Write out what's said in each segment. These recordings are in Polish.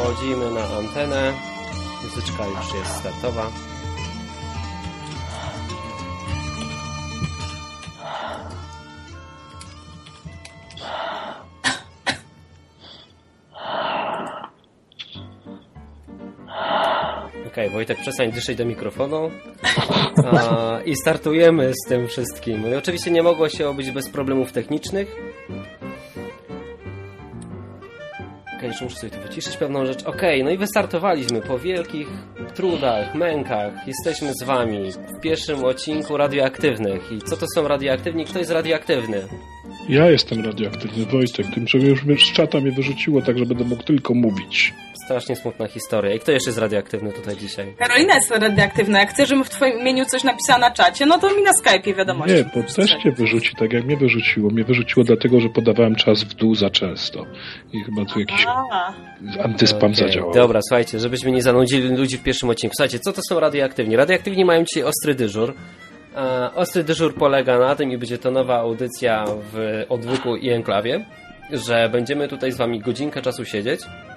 Wchodzimy na antenę. Muzyczka już jest startowa. Okej, Wojtek, przestań dyszeć do mikrofonu. I startujemy z tym wszystkim. I oczywiście nie mogło się obyć bez problemów technicznych. Jeszcze muszę sobie tu wyciszyć pewną rzecz. No i wystartowaliśmy po wielkich trudach, mękach. Jesteśmy z wami w pierwszym odcinku Radioaktywnych. I co to są radioaktywni? Kto jest radioaktywny? Ja jestem radioaktywny, Wojtek. Tym, że już z czata mnie wyrzuciło, tak że będę mógł tylko mówić. Strasznie smutna historia. I kto jeszcze jest radioaktywny tutaj dzisiaj? Karolina jest radioaktywna. Jak chcesz, żebym w twoim imieniu coś napisała na czacie, no to mi na Skype'ie wiadomości. Nie, bo też cię wyrzuci, tak jak mnie wyrzuciło. Mnie wyrzuciło dlatego, że podawałem czas w dół za często. I chyba tu jakiś antyspam zadziałał. Dobra, słuchajcie, żebyśmy nie zanudzili ludzi w pierwszym odcinku. Słuchajcie, co to są radioaktywni? Radioaktywni mają dzisiaj ostry dyżur. Ostry dyżur polega na tym, i będzie to nowa audycja w Odwyku i Enklawie, że będziemy tutaj z wami godzinkę czasu siedzieć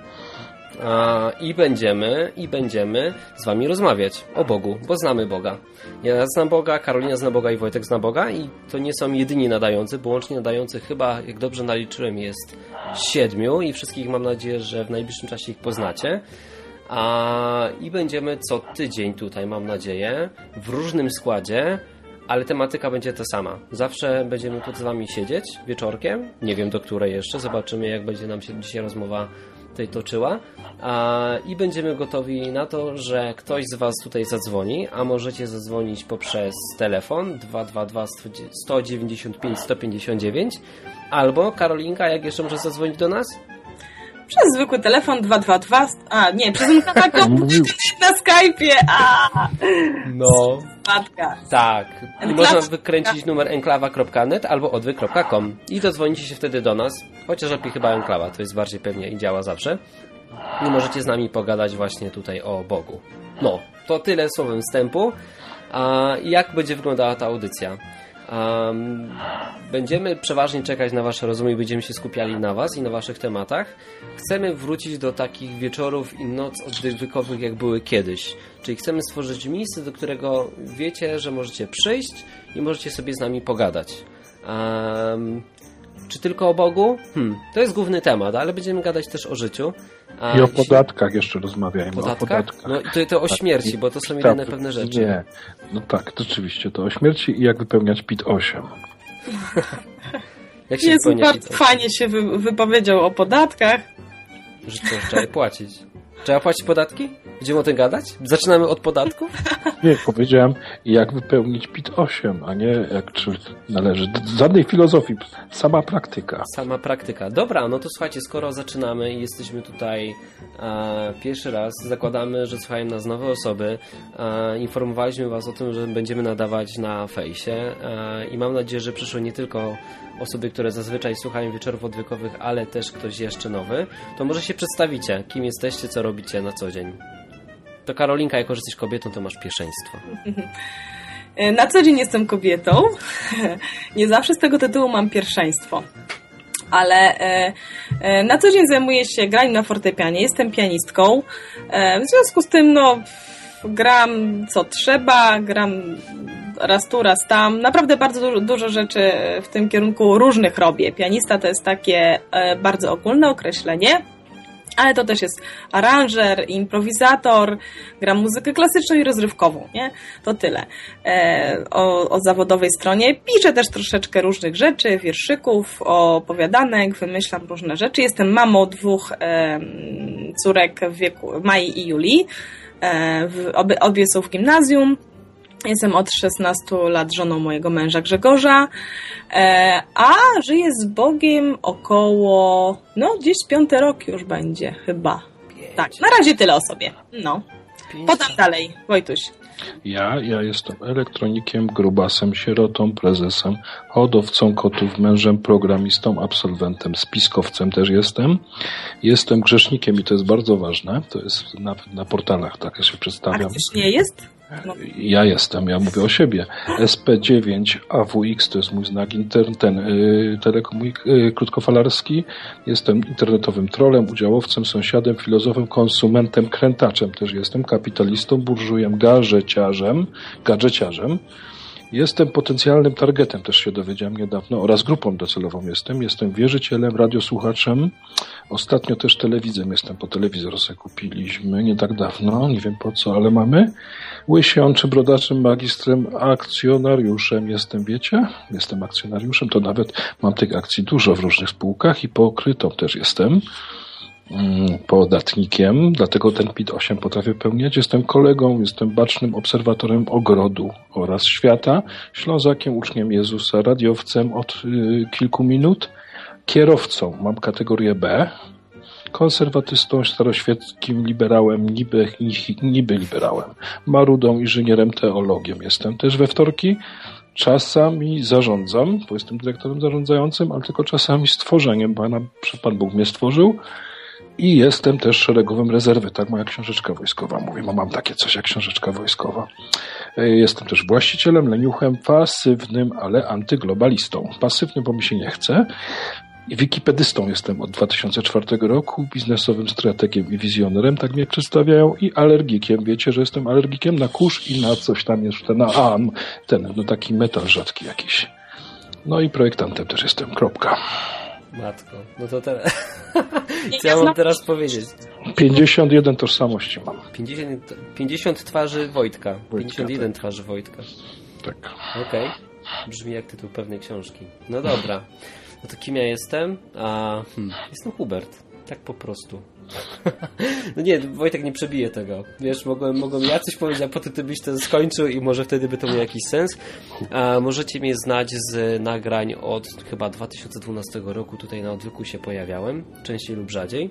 i będziemy z wami rozmawiać o Bogu, bo znamy Boga. Ja znam Boga, Karolina zna Boga i Wojtek zna Boga i to nie są jedyni nadający, bo łącznie nadających chyba, jak dobrze naliczyłem, jest 7 i wszystkich mam nadzieję, że w najbliższym czasie ich poznacie. I będziemy co tydzień tutaj, mam nadzieję, w różnym składzie, ale tematyka będzie ta sama. Zawsze będziemy tu z wami siedzieć wieczorkiem, nie wiem do której jeszcze, zobaczymy jak będzie nam się dzisiaj rozmowa tutaj toczyła i będziemy gotowi na to, że ktoś z was tutaj zadzwoni, a możecie zadzwonić poprzez telefon 222 195 159 albo Karolinka, jak jeszcze może zadzwonić do nas? Przez zwykły telefon 222... przez Enklawa na Skype'ie. No. Spadka. Tak. I można wykręcić numer enklawa.net albo odwyk.com i dodzwonicie się wtedy do nas. Chociaż lepiej chyba Enklawa, to jest bardziej pewnie i działa zawsze. I możecie z nami pogadać właśnie tutaj o Bogu. No, to tyle słowem wstępu. Jak będzie wyglądała ta audycja? Będziemy przeważnie czekać na wasze rozumy i będziemy się skupiali na was i na waszych tematach. Chcemy wrócić do takich wieczorów i noc odwykowych, jak były kiedyś. Czyli chcemy stworzyć miejsce, do którego wiecie, że możecie przyjść i możecie sobie z nami pogadać. Czy tylko o Bogu? To jest główny temat, ale będziemy gadać też o życiu. I o podatkach jeszcze rozmawiajmy. O podatkach? No i to o śmierci, bo to są jedyne pewne rzeczy. Nie, no tak, rzeczywiście, to o śmierci i jak wypełniać PIT-8. Jak się wypełnia PIT-8? Fajnie się wypowiedział o podatkach. Że co, trzeba płacić. Trzeba płacić podatki? Będziemy o tym gadać? Zaczynamy od podatków? Nie, powiedziałem jak wypełnić PIT-8, a nie jak czy należy. Żadnej filozofii, sama praktyka. Sama praktyka. Dobra, no to słuchajcie, skoro zaczynamy i jesteśmy tutaj pierwszy raz, zakładamy, że słuchają nas nowe osoby. Informowaliśmy was o tym, że będziemy nadawać na fejsie i mam nadzieję, że przyszły nie tylko osoby, które zazwyczaj słuchają wieczorów odwykowych, ale też ktoś jeszcze nowy. To może się przedstawicie, kim jesteście, co robicie na co dzień. To Karolinka, jako że jesteś kobietą, to masz pierwszeństwo. Na co dzień jestem kobietą. Nie zawsze z tego tytułu mam pierwszeństwo. Ale na co dzień zajmuję się graniem na fortepianie. Jestem pianistką. W związku z tym gram co trzeba, gram raz tu, raz tam. Naprawdę bardzo dużo rzeczy w tym kierunku różnych robię. Pianista to jest takie bardzo ogólne określenie. Ale to też jest aranżer, improwizator, gram muzykę klasyczną i rozrywkową, nie? To tyle. O zawodowej stronie piszę też troszeczkę różnych rzeczy, wierszyków, opowiadanek, wymyślam różne rzeczy. Jestem mamą 2 córek w wieku Mai i Julii. Obie są w gimnazjum. Jestem od 16 lat żoną mojego męża Grzegorza, a żyję z Bogiem około, gdzieś 5 rok już będzie chyba. 5. Tak, na razie tyle o sobie. No. 5. Potem dalej, Wojtuś. Ja jestem elektronikiem, grubasem, sierotą, prezesem, hodowcą kotów, mężem, programistą, absolwentem, spiskowcem też jestem. Jestem grzesznikiem i to jest bardzo ważne. To jest na portalach, tak ja się przedstawiam. A ktoś nie jest? No. Ja jestem, ja mówię o siebie. SP9 AWX to jest mój znak krótkofalarski. Jestem internetowym trolem, udziałowcem, sąsiadem, filozofem, konsumentem, krętaczem też jestem, kapitalistą, burżujem, gadżeciarzem. Jestem potencjalnym targetem, też się dowiedziałem niedawno, oraz grupą docelową jestem. Jestem wierzycielem, radiosłuchaczem. Ostatnio też telewidzem jestem, po telewizor sobie kupiliśmy nie tak dawno, nie wiem po co, ale mamy. Łysiączym, brodaczym, magistrem, akcjonariuszem jestem, wiecie? Jestem akcjonariuszem, to nawet mam tych akcji dużo w różnych spółkach i pokrytą też jestem. Podatnikiem, dlatego ten PIT-8 potrafię pełniać. Jestem kolegą, jestem bacznym obserwatorem ogrodu oraz świata, Ślązakiem, uczniem Jezusa, radiowcem od kilku minut, kierowcą, mam kategorię B, konserwatystą, staroświeckim liberałem, niby liberałem, marudą, inżynierem, teologiem. Jestem też we wtorki. Czasami zarządzam, bo jestem dyrektorem zarządzającym, ale tylko czasami stworzeniem, bo Pan Bóg mnie stworzył. I jestem też szeregowym rezerwy, tak moja książeczka wojskowa mówi, mam takie coś jak książeczka wojskowa. Jestem też właścicielem, leniuchem, pasywnym, ale antyglobalistą. Pasywnym, bo mi się nie chce. I wikipedystą jestem od 2004 roku, biznesowym strategiem i wizjonerem, tak mnie przedstawiają, i alergikiem. Wiecie, że jestem alergikiem na kurz i na coś tam jeszcze, taki metal rzadki jakiś. No i projektantem też jestem, kropka. Matko, no to teraz... Co ja mam teraz powiedzieć? 51 tożsamości mam. 50 twarzy Wojtka. 51 tak. twarzy Wojtka. Tak. Okej. Brzmi jak tytuł pewnej książki. No dobra. No to kim ja jestem? Jestem Hubert. Tak po prostu. No nie, Wojtek nie przebije tego. Wiesz, mogłem ja coś powiedzieć, a potem ty byś to skończył i może wtedy by to miał jakiś sens. Możecie mnie znać z nagrań od chyba 2012 roku. Tutaj na Odwyku się pojawiałem, częściej lub rzadziej.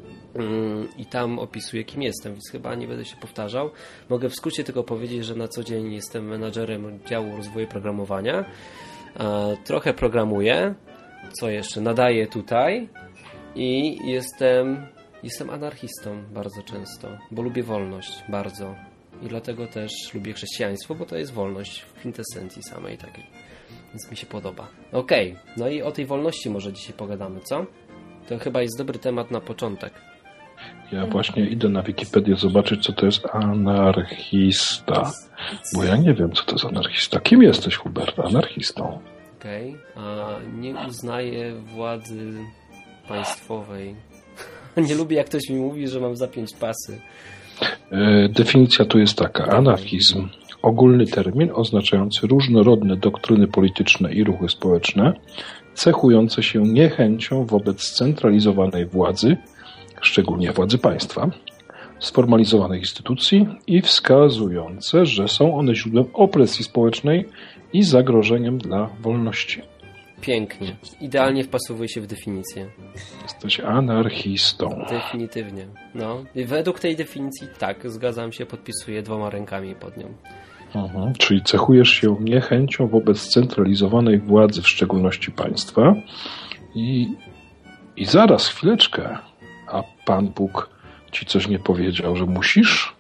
I tam opisuję, kim jestem, więc chyba nie będę się powtarzał. Mogę w skrócie tylko powiedzieć, że na co dzień jestem menadżerem działu rozwoju programowania. Trochę programuję. Co jeszcze? Nadaję tutaj. I jestem anarchistą bardzo często, bo lubię wolność bardzo. I dlatego też lubię chrześcijaństwo, bo to jest wolność w kwintesencji samej takiej. Więc mi się podoba. Okej, no i o tej wolności może dzisiaj pogadamy, co? To chyba jest dobry temat na początek. Ja właśnie idę na Wikipedię zobaczyć, co to jest anarchista. Bo ja nie wiem, co to jest anarchista. Kim jesteś, Hubert? Anarchistą. Okej. Nie uznaję władzy państwowej. Nie lubię, jak ktoś mi mówi, że mam zapiąć pasy. Definicja tu jest taka. Anarchizm. Ogólny termin oznaczający różnorodne doktryny polityczne i ruchy społeczne, cechujące się niechęcią wobec scentralizowanej władzy, szczególnie władzy państwa, sformalizowanych instytucji i wskazujące, że są one źródłem opresji społecznej i zagrożeniem dla wolności. Pięknie. Idealnie wpasowuje się w definicję. Jesteś anarchistą. Definitywnie. No. I według tej definicji tak, zgadzam się, podpisuję 2 rękami pod nią. Czyli cechujesz się niechęcią wobec scentralizowanej władzy, w szczególności państwa. I zaraz, chwileczkę. A Pan Bóg ci coś nie powiedział, że musisz?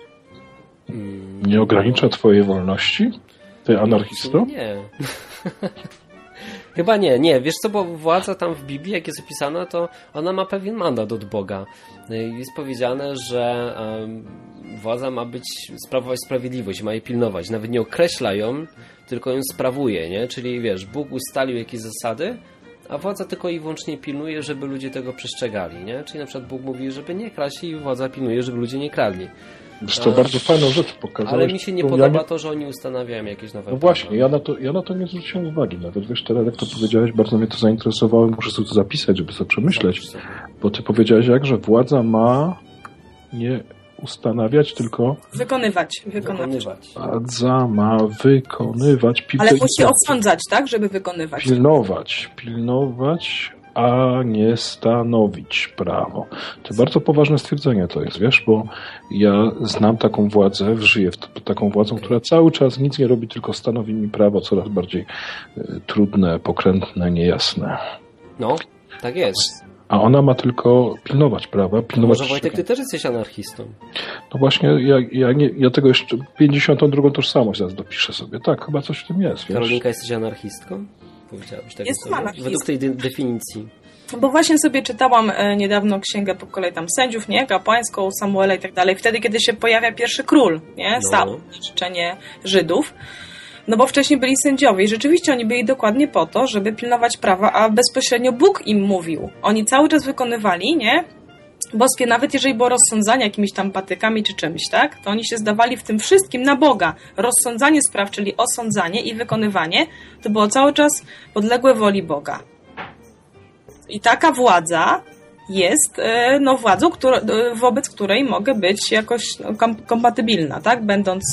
Nie ogranicza twojej wolności? Ty anarchisto? Nie. Chyba nie. Wiesz co, bo władza tam w Biblii, jak jest opisana, to ona ma pewien mandat od Boga. Jest powiedziane, że władza ma sprawować sprawiedliwość, ma jej pilnować. Nawet nie określa ją, tylko ją sprawuje, nie? Czyli wiesz, Bóg ustalił jakieś zasady, a władza tylko i wyłącznie pilnuje, żeby ludzie tego przestrzegali, nie? Czyli na przykład Bóg mówi, żeby nie kraść i władza pilnuje, żeby ludzie nie kradli. To bardzo fajną rzecz pokazałeś. Ale mi się nie podoba to, że oni ustanawiają jakieś nowe... No właśnie, ja na to nie zwróciłem uwagi nawet. Wiesz, teraz jak to powiedziałeś, bardzo mnie to zainteresowało. Muszę sobie to zapisać, żeby sobie przemyśleć. Bo ty powiedziałeś że władza ma nie ustanawiać, tylko... Wykonywać. Władza ma wykonywać... Ale musi osądzać, tak? Żeby wykonywać. Pilnować a nie stanowić prawo. To bardzo poważne stwierdzenie to jest, wiesz, bo ja znam taką władzę, żyję taką władzą, która cały czas nic nie robi, tylko stanowi mi prawo coraz bardziej trudne, pokrętne, niejasne. No, tak jest. A ona ma tylko pilnować prawa. Pilnować Może Wojtek, ty też jesteś anarchistą? No właśnie, ja tego jeszcze 52. tożsamość zaraz dopiszę sobie. Tak, chyba coś w tym jest. Wiesz? Karolinka, jesteś anarchistką? Powiedziałabyś tak. Jestem anarchistką. Według tej definicji. Bo właśnie sobie czytałam niedawno księgę po kolei tam sędziów, nie? Kapłańską, Samuela i tak dalej. Wtedy, kiedy się pojawia pierwszy król, nie? Saul, życzenie Żydów. No bo wcześniej byli sędziowie i rzeczywiście oni byli dokładnie po to, żeby pilnować prawa, a bezpośrednio Bóg im mówił. Oni cały czas wykonywali, nie? Boskie, nawet jeżeli było rozsądzanie jakimiś tam patykami czy czymś, tak? To oni się zdawali w tym wszystkim na Boga. Rozsądzanie spraw, czyli osądzanie i wykonywanie, to było cały czas podległe woli Boga. I taka władza jest władzą, wobec której mogę być jakoś kompatybilna, tak? Będąc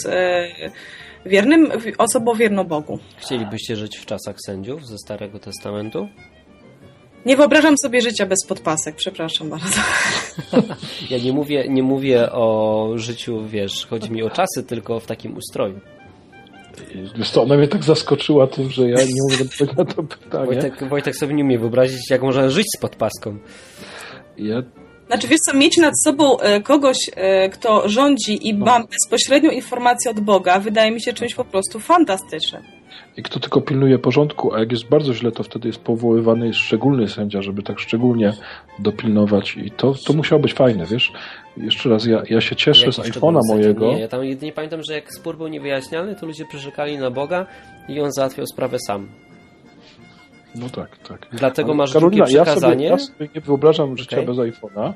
osobą wierną Bogu. Chcielibyście żyć w czasach sędziów ze Starego Testamentu? Nie wyobrażam sobie życia bez podpasek, przepraszam bardzo. Ja nie mówię o życiu, wiesz, chodzi mi o czasy, tylko w takim ustroju. Wiesz co, ona mnie tak zaskoczyła tym, że ja nie mogę odpowiedzieć na to pytanie. Wojtek sobie nie umie wyobrazić, jak można żyć z podpaską. Znaczy, wiesz co, mieć nad sobą kogoś, kto rządzi i ma bezpośrednią informację od Boga, wydaje mi się czymś po prostu fantastycznym. I kto tylko pilnuje porządku, a jak jest bardzo źle, to wtedy jest powoływany szczególny sędzia, żeby tak szczególnie dopilnować i to musiało być fajne, wiesz? Jeszcze raz, ja się cieszę z iPhone'a mojego. Nie, ja tam jedynie pamiętam, że jak spór był niewyjaśniany, to ludzie przyrzekali na Boga i on załatwiał sprawę sam. No tak. Dlatego masz Karolina, drugie przekazanie. Ja sobie nie wyobrażam życia bez iPhone'a.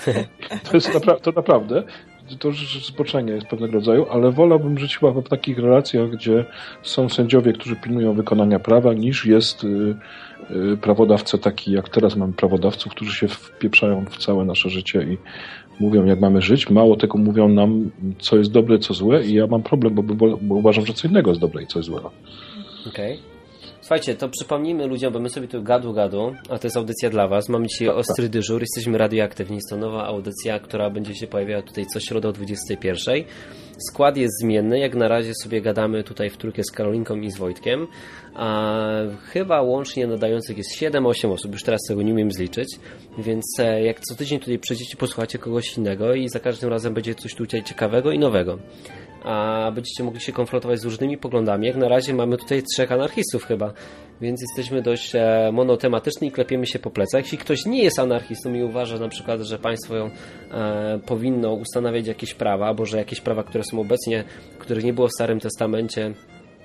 To naprawdę. To już zboczenie jest pewnego rodzaju, ale wolałbym żyć chyba w takich relacjach, gdzie są sędziowie, którzy pilnują wykonania prawa, niż jest prawodawca taki, jak teraz mamy prawodawców, którzy się wpieprzają w całe nasze życie i mówią, jak mamy żyć. Mało tego, mówią nam, co jest dobre, co złe i ja mam problem, bo uważam, że co innego jest dobre i co jest złe. Okej. Słuchajcie, to przypomnijmy ludziom, bo my sobie tu gadu, a to jest audycja dla Was. Mamy dzisiaj ostry dyżur, jesteśmy radioaktywni. Jest to nowa audycja, która będzie się pojawiała tutaj co środę o 21:00. Skład jest zmienny, jak na razie sobie gadamy tutaj w trójkę z Karolinką i z Wojtkiem. A chyba łącznie nadających jest 7-8 osób, już teraz tego nie umiem zliczyć, więc jak co tydzień tutaj przyjdziecie, posłuchacie kogoś innego i za każdym razem będzie coś tutaj ciekawego i nowego. A będziecie mogli się konfrontować z różnymi poglądami. Jak na razie mamy tutaj 3 anarchistów chyba, więc jesteśmy dość monotematyczni i klepiemy się po plecach. Jeśli ktoś nie jest anarchistą i uważa na przykład, że państwo powinno ustanawiać jakieś prawa, albo że jakieś prawa, które są obecnie, których nie było w Starym Testamencie,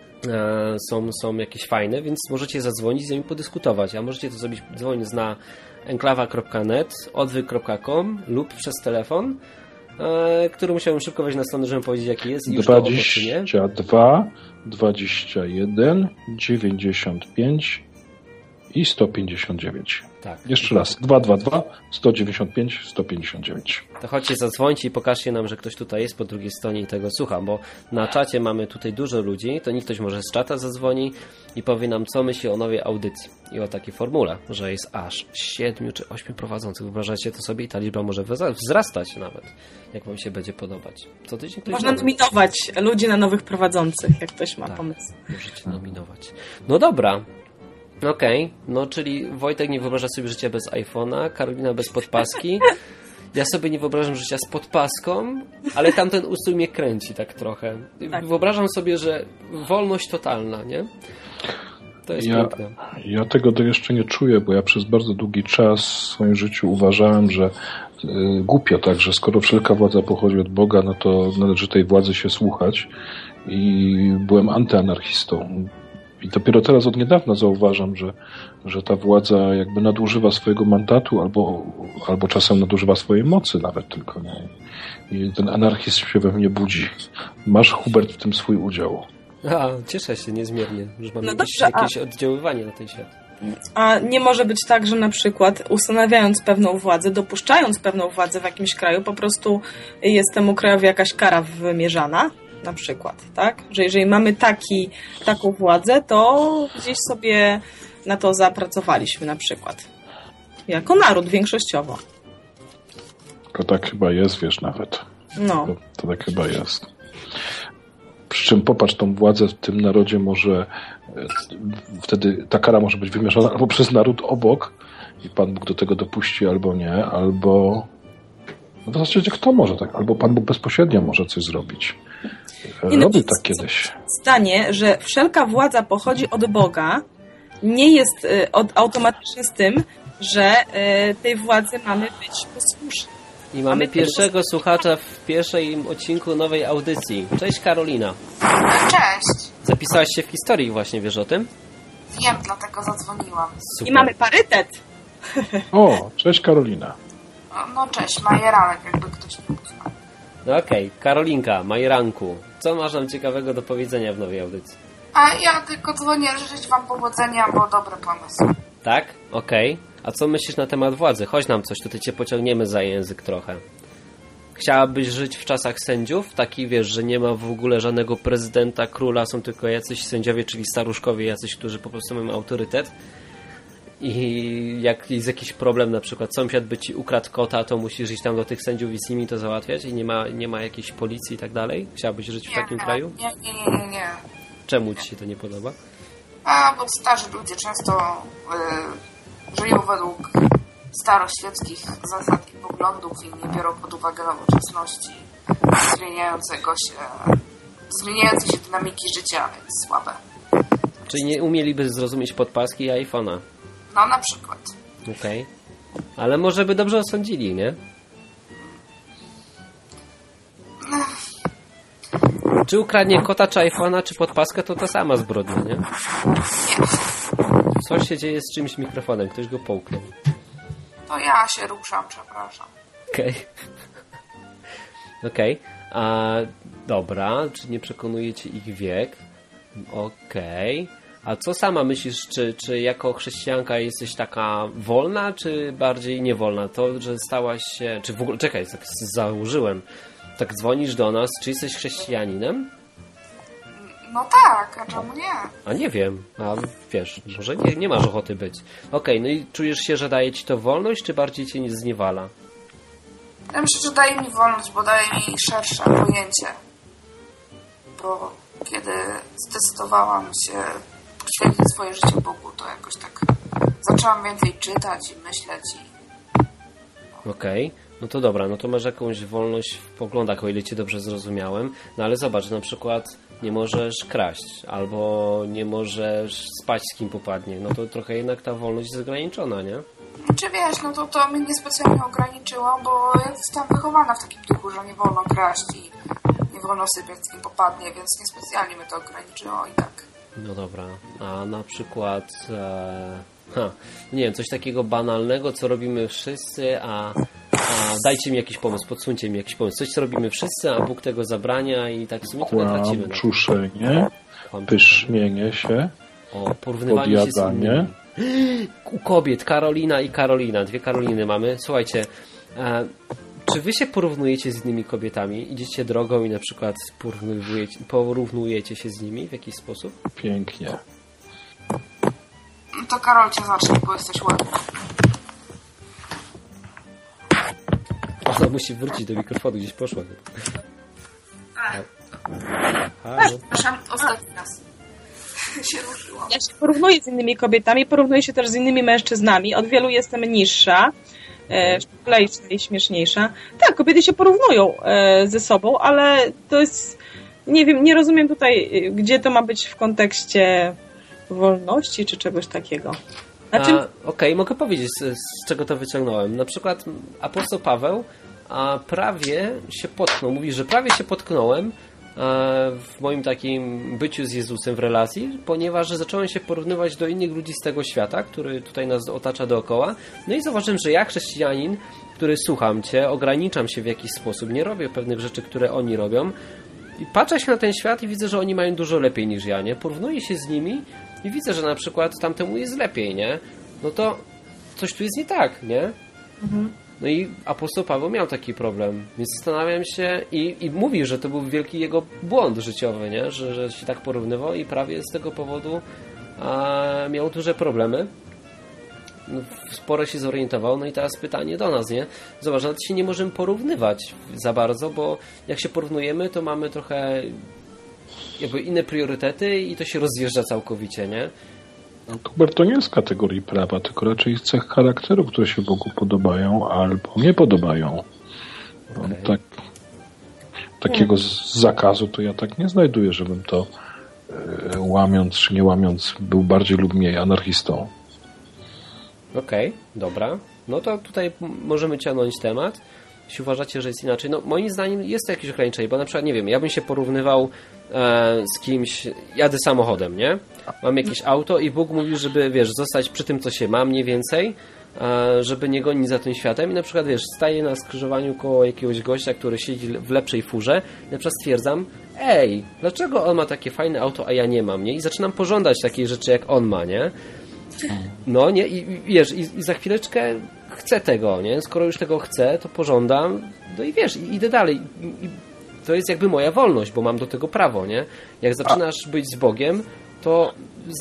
są jakieś fajne, więc możecie zadzwonić z nimi podyskutować, a możecie to zrobić dzwoniąc na enklawa.net, odwyk.com lub przez telefon, który musiałem szybko wejść na stronę, żeby powiedzieć, jaki jest. I już 22, 21, 95 i 159. Tak. Jeszcze raz. 222, 195, 159. To chodźcie, zadzwońcie i pokażcie nam, że ktoś tutaj jest po drugiej stronie i tego słucha, bo na czacie mamy tutaj dużo ludzi, to niech ktoś może z czata zadzwoni i powie nam, co myśli o nowej audycji i o takiej formule, że jest aż 7 czy 8 prowadzących. Wyobrażacie to sobie i ta liczba może wzrastać nawet, jak wam się będzie podobać. Co tydzień ktoś można nominować ludzi na nowych prowadzących, jak ktoś ma pomysł. Możecie nominować. No dobra. Okej, no czyli Wojtek nie wyobraża sobie życia bez iPhone'a, Karolina bez podpaski. Ja sobie nie wyobrażam życia z podpaską, ale tamten ustrój mnie kręci tak trochę. Tak. Wyobrażam sobie, że wolność totalna, nie? To jest piękne. Ja tego to jeszcze nie czuję, bo ja przez bardzo długi czas w swoim życiu uważałem, że głupio tak, że skoro wszelka władza pochodzi od Boga, no to należy tej władzy się słuchać i byłem antyanarchistą. I dopiero teraz od niedawna zauważam, że ta władza jakby nadużywa swojego mandatu albo czasem nadużywa swojej mocy nawet tylko. Nie? I ten anarchizm się we mnie budzi. Masz, Hubert, w tym swój udział. Cieszę się niezmiernie, że mam jakieś oddziaływanie na ten świat. A nie może być tak, że na przykład ustanawiając pewną władzę, dopuszczając pewną władzę w jakimś kraju, po prostu jest temu krajowi jakaś kara wymierzana? Na przykład, tak? Że jeżeli mamy taką władzę, to gdzieś sobie na to zapracowaliśmy na przykład. jako naród większościowo. To tak chyba jest, wiesz, nawet. No. To tak chyba jest. Przy czym popatrz, tą władzę w tym narodzie może wtedy ta kara może być wymierzona albo przez naród obok i Pan Bóg do tego dopuści, albo nie, albo no w zasadzie kto może tak, albo Pan Bóg bezpośrednio może coś zrobić. Robił tak kiedyś. Zdanie, że wszelka władza pochodzi od Boga, nie jest automatycznie z tym, że tej władzy mamy być posłuszni. I mamy pierwszego słuchacza w pierwszym odcinku nowej audycji. Cześć Karolina. Cześć. Zapisałaś się w historii właśnie, wiesz o tym? Wiem, dlatego zadzwoniłam. Super. I mamy parytet. O, cześć Karolina. No cześć, majeranek, jakby ktoś nie uznał. No okej, Karolinka, majeranku. Co masz nam ciekawego do powiedzenia w nowej audycji? A ja tylko dzwonię życzyć wam powodzenia, bo dobry pomysł. Tak? Okej. A co myślisz na temat władzy? Chodź nam coś, tutaj cię pociągniemy za język trochę. Chciałabyś żyć w czasach sędziów? Taki, wiesz, że nie ma w ogóle żadnego prezydenta, króla, są tylko jacyś sędziowie, czyli staruszkowie, jacyś, którzy po prostu mają autorytet. I jak jest jakiś problem, na przykład sąsiad by ci ukradł kota, to musisz iść tam do tych sędziów i z nimi to załatwiać i nie ma jakiejś policji i tak dalej? Chciałabyś żyć w takim kraju? Nie. Czemu ci się to nie podoba? A, bo starzy ludzie często żyją według staroświeckich zasad i poglądów i nie biorą pod uwagę nowoczesności zmieniającej się dynamiki życia, więc słabe. Czyli nie umieliby zrozumieć podpaski i iPhone'a? No na przykład. Okej. Ale może by dobrze osądzili, nie? Czy ukradnie kota, czy iPhone'a, czy podpaskę, to ta sama zbrodnia, nie? Nie. Coś się dzieje z czymś mikrofonem, ktoś go połknął. To ja się ruszam, przepraszam. Okej. Okej. A dobra, czy nie przekonuje cię ich wiek? Okej. A co sama myślisz, czy jako chrześcijanka jesteś taka wolna, czy bardziej niewolna? To, że stałaś się... Czy w ogóle... Czekaj, tak założyłem. Tak dzwonisz do nas, czy jesteś chrześcijaninem? No tak, a czemu nie? A nie wiem, a wiesz, może nie masz ochoty być. Okej, no i czujesz się, że daje ci to wolność, czy bardziej cię nie zniewala? Ja myślę, że daje mi wolność, bo daje mi szersze pojęcie. Bo kiedy zdecydowałam się poświęcić swoje życie Bogu, to jakoś tak zaczęłam więcej czytać i myśleć. Okej, no to dobra, no to masz jakąś wolność w poglądach, o ile cię dobrze zrozumiałem. No ale zobacz, na przykład nie możesz kraść, albo nie możesz spać z kim popadnie. No to trochę jednak ta wolność jest ograniczona, nie? Czy wiesz, no to mnie niespecjalnie ograniczyło, bo ja zostałam wychowana w takim duchu, że nie wolno kraść i nie wolno sypiać z kim popadnie, więc niespecjalnie mnie to ograniczyło i tak. No dobra, a na przykład nie wiem, coś takiego banalnego, co robimy wszyscy, a dajcie mi jakiś pomysł, podsuńcie mi jakiś pomysł. Coś, co robimy wszyscy, a Bóg tego zabrania i tak w sumie trochę tracimy. Kłamczuszenie, pysznienie się, o, porównywanie się z innymi. U kobiet, Karolina i Karolina. Dwie Karoliny mamy. Słuchajcie, czy wy się porównujecie z innymi kobietami? Idziecie drogą i na przykład porównujecie się z nimi w jakiś sposób? Pięknie. No to Karol cię zacznie, bo jesteś ładny. Ona musi wrócić do mikrofonu, gdzieś poszła. Przepraszam, ostatni raz się ruszyłam. Ja się porównuję z innymi kobietami, porównuję się też z innymi mężczyznami. Od wielu jestem niższa, szczuplejsza i śmieszniejsza. Tak, kobiety się porównują ze sobą, ale to jest... Nie wiem, nie rozumiem tutaj, gdzie to ma być w kontekście wolności czy czegoś takiego. Okej, mogę powiedzieć, z czego to wyciągnąłem. Na przykład apostoł Paweł prawie się potknął. Mówi, że prawie się potknąłem w moim takim byciu z Jezusem w relacji, ponieważ zacząłem się porównywać do innych ludzi z tego świata, który tutaj nas otacza dookoła. No i zauważyłem, że ja, chrześcijanin, który słucham Cię, ograniczam się w jakiś sposób, nie robię pewnych rzeczy, które oni robią i patrzę się na ten świat i widzę, że oni mają dużo lepiej niż ja, nie? Porównuję się z nimi i widzę, że na przykład tamtemu jest lepiej, nie? No to coś tu jest nie tak, nie? Mhm. No i apostoł Paweł miał taki problem, więc zastanawiam się i mówi, że to był wielki jego błąd życiowy, nie? Że się tak porównywał i prawie z tego powodu miał duże problemy. sporo się zorientował, no i teraz pytanie do nas, nie? Zobacz, nawet się nie możemy porównywać za bardzo, bo jak się porównujemy, to mamy trochę jakby inne priorytety i to się rozjeżdża całkowicie, nie? No, Hubert, to nie jest kategorii prawa, tylko raczej cech charakteru, które się Bogu podobają albo nie podobają. Okay. Takiego zakazu to ja tak nie znajduję, żebym to łamiąc czy nie łamiąc był bardziej lub mniej anarchistą. Okej, dobra. No to tutaj możemy ciągnąć temat. Jeśli uważacie, że jest inaczej. No moim zdaniem jest to jakieś ograniczenie, bo na przykład, nie wiem, ja bym się porównywał z kimś, jadę samochodem, nie? Mam jakieś auto i Bóg mówi, żeby, wiesz, zostać przy tym, co się ma mniej więcej, żeby nie gonić za tym światem i na przykład, wiesz, staję na skrzyżowaniu koło jakiegoś gościa, który siedzi w lepszej furze i na przykład stwierdzam, ej, dlaczego on ma takie fajne auto, a ja nie mam, nie? I zaczynam pożądać takiej rzeczy, jak on ma, nie? No, nie? I wiesz, i za chwileczkę chcę tego, nie? Skoro już tego chcę, to pożądam, no i wiesz, idę dalej. I to jest jakby moja wolność, bo mam do tego prawo, nie? Jak zaczynasz być z Bogiem, to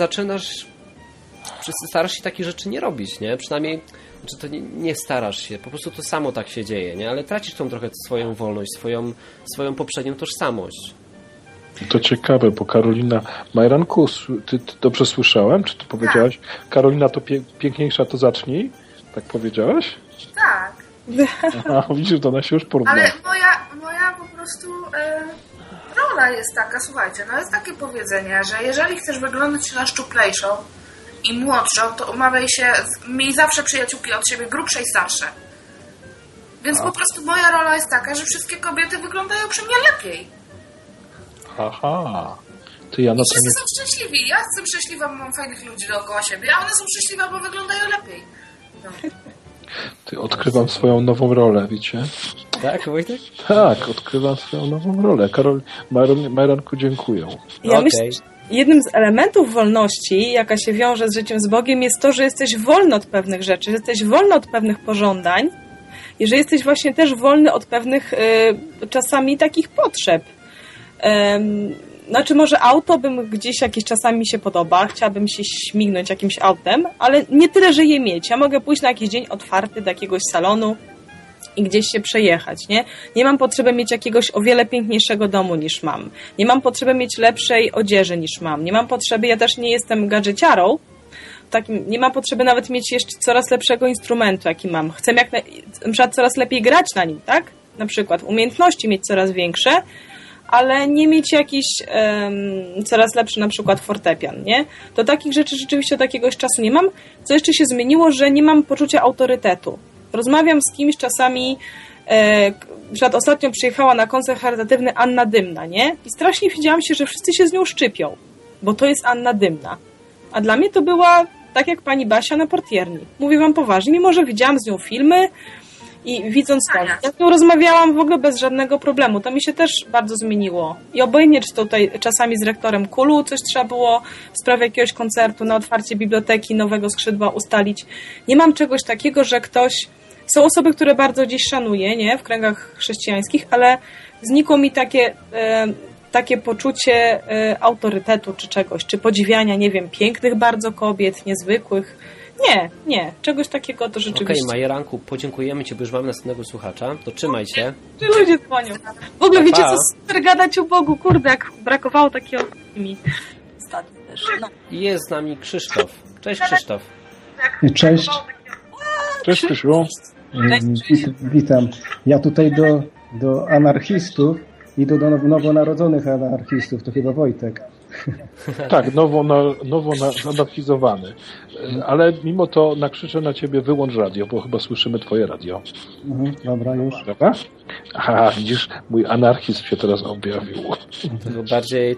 starasz się takie rzeczy nie robić, nie? Przynajmniej, że to nie starasz się, po prostu to samo tak się dzieje, nie? Ale tracisz tą trochę swoją wolność, swoją poprzednią tożsamość. To ciekawe, bo Karolina Majranku, ty dobrze słyszałem? Czy ty powiedziałaś, Karolina to piękniejsza, to zacznij? Tak powiedziałaś? Tak. A, widzisz, to ona się już porównała. Ale moja po prostu rola jest taka, słuchajcie, no jest takie powiedzenie, że jeżeli chcesz wyglądać na szczuplejszą i młodszą, to umawiaj się, miej zawsze przyjaciółki od siebie grubsze i starsze. Więc po prostu moja rola jest taka, że wszystkie kobiety wyglądają przy mnie lepiej. Aha. Ty, ja Wszyscy są szczęśliwi. Ja jestem szczęśliwa, bo mam fajnych ludzi dookoła siebie, a one są szczęśliwe, bo wyglądają lepiej. No. Ty, odkrywam swoją nową rolę, wiecie? Tak, Wojtek? Tak, odkrywam swoją nową rolę. Majranku, dziękuję. Ja myślę, że jednym z elementów wolności, jaka się wiąże z życiem z Bogiem, jest to, że jesteś wolny od pewnych rzeczy, że jesteś wolny od pewnych pożądań i że jesteś właśnie też wolny od pewnych czasami takich potrzeb. Znaczy może auto bym gdzieś jakieś czasami mi się podoba, chciałabym się śmignąć jakimś autem, ale nie tyle, że je mieć. Ja mogę pójść na jakiś dzień otwarty do jakiegoś salonu i gdzieś się przejechać, nie? Nie mam potrzeby mieć jakiegoś o wiele piękniejszego domu niż mam. Nie mam potrzeby mieć lepszej odzieży niż mam. Nie mam potrzeby, ja też nie jestem gadżeciarą, nie mam potrzeby nawet mieć jeszcze coraz lepszego instrumentu, jaki mam. Chcę na przykład coraz lepiej grać na nim, tak? Na przykład umiejętności mieć coraz większe, ale nie mieć jakiś coraz lepszy na przykład fortepian, nie? To takich rzeczy rzeczywiście od jakiegoś czasu nie mam. Co jeszcze się zmieniło, że nie mam poczucia autorytetu. Rozmawiam z kimś czasami, na przykład ostatnio przyjechała na koncert charytatywny Anna Dymna, nie? I strasznie widziałam się, że wszyscy się z nią szczypią, bo to jest Anna Dymna. A dla mnie to była tak jak pani Basia na portierni. Mówię wam poważnie, mimo że widziałam z nią filmy, i widząc to, ja z nią rozmawiałam w ogóle bez żadnego problemu. To mi się też bardzo zmieniło. I obojętnie, czy tutaj czasami z rektorem Kulu coś trzeba było w sprawie jakiegoś koncertu na otwarcie biblioteki Nowego Skrzydła ustalić. Nie mam czegoś takiego, że ktoś... Są osoby, które bardzo dziś szanuję, nie? W kręgach chrześcijańskich, ale znikło mi takie poczucie autorytetu czy czegoś, czy podziwiania, nie wiem, pięknych bardzo kobiet, niezwykłych. Nie. Czegoś takiego to rzeczywiście... Okej, Majeranku, podziękujemy Ci, bo już mam następnego słuchacza. To trzymaj się. Ludzie dzwonią. W ogóle wiecie, co super gadać o Bogu. Kurde, jak brakowało takiego mi ostatnio też. No. I jest z nami Krzysztof. Cześć, Krzysztof. Cześć. Cześć, Krzysiu. Witam. Ja tutaj do anarchistów i do nowonarodzonych anarchistów, to chyba Wojtek. Tak, nowo zanarchizowany. Ale mimo to nakrzyczę na ciebie, wyłącz radio, bo chyba słyszymy twoje radio. Dobra, już. Dobra? Aha, widzisz, mój anarchizm się teraz objawił. To bardziej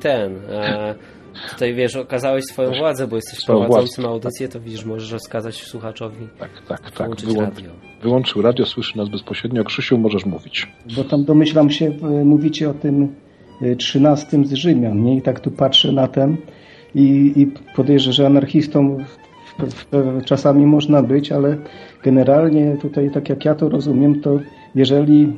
tutaj wiesz, okazałeś swoją władzę, bo jesteś prowadzącym audycję, to widzisz, możesz rozkazać słuchaczowi. Tak. Radio. Wyłączył radio, słyszy nas bezpośrednio. Krzysiu, możesz mówić. Bo tam domyślam się, mówicie o tym 13 z Rzymian, nie? I tak tu patrzę na ten i podejrzewam, że anarchistą czasami można być, ale generalnie tutaj, tak jak ja to rozumiem, to jeżeli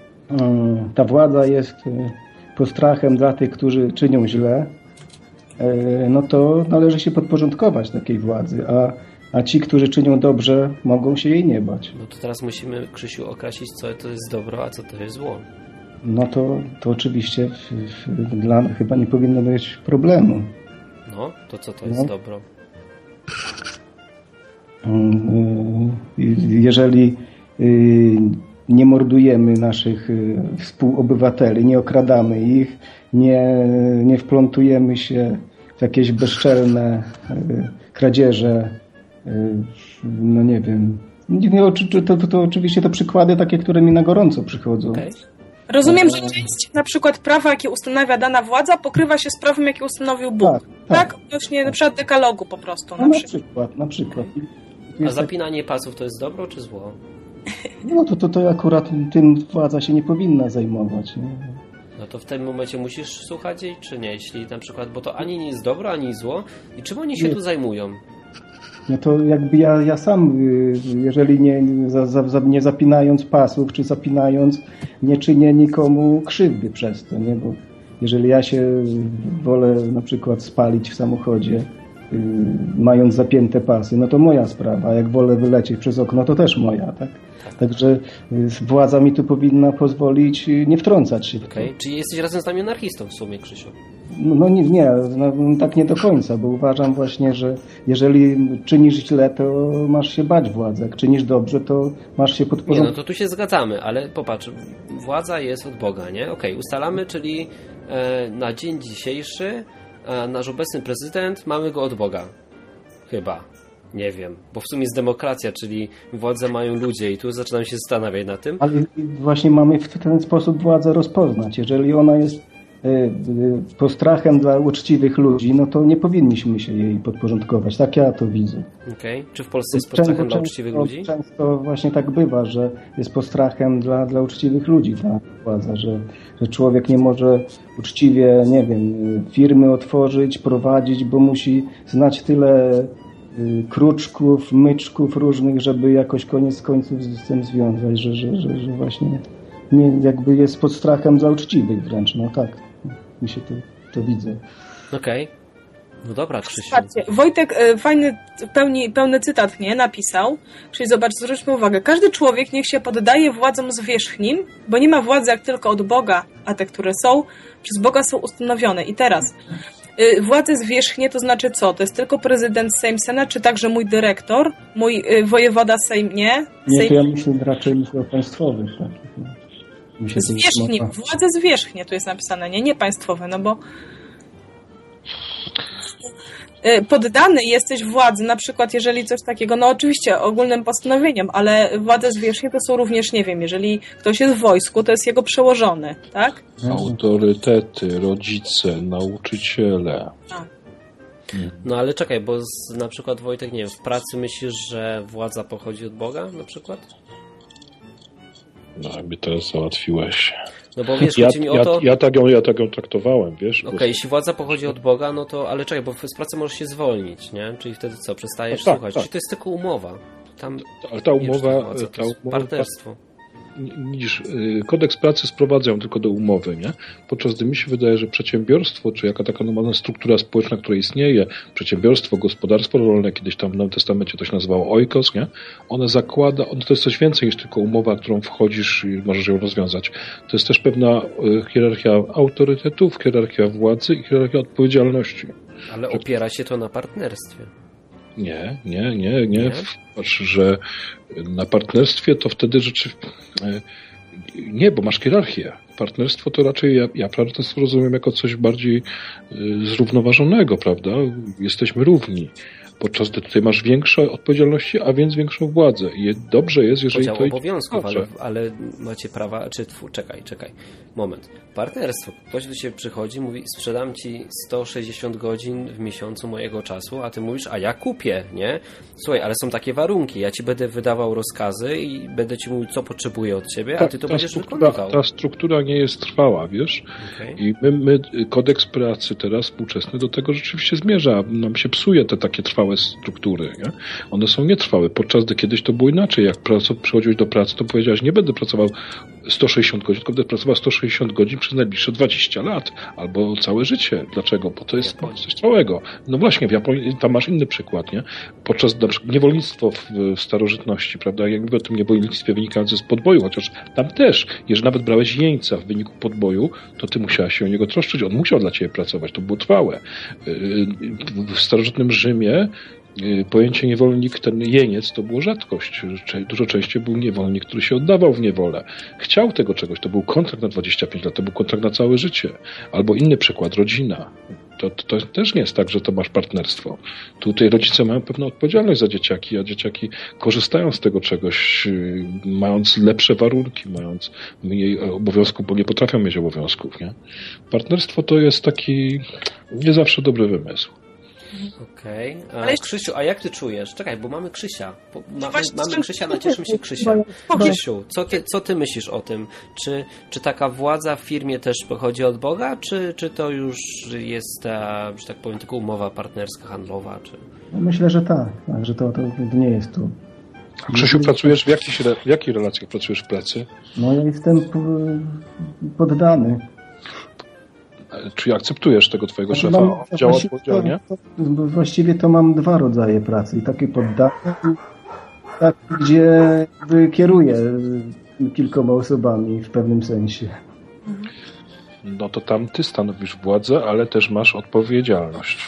ta władza jest postrachem dla tych, którzy czynią źle, no to należy się podporządkować takiej władzy, a a ci, którzy czynią dobrze, mogą się jej nie bać. No to teraz musimy, Krzysiu, określić, co to jest dobro, a co to jest zło. No to oczywiście dla nas chyba nie powinno być problemu. No, to co to jest dobro? Jeżeli nie mordujemy naszych współobywateli, nie okradamy ich, nie wplątujemy się w jakieś bezczelne kradzieże, no nie wiem. To oczywiście to przykłady takie, które mi na gorąco przychodzą. Okay. Rozumiem, że część na przykład prawa, jakie ustanawia dana władza, pokrywa się z prawem, jakie ustanowił Bóg. Tak? Właśnie na przykład dekalogu po prostu. Na przykład. A zapinanie pasów to jest dobro czy zło? No to akurat tym władza się nie powinna zajmować. Nie? No to w tym momencie musisz słuchać jej, czy nie? Jeśli na przykład, bo to ani nie jest dobro, ani zło. I czym oni się tu zajmują? No to jakby ja sam, jeżeli nie zapinając pasów, czy zapinając, nie czynię nikomu krzywdy przez to, nie? Bo jeżeli ja się wolę na przykład spalić w samochodzie, mając zapięte pasy, no to moja sprawa. A jak wolę wylecieć przez okno, to też moja, tak? Także władza mi tu powinna pozwolić nie wtrącać się w to. Okej. Czyli jesteś razem z nami anarchistą w sumie, Krzysiu? No nie, tak nie do końca, bo uważam właśnie, że jeżeli czynisz źle, to masz się bać władzy. Jak czynisz dobrze, to masz się podporządkować. Nie, no to tu się zgadzamy, ale popatrz, władza jest od Boga, nie? Okej, ustalamy, czyli na dzień dzisiejszy nasz obecny prezydent, mamy go od Boga. Chyba. Nie wiem, bo w sumie jest demokracja, czyli władzę mają ludzie i tu zaczynam się zastanawiać nad tym. Ale właśnie mamy w ten sposób władzę rozpoznać. Jeżeli ona jest postrachem dla uczciwych ludzi, no to nie powinniśmy się jej podporządkować. Tak ja to widzę. Okej. Czy w Polsce jest postrachem dla uczciwych ludzi? Często właśnie tak bywa, że jest postrachem dla uczciwych ludzi ta władza, że człowiek nie może uczciwie, nie wiem, firmy otworzyć, prowadzić, bo musi znać tyle kruczków, myczków różnych, żeby jakoś koniec końców z tym związać, że właśnie nie, jakby jest pod strachem dla uczciwych wręcz, no tak, mi się to widzę. Okej. No dobra, Krzysiu. Patrzcie, Wojtek fajny, pełny cytat napisał, czyli zobacz, zwróćmy uwagę, każdy człowiek niech się poddaje władzom zwierzchnim, bo nie ma władzy jak tylko od Boga, a te, które są, przez Boga są ustanowione. I teraz władze zwierzchnie to znaczy co? To jest tylko prezydent, Sejm, Senat, czy także mój dyrektor, mój wojewoda, Sejm, nie? Nie, to ja raczej myślę o państwowych takich. Zwierzchnie, władze zwierzchnie tu jest napisane, nie państwowe, no bo poddany jesteś władzy, na przykład jeżeli coś takiego, no oczywiście ogólnym postanowieniem, ale władze zwierzchnie to są również, nie wiem, jeżeli ktoś jest w wojsku, to jest jego przełożony, tak? Autorytety, rodzice, nauczyciele. No ale czekaj, bo na przykład Wojtek, nie wiem, w pracy myślisz, że władza pochodzi od Boga na przykład? No, jakby teraz załatwiłeś. No bo wiesz, chodzi mi o to... Ja tak ją traktowałem, wiesz. Okej, jeśli władza pochodzi od Boga, no to... Ale czekaj, bo z pracy możesz się zwolnić, nie? Czyli wtedy co? Przestajesz słuchać. Czyli to jest tylko umowa. Tam ale ta umowa... To jest partnerstwo. Kodeks pracy sprowadzają tylko do umowy, nie? Podczas gdy mi się wydaje, że przedsiębiorstwo, czy jaka taka normalna struktura społeczna, która istnieje, przedsiębiorstwo, gospodarstwo rolne, kiedyś tam w Nowym Testamencie to się nazywało oikos, nie? One to jest coś więcej niż tylko umowa, którą wchodzisz i możesz ją rozwiązać. To jest też pewna hierarchia autorytetów, hierarchia władzy i hierarchia odpowiedzialności. Ale opiera się to na partnerstwie. Nie. Patrz, że na partnerstwie to wtedy nie, bo masz hierarchię. Partnerstwo to raczej ja partnerstwo rozumiem jako coś bardziej zrównoważonego, prawda? Jesteśmy równi. Podczas gdy tutaj masz większe odpowiedzialności, a więc większą władzę. I dobrze jest, jeżeli podział to obowiązków, ale macie prawa... Czekaj. Moment. Partnerstwo. Ktoś do ciebie przychodzi, mówi, sprzedam ci 160 godzin w miesiącu mojego czasu, a ty mówisz, a ja kupię, nie? Słuchaj, ale są takie warunki. Ja ci będę wydawał rozkazy i będę ci mówił, co potrzebuję od ciebie, a ty to będziesz wykonywał. Ta struktura nie jest trwała, wiesz? Okay. I my kodeks pracy teraz współczesny do tego rzeczywiście zmierza. Nam się psuje te takie trwałe struktury, nie? One są nietrwałe. Podczas gdy kiedyś to było inaczej. Jak przychodziłeś do pracy, to powiedziałeś, nie będę pracował 160 godzin, tylko będę pracował 160 godzin przez najbliższe 20 lat albo całe życie. Dlaczego? Bo to jest coś całego. No właśnie, w Japonii tam masz inny przykład, nie? Podczas na przykład niewolnictwo w starożytności, prawda? Jak mówię o tym niewolnictwie wynikającym z podboju, chociaż tam też, jeżeli nawet brałeś jeńca w wyniku podboju, to ty musiałeś się o niego troszczyć, on musiał dla ciebie pracować, to było trwałe. W starożytnym Rzymie pojęcie niewolnik, ten jeniec, to było rzadkość. Dużo częściej był niewolnik, który się oddawał w niewolę. Chciał tego czegoś. To był kontrakt na 25 lat, to był kontrakt na całe życie. Albo inny przykład, rodzina. To też nie jest tak, że to masz partnerstwo. Tutaj rodzice mają pewną odpowiedzialność za dzieciaki, a dzieciaki korzystają z tego czegoś, mając lepsze warunki, mając mniej obowiązków, bo nie potrafią mieć obowiązków. Nie? Partnerstwo to jest taki nie zawsze dobry wymysł. Okej. Krzysiu, a jak ty czujesz? Czekaj, bo mamy Krzysia. Mamy Krzysia, nacieszymy się Krzysia. Krzysiu, co ty myślisz o tym? Czy taka władza w firmie też pochodzi od Boga, czy to już jest, że tak powiem, tylko umowa partnerska, handlowa? Czy... No myślę, że tak, że to nie jest tu. Krzysiu, pracujesz w jakich relacjach pracujesz w pracy? No ja jestem poddany. Czy akceptujesz tego twojego szefa? Działa odpowiedzialnie? Właściwie to mam dwa rodzaje pracy. Taki poddany, taki, gdzie kieruję kilkoma osobami w pewnym sensie. No to tam ty stanowisz władzę, ale też masz odpowiedzialność.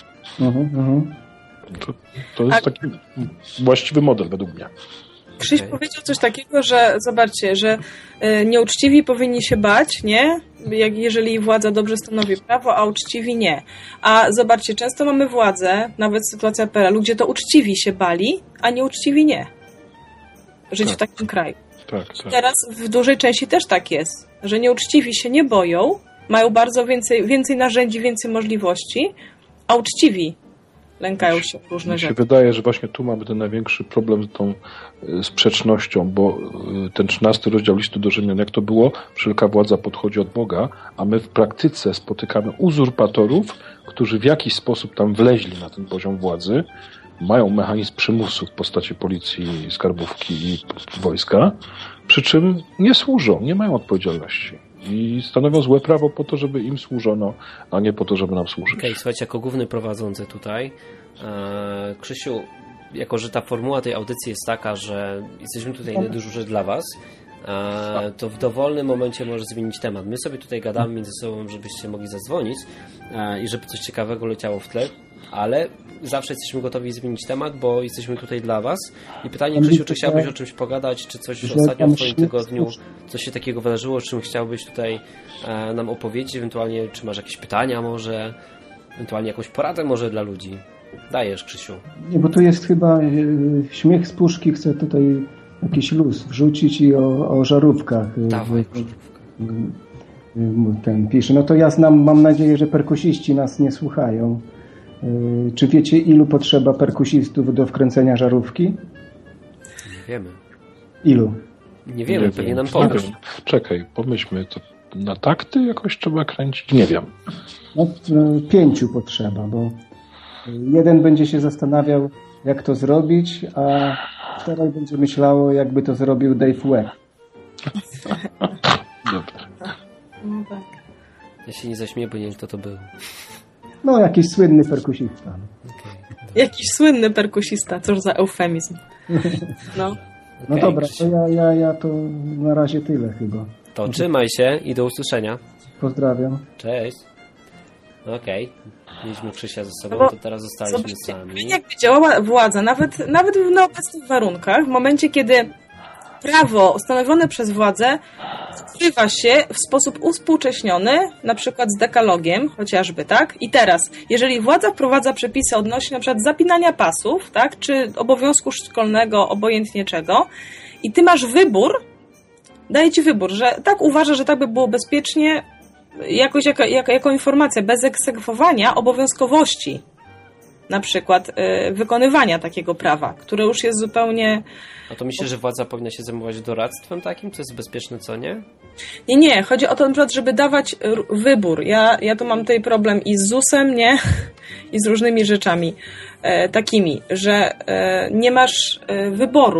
To jest taki właściwy model według mnie. Krzyś powiedział coś takiego, że zobaczcie, że nieuczciwi powinni się bać, nie? Jeżeli władza dobrze stanowi prawo, a uczciwi nie. A zobaczcie, często mamy władzę, nawet sytuacja PRL-u, gdzie to uczciwi się bali, a nieuczciwi nie. Żyć w takim kraju. Tak. Teraz w dużej części też tak jest, że nieuczciwi się nie boją, mają bardzo więcej narzędzi, więcej możliwości, a uczciwi lękają się różne rzeczy. Mi się wydaje, że właśnie tu mamy ten największy problem z tą sprzecznością, bo ten 13 rozdział listu do Rzymian, jak to było? Wszelka władza podchodzi od Boga, a my w praktyce spotykamy uzurpatorów, którzy w jakiś sposób tam wleźli na ten poziom władzy, mają mechanizm przymusu w postaci policji, skarbówki i wojska, przy czym nie służą, nie mają odpowiedzialności. I stanowią złe prawo po to, żeby im służono, a nie po to, żeby nam służyć. Okej, słuchajcie, jako główny prowadzący tutaj, Krzysiu, jako że ta formuła tej audycji jest taka, że jesteśmy tutaj na dyżurze dla was, to w dowolnym momencie możesz zmienić temat. My sobie tutaj gadamy między sobą, żebyście mogli zadzwonić i żeby coś ciekawego leciało w tle, ale zawsze jesteśmy gotowi zmienić temat, bo jesteśmy tutaj dla was. I pytanie, Krzysiu, czy chciałbyś o czymś pogadać, czy coś ostatnio w twoim tygodniu, coś się takiego wydarzyło, o czym chciałbyś tutaj nam opowiedzieć, ewentualnie czy masz jakieś pytania może, ewentualnie jakąś poradę może dla ludzi. Dajesz, Krzysiu. Nie, bo tu jest chyba śmiech z puszki, chcę tutaj jakiś luz wrzucić i o żarówkach. Dawaj, ten pisze. No to ja mam nadzieję, że perkusiści nas nie słuchają. Czy wiecie, ilu potrzeba perkusistów do wkręcenia żarówki? Nie wiemy. Ilu? Nie wiemy, pewnie nam powiesz. Czekaj, pomyślmy, to na takty jakoś trzeba kręcić? Nie wiem. No, 5 potrzeba, bo jeden będzie się zastanawiał, jak to zrobić, a 4 będzie myślało, jakby to zrobił Dave Webb. Dobra. No tak. Ja się nie zaśmieję, bo nie wiem, kto to był. No, jakiś słynny perkusista. Jakiś słynny perkusista, cóż za eufemizm. No. No dobra, to ja to na razie tyle chyba. To trzymaj się i do usłyszenia. Pozdrawiam. Cześć. Okej. Mieliśmy Krzysia ze sobą, to teraz zostaliśmy sami. Jakby działała władza, nawet w obecnych warunkach, w momencie, kiedy prawo stanowione przez władzę wpływa się w sposób uspółcześniony, na przykład z dekalogiem chociażby, tak? I teraz, jeżeli władza wprowadza przepisy odnośnie na przykład zapinania pasów, tak? Czy obowiązku szkolnego, obojętnie czego, i ty masz wybór, daje ci wybór, że tak uważa, że tak by było bezpiecznie, jakoś jako informacja, bez egzekwowania obowiązkowości na przykład wykonywania takiego prawa, które już jest zupełnie... A to myślę, że władza powinna się zajmować doradztwem takim, co jest bezpieczne, co nie? Nie. Chodzi o to, na przykład, żeby dawać wybór. Ja tu mam tutaj problem i z ZUS-em, nie? I z różnymi rzeczami takimi, że nie masz wyboru.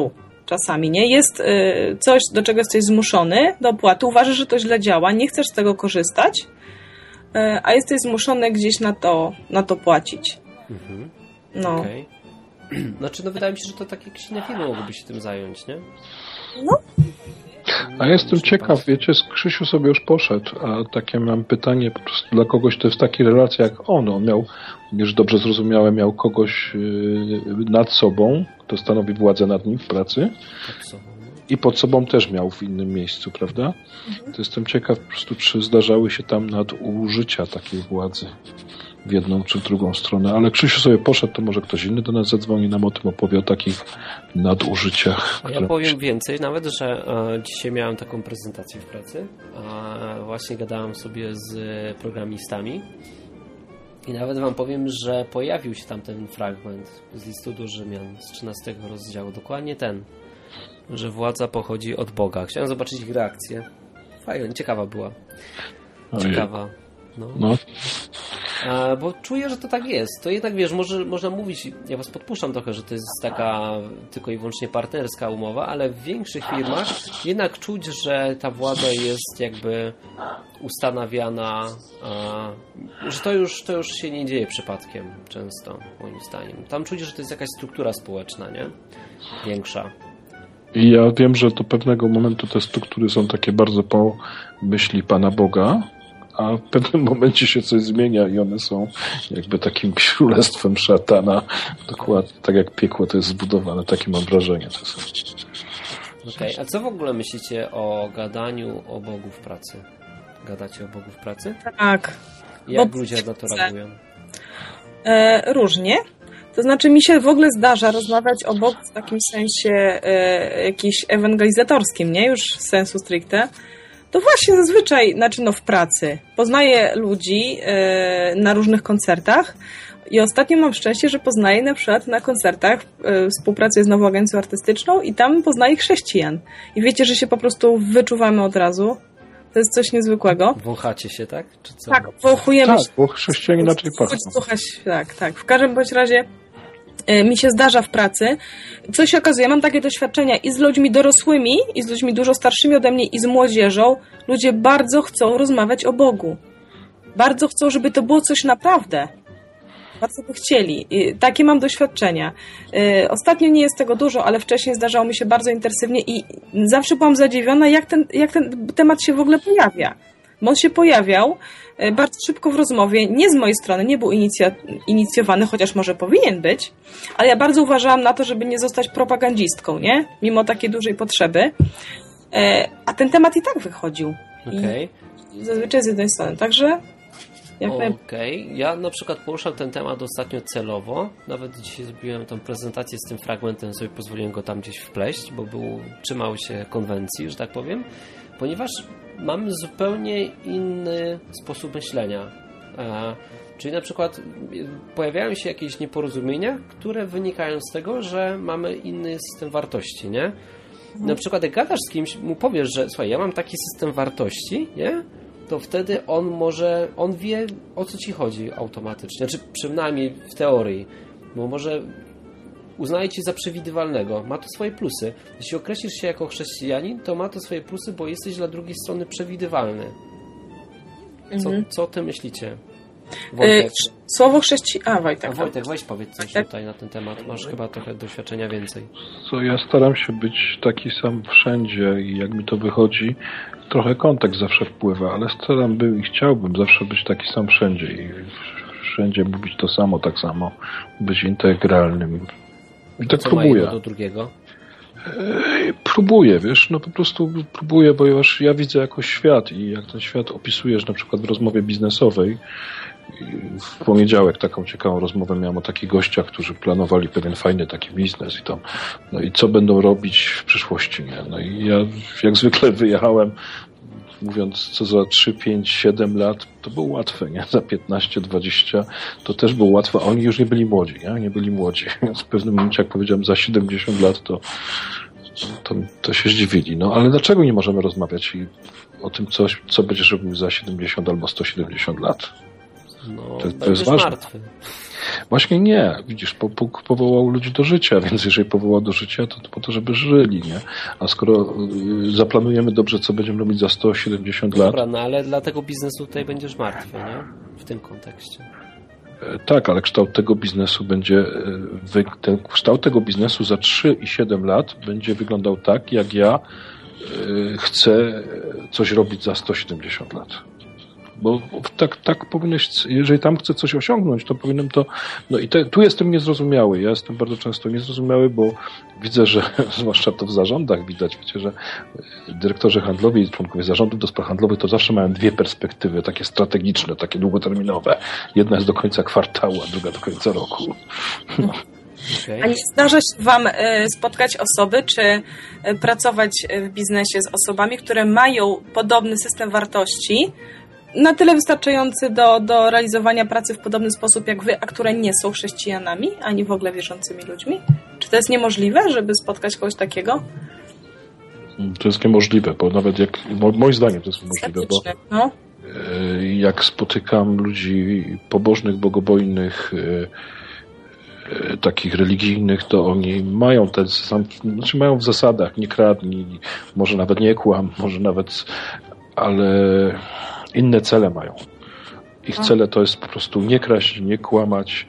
czasami, nie? Jest coś, do czego jesteś zmuszony do opłaty, uważasz, że to źle działa, nie chcesz z tego korzystać, a jesteś zmuszony gdzieś na to płacić. No. Okay. Znaczy, wydaje mi się, że to takie jakieś inne firmy mogłyby się tym zająć, nie? No. A jestem ciekaw, wiecie, Krzysiu sobie już poszedł, a takie mam pytanie po prostu dla kogoś, to jest w takiej relacji jak on miał, już dobrze zrozumiałem, miał kogoś nad sobą, kto stanowi władzę nad nim w pracy i pod sobą też miał w innym miejscu, prawda? To jestem ciekaw po prostu, czy zdarzały się tam nadużycia takiej władzy w jedną czy w drugą stronę, ale Krzysiu sobie poszedł, to może ktoś inny do nas zadzwoni, nam o tym opowie, o takich nadużyciach. A ja powiem więcej, nawet, że dzisiaj miałem taką prezentację w pracy, właśnie gadałem sobie z programistami i nawet wam powiem, że pojawił się tam ten fragment z listu do Rzymian z 13 rozdziału, dokładnie ten, że władza pochodzi od Boga. Chciałem zobaczyć ich reakcję. Fajna, ciekawa była. Ciekawa. No. Bo czuję, że to tak jest. To jednak, wiesz, można mówić, ja was podpuszczam trochę, że to jest taka tylko i wyłącznie partnerska umowa, ale w większych firmach jednak czuć, że ta władza jest jakby ustanawiana, że to już się nie dzieje przypadkiem często, moim zdaniem. Tam czuć, że to jest jakaś struktura społeczna, nie? Większa. I ja wiem, że do pewnego momentu te struktury są takie bardzo po myśli Pana Boga, a w pewnym momencie się coś zmienia i one są jakby takim królestwem szatana. Dokładnie tak jak piekło to jest zbudowane. Takie mam wrażenie czasem. Okej, a co w ogóle myślicie o gadaniu o Bogu w pracy? Gadacie o Bogu w pracy? Tak. Jak ludzie na to reagują? Różnie. To znaczy mi się w ogóle zdarza rozmawiać o Bogu w takim sensie jakimś ewangelizatorskim, nie? Już z sensu stricte. To właśnie zazwyczaj, w pracy. Poznaję ludzi na różnych koncertach i ostatnio mam szczęście, że poznaję na przykład na koncertach, współpracuję z Nową Agencją Artystyczną i tam poznaję chrześcijan. I wiecie, że się po prostu wyczuwamy od razu. To jest coś niezwykłego. Wąchacie się, tak? Czy co? Tak, wąchujemy się. Tak, bo chrześcijanie inaczej pachną. Tak. W każdym bądź razie mi się zdarza w pracy. Co się okazuje, mam takie doświadczenia i z ludźmi dorosłymi, i z ludźmi dużo starszymi ode mnie, i z młodzieżą. Ludzie bardzo chcą rozmawiać o Bogu. Bardzo chcą, żeby to było coś naprawdę. Bardzo by chcieli. I takie mam doświadczenia. Ostatnio nie jest tego dużo, ale wcześniej zdarzało mi się bardzo intensywnie i zawsze byłam zadziwiona, jak ten temat się w ogóle pojawia. Bo on się pojawiał bardzo szybko w rozmowie, nie z mojej strony, nie był inicjowany, chociaż może powinien być, ale ja bardzo uważałam na to, żeby nie zostać propagandzistką, nie? Mimo takiej dużej potrzeby. A ten temat i tak wychodził. Okej. Zazwyczaj z jednej strony, także... Ja na przykład poruszam ten temat ostatnio celowo. Nawet dzisiaj zrobiłem tą prezentację z tym fragmentem, sobie pozwoliłem go tam gdzieś wpleść, bo trzymał się konwencji, że tak powiem, ponieważ mamy zupełnie inny sposób myślenia. Czyli na przykład pojawiają się jakieś nieporozumienia, które wynikają z tego, że mamy inny system wartości, nie? Na przykład jak gadasz z kimś, mu powiesz, że słuchaj, ja mam taki system wartości, nie? To wtedy on wie, o co ci chodzi automatycznie. Znaczy przynajmniej w teorii. Bo może uznaje ci za przewidywalnego. Ma to swoje plusy. Jeśli określisz się jako chrześcijanin, to ma to swoje plusy, bo jesteś dla drugiej strony przewidywalny. Co ty myślicie? Wojtek. Słowo Wojtek. Wojtek, weź powiedz coś tutaj na ten temat. Masz chyba trochę doświadczenia więcej. Ja staram się być taki sam wszędzie i jak mi to wychodzi, trochę kontekst zawsze wpływa, ale i chciałbym zawsze być taki sam wszędzie i wszędzie mówić to samo, tak samo, być integralnym. I tak próbuję. Do drugiego? Próbuję, po prostu próbuję, bo ja widzę jakoś świat i jak ten świat opisujesz na przykład w rozmowie biznesowej. W poniedziałek taką ciekawą rozmowę miałem o takich gościach, którzy planowali pewien fajny taki biznes i tam, i co będą robić w przyszłości, nie? I ja jak zwykle wyjechałem mówiąc co za 3, 5, 7 lat, to było łatwe, nie? Za 15, 20 to też było łatwe, a oni już nie byli młodzi, nie? Nie byli młodzi. Więc w pewnym momencie, jak powiedziałem, za 70 lat, to się zdziwili. Ale dlaczego nie możemy rozmawiać o tym, co będziesz robił za 70 albo 170 lat? To jest ważne. Martwy. Właśnie nie. Widzisz, Bóg powołał ludzi do życia, więc jeżeli powołał do życia, to po to, żeby żyli, nie? A skoro zaplanujemy dobrze, co będziemy robić za 170 lat... Dobra, no ale dla tego biznesu tutaj będziesz martwy, nie? W tym kontekście. Tak, ale kształt tego biznesu będzie... Ten kształt tego biznesu za 3 i 7 lat będzie wyglądał tak, jak ja chcę coś robić za 170 lat. Bo tak powinieneś, jeżeli tam chcę coś osiągnąć, to powinienem to... No i tu jestem niezrozumiały. Ja jestem bardzo często niezrozumiały, bo widzę, że zwłaszcza to w zarządach widać, wiecie, że dyrektorzy handlowi i członkowie zarządów do spraw handlowych to zawsze mają dwie perspektywy, takie strategiczne, takie długoterminowe. Jedna jest do końca kwartału, a druga do końca roku. No. Okay. A nie zdarza się Wam spotkać osoby, czy pracować w biznesie z osobami, które mają podobny system wartości, na tyle wystarczający do realizowania pracy w podobny sposób jak Wy, a które nie są chrześcijanami, ani w ogóle wierzącymi ludźmi? Czy to jest niemożliwe, żeby spotkać kogoś takiego? To jest niemożliwe, bo nawet moim zdaniem to jest niemożliwe, bo no. Jak spotykam ludzi pobożnych, bogobojnych, takich religijnych, to oni mają mają w zasadach, nie kradnij, może nawet nie kłam, może nawet, ale inne cele mają. Ich cele to jest po prostu nie kraść, nie kłamać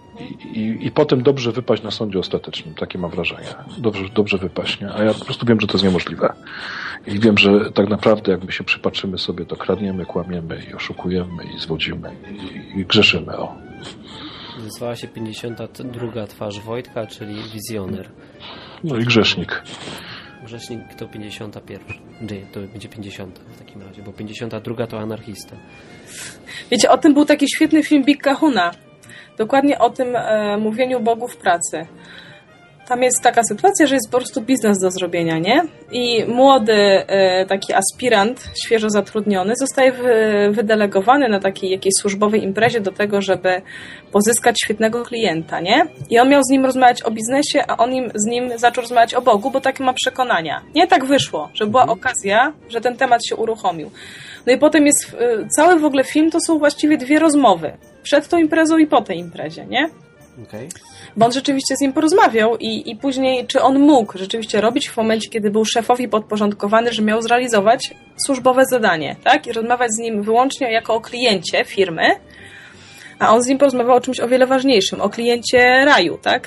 i potem dobrze wypaść na sądzie ostatecznym. Takie mam wrażenie. Dobrze wypaść, nie? A ja po prostu wiem, że to jest niemożliwe. I wiem, że tak naprawdę jak my się przypatrzymy sobie, to kradniemy, kłamiemy i oszukujemy i zwodzimy i grzeszymy. Nazywała się 52 twarz Wojtka, czyli wizjoner. No i grzesznik. Grzesznik to 51. Nie, to będzie 50 w takim razie, bo 52 to anarchista. Wiecie, o tym był taki świetny film Big Kahuna. Dokładnie o tym mówieniu Bogu w pracy. Tam jest taka sytuacja, że jest po prostu biznes do zrobienia, nie? I młody taki aspirant, świeżo zatrudniony, zostaje wydelegowany na takiej jakiejś służbowej imprezie do tego, żeby pozyskać świetnego klienta, nie? I on miał z nim rozmawiać o biznesie, a on z nim zaczął rozmawiać o Bogu, bo takie ma przekonania. Nie tak wyszło, że była okazja, że ten temat się uruchomił. No i potem jest cały w ogóle film, to są właściwie dwie rozmowy. Przed tą imprezą i po tej imprezie, nie? Okay. Bo on rzeczywiście z nim porozmawiał i później, czy on mógł rzeczywiście robić w momencie, kiedy był szefowi podporządkowany, że miał zrealizować służbowe zadanie, tak? I rozmawiać z nim wyłącznie jako o kliencie firmy, a on z nim porozmawiał o czymś o wiele ważniejszym, o kliencie raju, tak?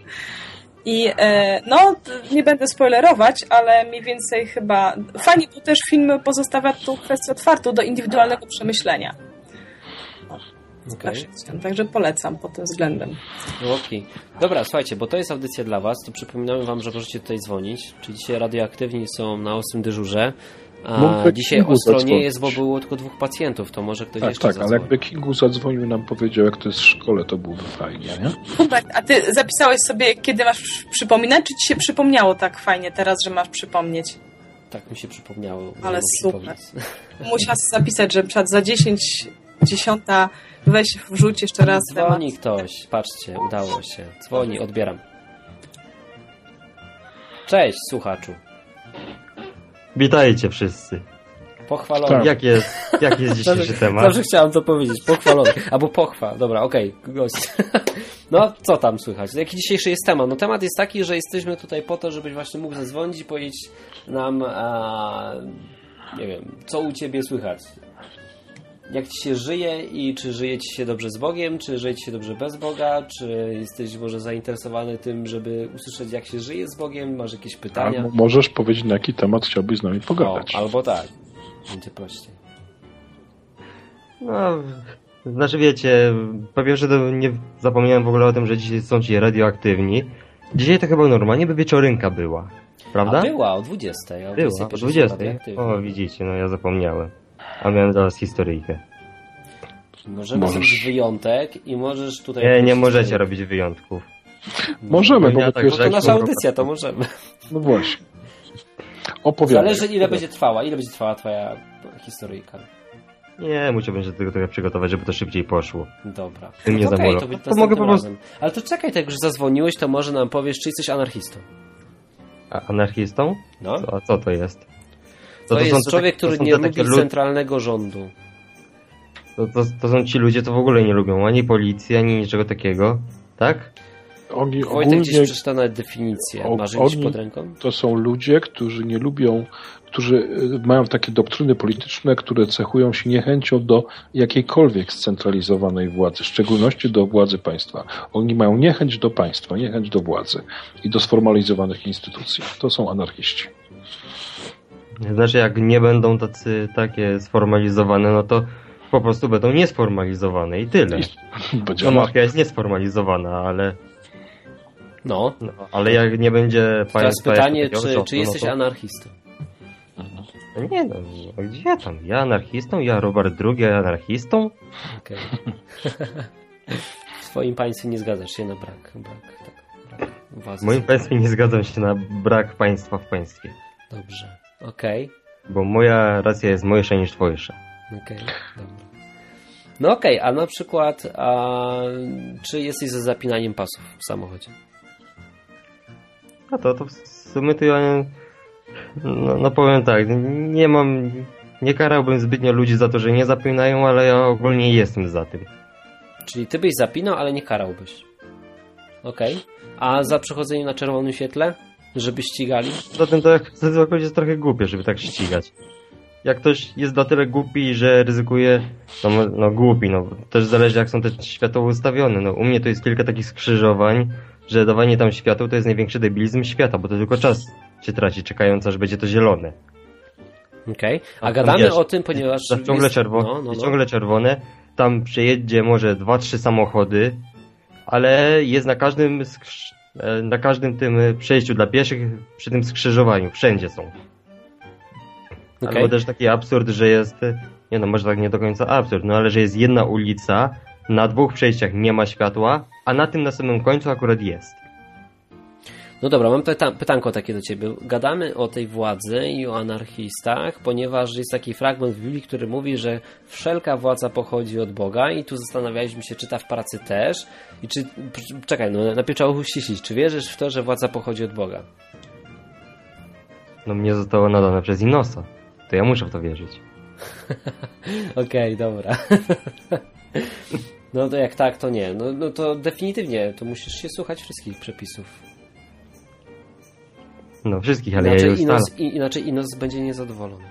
I no, nie będę spoilerować, ale mniej więcej chyba fajnie, bo też film pozostawia tą kwestię otwartą do indywidualnego przemyślenia. Okay. Także polecam pod tym względem. Okej. Dobra, słuchajcie, bo to jest audycja dla Was, to przypominamy Wam, że możecie tutaj dzwonić. Czyli dzisiaj radioaktywni są na ostrym dyżurze, a dzisiaj ostro nie jest, bo było tylko 2 pacjentów, to może ktoś jeszcze zadzwoni. Ale jakby Kingu zadzwonił i nam powiedział, jak to jest w szkole, to byłoby fajnie, nie? Hubert, a Ty zapisałeś sobie, kiedy masz przypominać, czy Ci się przypomniało tak fajnie teraz, że masz przypomnieć? Tak mi się przypomniało. Ale super. Musiał zapisać, że przed za 10 weź wrzuć jeszcze raz temat. Dzwoni ktoś, patrzcie, udało się. Dzwoni, odbieram. Cześć, słuchaczu. Witajcie wszyscy. Pochwalony. Tak. Jak jest dzisiejszy temat? Zawsze chciałem to powiedzieć, pochwalony. Albo pochwa. Dobra, okej, gość. No, co tam słychać? Jaki dzisiejszy jest temat? No temat jest taki, że jesteśmy tutaj po to, żebyś właśnie mógł zadzwonić i powiedzieć nam, nie wiem, co u Ciebie słychać. Jak Ci się żyje i czy żyje Ci się dobrze z Bogiem, czy żyje Ci się dobrze bez Boga, czy jesteś może zainteresowany tym, żeby usłyszeć, jak się żyje z Bogiem, masz jakieś pytania? Albo możesz powiedzieć, na jaki temat chciałbyś z nami pogadać. Albo tak. Będzie prościej. No, znaczy wiecie, po pierwsze to nie zapomniałem w ogóle o tym, że dzisiaj są ci radioaktywni. Dzisiaj to chyba normalnie by wieczorynka była, prawda? A była o 20. Była o 20. O, widzicie, no ja zapomniałem. A miałem zaraz historyjkę. Możemy zrobić wyjątek i możesz tutaj... Nie możecie robić wyjątków. Możemy, bo to nasza audycja, to możemy. No właśnie. Opowiadaj. Zależy, ile będzie trwała twoja historyjka. Nie, musiałbym się do tego trochę przygotować, żeby to szybciej poszło. Dobra. Ty mnie zamorał. To mogę po prostu... Ale to czekaj, tak już zadzwoniłeś, to może nam powiesz, czy jesteś anarchistą. A anarchistą? No. A co to jest? To jest człowiek, który nie lubi centralnego rządu. To są ci ludzie, co w ogóle nie lubią ani policji, ani niczego takiego, tak? Oni Wojtek ogólnie, gdzieś przeczytał nawet definicję. Masz gdzieś pod ręką? to są ludzie, którzy nie lubią, którzy mają takie doktryny polityczne, które cechują się niechęcią do jakiejkolwiek scentralizowanej władzy, w szczególności do władzy państwa. Oni mają niechęć do państwa, niechęć do władzy i do sformalizowanych instytucji. To są anarchiści. Znaczy, jak nie będą takie sformalizowane, no to po prostu będą niesformalizowane i tyle. Będzie Anarchia jest niesformalizowana, ale No. ale jak nie będzie Teraz państwa... pytanie, jak takiego czy rządu, jesteś no to... anarchistą? Nie no, gdzie tam? Ja anarchistą? Ja Robert II anarchistą? Okej. W swoim państwie nie zgadzasz się na brak władzy. W moim państwie nie zgadzam się na brak państwa w państwie. Dobrze. Okej. Bo moja racja jest mojsza niż twojsza. Okej. Dobra. No okej, a na przykład czy jesteś za zapinaniem pasów w samochodzie? A to w sumie to ja... No powiem tak, nie karałbym zbytnio ludzi za to, że nie zapinają, ale ja ogólnie jestem za tym. Czyli ty byś zapinał, ale nie karałbyś. Okej. A za przechodzenie na czerwonym świetle? Żeby ścigali? Zatem to jest trochę głupie, żeby tak ścigać. Jak ktoś jest na tyle głupi, że ryzykuje, no głupi, no też zależy jak są te światła ustawione. No u mnie to jest kilka takich skrzyżowań, że dawanie tam świateł to jest największy debilizm świata, bo to tylko czas się traci, czekając aż będzie to zielone. Okej. A gadamy wiesz, o tym, ponieważ... Ciągle ciągle czerwone, tam przejedzie może 2-3 samochody, ale jest na każdym tym przejściu dla pieszych, przy tym skrzyżowaniu, wszędzie są. Okay. Albo też taki absurd, że jest, nie no, może tak nie do końca absurd, no ale że jest jedna ulica, na 2 przejściach nie ma światła, a na tym na samym końcu akurat jest. No dobra, mam pytanko takie do ciebie. Gadamy o tej władzy i o anarchistach, ponieważ jest taki fragment w Biblii, który mówi, że wszelka władza pochodzi od Boga i tu zastanawialiśmy się, czy ta w pracy też i czy... Czekaj, no najpierw trzeba uściślić. Czy wierzysz w to, że władza pochodzi od Boga? No mnie zostało nadane przez Inosa. To ja muszę w to wierzyć. Okej, dobra. No to jak tak, to nie. No to definitywnie, to musisz się słuchać wszystkich przepisów. No wszystkich, ale ja je ustalam. Inaczej Inos będzie niezadowolony.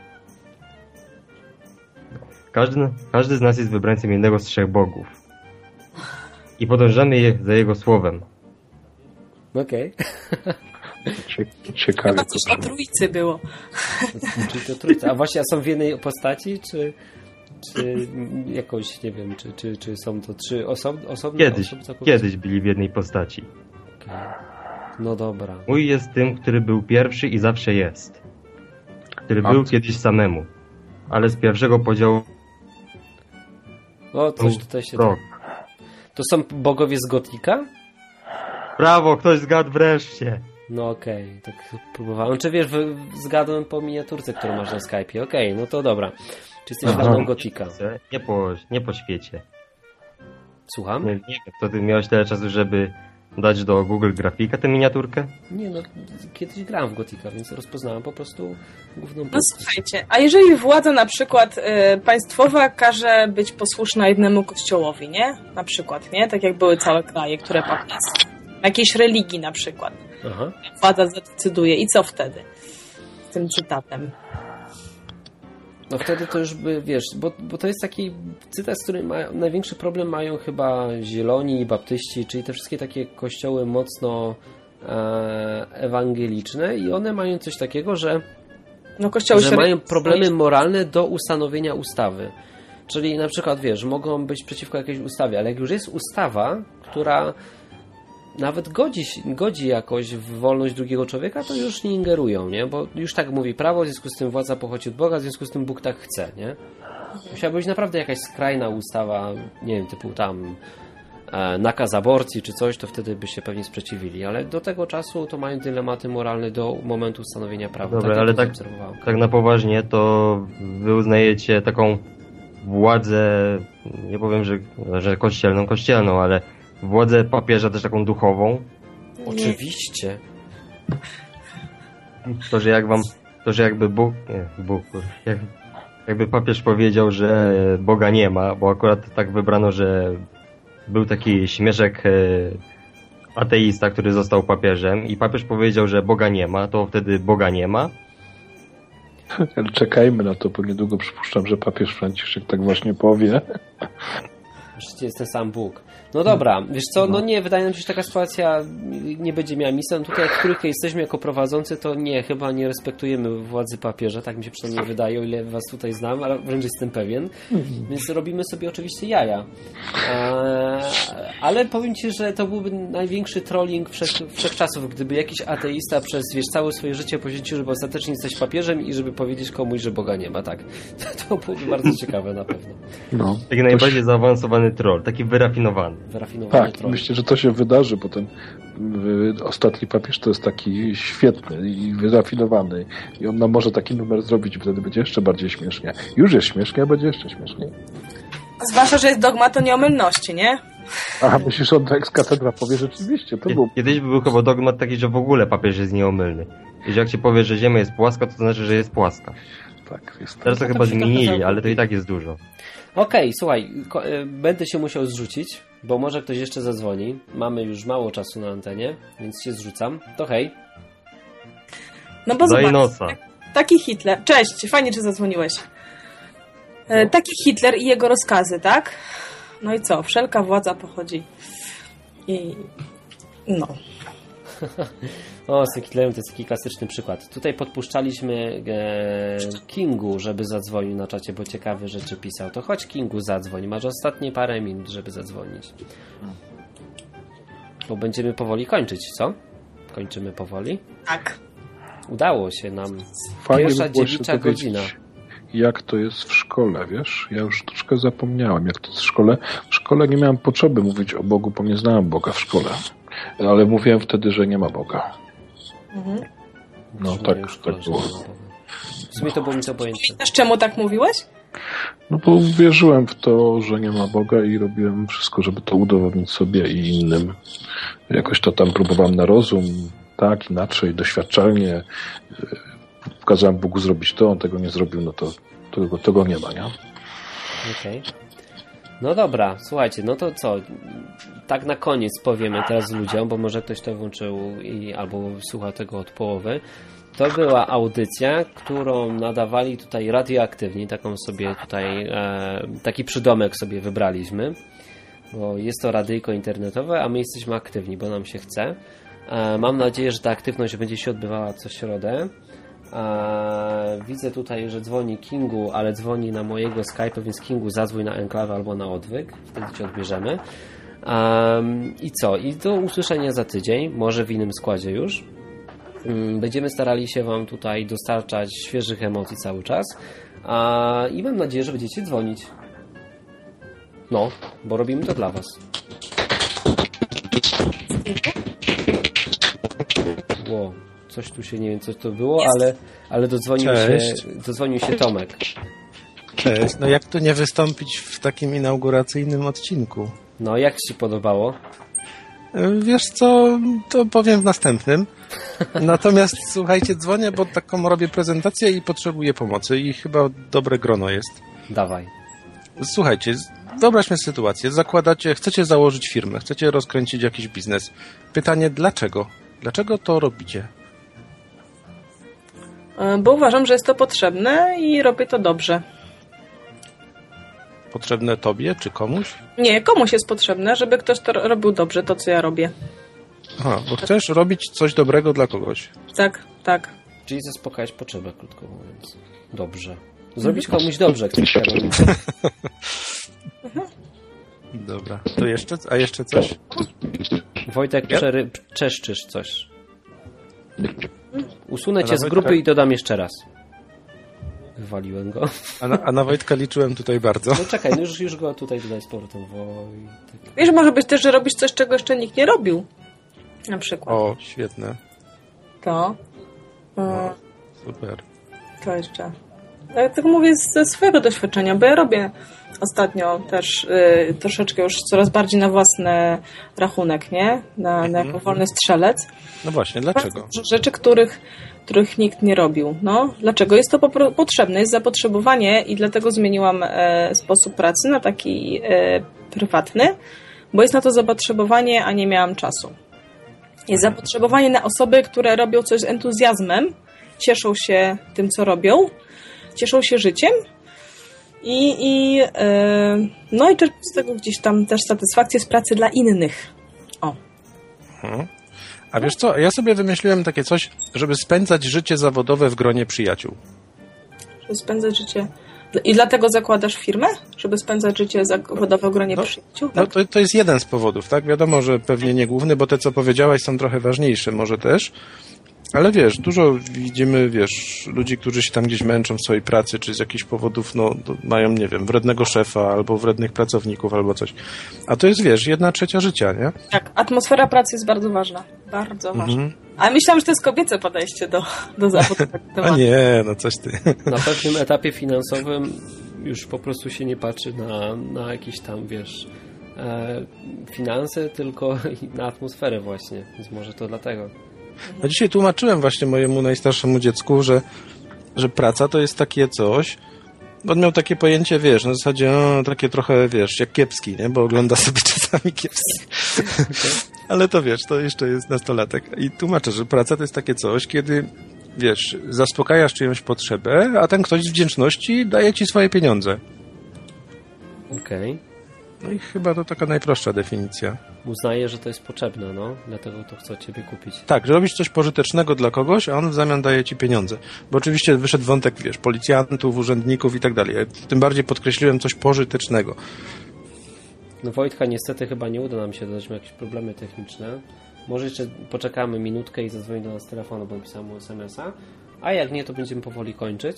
Każdy z nas jest wybrańcem jednego z 3 bogów. I podążamy za jego słowem. Okej. Ciekawe. Chyba coś o trójcy było. Czy to trójca? A właśnie, a są w jednej postaci, czy jakoś, nie wiem, czy są to 3 osobne Kiedyś byli w jednej postaci. Okay. No dobra. Mój jest tym, który był pierwszy i zawsze jest. Który był kiedyś samemu. Ale z pierwszego podziału... O, coś tutaj się... To są bogowie z Gotika? Brawo, ktoś zgadł wreszcie. No okej, tak próbowałem. Czy wiesz, zgadłem po miniaturce, którą masz na Skype'ie. Okej, no to dobra. Czy jesteś fanem Gotika? Nie po świecie. Słucham? Nie wiem, to ty miałeś tyle czasu, żeby dać do Google Grafika tę miniaturkę? Nie, no kiedyś grałem w Gotika, więc rozpoznałem po prostu główną postać. No słuchajcie, a jeżeli władza na przykład państwowa każe być posłuszna jednemu kościołowi, nie? Na przykład, nie? Tak jak były całe kraje, które patrzą. Jakiejś religii na przykład. Aha. Władza zadecyduje. I co wtedy? Z tym cytatem. No wtedy to już by, wiesz, bo to jest taki cytat, z którym największy problem mają chyba zieloni i baptyści, czyli te wszystkie takie kościoły mocno ewangeliczne i one mają coś takiego, że mają problemy moralne do ustanowienia ustawy. Czyli na przykład, wiesz, mogą być przeciwko jakiejś ustawie, ale jak już jest ustawa, która nawet godzi jakoś w wolność drugiego człowieka, to już nie ingerują, nie? Bo już tak mówi prawo, w związku z tym władza pochodzi od Boga, w związku z tym Bóg tak chce, nie? Musiała być naprawdę jakaś skrajna ustawa, nie wiem, typu tam nakaz aborcji czy coś, to wtedy by się pewnie sprzeciwili, ale do tego czasu to mają dylematy moralne do momentu stanowienia prawa. Dobra, tak, ale tak na poważnie, to wy uznajecie taką władzę, nie powiem, że kościelną, ale władzę papieża też taką duchową? Oczywiście. To, że jakby Bóg... jakby papież powiedział, że Boga nie ma, bo akurat tak wybrano, że był taki śmieszek ateista, który został papieżem i papież powiedział, że Boga nie ma, to wtedy Boga nie ma. Ale czekajmy na to, bo niedługo przypuszczam, że papież Franciszek tak właśnie powie. Przecież jest ten sam Bóg. No dobra, wiesz co, no nie, wydaje nam się, że taka sytuacja nie będzie miała miejsca. No tutaj, jak których jesteśmy jako prowadzący, to nie, chyba nie respektujemy władzy papieża, tak mi się przynajmniej wydaje, o ile was tutaj znam, ale wręcz jestem pewien. Więc robimy sobie oczywiście jaja. Ale powiem ci, że to byłby największy trolling wszechczasów, gdyby jakiś ateista przez, całe swoje życie poświęcił, żeby ostatecznie zostać papieżem i żeby powiedzieć komuś, że Boga nie ma, tak. To byłoby bardzo ciekawe na pewno. No. Taki najbardziej zaawansowany troll, taki wyrafinowany. Tak, troll. Myślę, że to się wydarzy, bo ten ostatni papież to jest taki świetny i wyrafinowany i on nam może taki numer zrobić i wtedy będzie jeszcze bardziej śmiesznie. Już jest śmiesznie, a będzie jeszcze śmieszniej. Zwłaszcza, że jest dogmat o nieomylności, nie? Aha, myślisz, że on ex katedra powie rzeczywiście, to był... Kiedyś by był chyba dogmat taki, że w ogóle papież jest nieomylny. I że jak się powie, że Ziemia jest płaska, to znaczy, że jest płaska. Tak, jest. Teraz to chyba zmienili, ale to i tak jest dużo. Okej, słuchaj, będę się musiał zrzucić, bo może ktoś jeszcze zadzwoni. Mamy już mało czasu na antenie, więc się zrzucam. To hej. No bo Daj zobacz, noca. taki Hitler... Cześć, fajnie, że zadzwoniłeś. Taki Hitler i jego rozkazy, tak? No i co? Wszelka władza pochodzi i... no... O, z tym Hitlerem to jest taki klasyczny przykład. Tutaj podpuszczaliśmy Kingu, żeby zadzwonił na czacie, bo ciekawe rzeczy pisał. To chodź, Kingu, zadzwoń. Masz ostatnie parę minut, żeby zadzwonić. Bo będziemy powoli kończyć, co? Kończymy powoli? Tak. Udało się nam. Fajnie Pierwsza by było się dziewicza dowiedzieć, godzina. jak to jest w szkole, wiesz? Ja już troszkę zapomniałem, jak to jest w szkole. W szkole nie miałem potrzeby mówić o Bogu, bo nie znałem Boga w szkole. Ale mówiłem wtedy, że nie ma Boga. Mhm. No Już tak, mówię, tak że było. nie ma Boga. W sumie to było mi to pojęcie. Wiesz, czemu tak mówiłeś? No bo wierzyłem w to, że nie ma Boga i robiłem wszystko, żeby to udowodnić sobie i innym. Jakoś to tam próbowałem na rozum, tak, inaczej, doświadczalnie. Kazałem Bogu zrobić to, on tego nie zrobił, no to tego nie ma, nie? Okej. No dobra, słuchajcie, no to co? Tak na koniec powiemy teraz ludziom, bo może ktoś to włączył albo słucha tego od połowy. To była audycja, którą nadawali tutaj radioaktywni, taką sobie tutaj, taki przydomek sobie wybraliśmy, bo jest to radyjko internetowe, a my jesteśmy aktywni, bo nam się chce. Mam nadzieję, że ta aktywność będzie się odbywała co środę. Widzę tutaj, że dzwoni Kingu, ale dzwoni na mojego Skype'a, więc Kingu zadzwoń na enklawę albo na odwyk, wtedy cię odbierzemy. I co? I do usłyszenia za tydzień, może w innym składzie już. Będziemy starali się wam tutaj dostarczać świeżych emocji cały czas i mam nadzieję, że będziecie dzwonić. No, bo robimy to dla was. Wow. Coś tu się, nie wiem co to było, ale dodzwonił się Tomek. Cześć, no jak tu nie wystąpić w takim inauguracyjnym odcinku? No, jak ci się podobało? Wiesz co, to powiem w następnym. Natomiast słuchajcie, dzwonię, bo taką robię prezentację i potrzebuję pomocy i chyba dobre grono jest. Dawaj. Słuchajcie, wyobraźmy sytuację. Chcecie założyć firmę, chcecie rozkręcić jakiś biznes. Pytanie, dlaczego? Dlaczego to robicie? Bo uważam, że jest to potrzebne i robię to dobrze. Potrzebne tobie czy komuś? Nie, komuś jest potrzebne, żeby ktoś to robił dobrze, to co ja robię. Aha, bo chcesz robić coś dobrego dla kogoś. Tak, tak. Czyli zaspokajać potrzebę, krótko mówiąc. Dobrze. Zrobić komuś dobrze, ktoś się robi. Dobra, to jeszcze coś? Wojtek, czeszczysz coś. Usunę cię z grupy i dodam jeszcze raz. Wywaliłem go. A na Wojtka liczyłem tutaj bardzo. No czekaj, no już go tutaj dodaj z powrotem. Wojtek. Wiesz, może być też, że robisz coś, czego jeszcze nikt nie robił. Na przykład. O, świetne. To. No, super. To jeszcze. Ja tylko mówię ze swojego doświadczenia, bo ja robię ostatnio też troszeczkę już coraz bardziej na własny rachunek, nie? Jako wolny strzelec. No właśnie, dlaczego? Rzeczy, których nikt nie robił. No, dlaczego? Jest to potrzebne, jest zapotrzebowanie i dlatego zmieniłam sposób pracy na taki prywatny, bo jest na to zapotrzebowanie, a nie miałam czasu. Jest zapotrzebowanie na osoby, które robią coś z entuzjazmem, cieszą się tym, co robią, cieszą się życiem i czerpią z tego gdzieś tam też satysfakcję z pracy dla innych. O. A wiesz co, ja sobie wymyśliłem takie coś, żeby spędzać życie zawodowe w gronie przyjaciół. Żeby spędzać życie... I dlatego zakładasz firmę? Żeby spędzać życie zawodowe w gronie przyjaciół? Tak? No to jest jeden z powodów, tak? Wiadomo, że pewnie nie główny, bo te, co powiedziałaś, są trochę ważniejsze może też. Ale wiesz, dużo widzimy, ludzi, którzy się tam gdzieś męczą w swojej pracy, czy z jakichś powodów, mają, nie wiem, wrednego szefa, albo wrednych pracowników, albo coś. A to jest, 1/3 życia, nie? Tak, atmosfera pracy jest bardzo ważna. Bardzo ważna. Ale myślałam, że to jest kobiece podejście do zawodu. A nie, coś ty. Na pewnym etapie finansowym już po prostu się nie patrzy na jakieś tam, finanse, tylko na atmosferę właśnie. Więc może to dlatego. A dzisiaj tłumaczyłem właśnie mojemu najstarszemu dziecku, że praca to jest takie coś, bo on miał takie pojęcie, na zasadzie, takie trochę, jak kiepski, nie? Bo ogląda sobie czasami kiepski. Ale to to jeszcze jest nastolatek. I tłumaczę, że praca to jest takie coś, kiedy, zaspokajasz czyjąś potrzebę, a ten ktoś z wdzięczności daje ci swoje pieniądze. Okej. No i chyba to taka najprostsza definicja. Uznaje, że to jest potrzebne, dlatego to chce od ciebie kupić. Tak, że robisz coś pożytecznego dla kogoś, a on w zamian daje ci pieniądze. Bo oczywiście wyszedł wątek, policjantów, urzędników i tak dalej. Ja tym bardziej podkreśliłem coś pożytecznego. No Wojtka, niestety chyba nie uda nam się dodać, ma jakieś problemy techniczne. Może jeszcze poczekamy minutkę i zadzwoni do nas telefonu, bo napisałem mu SMS-a. A jak nie, to będziemy powoli kończyć.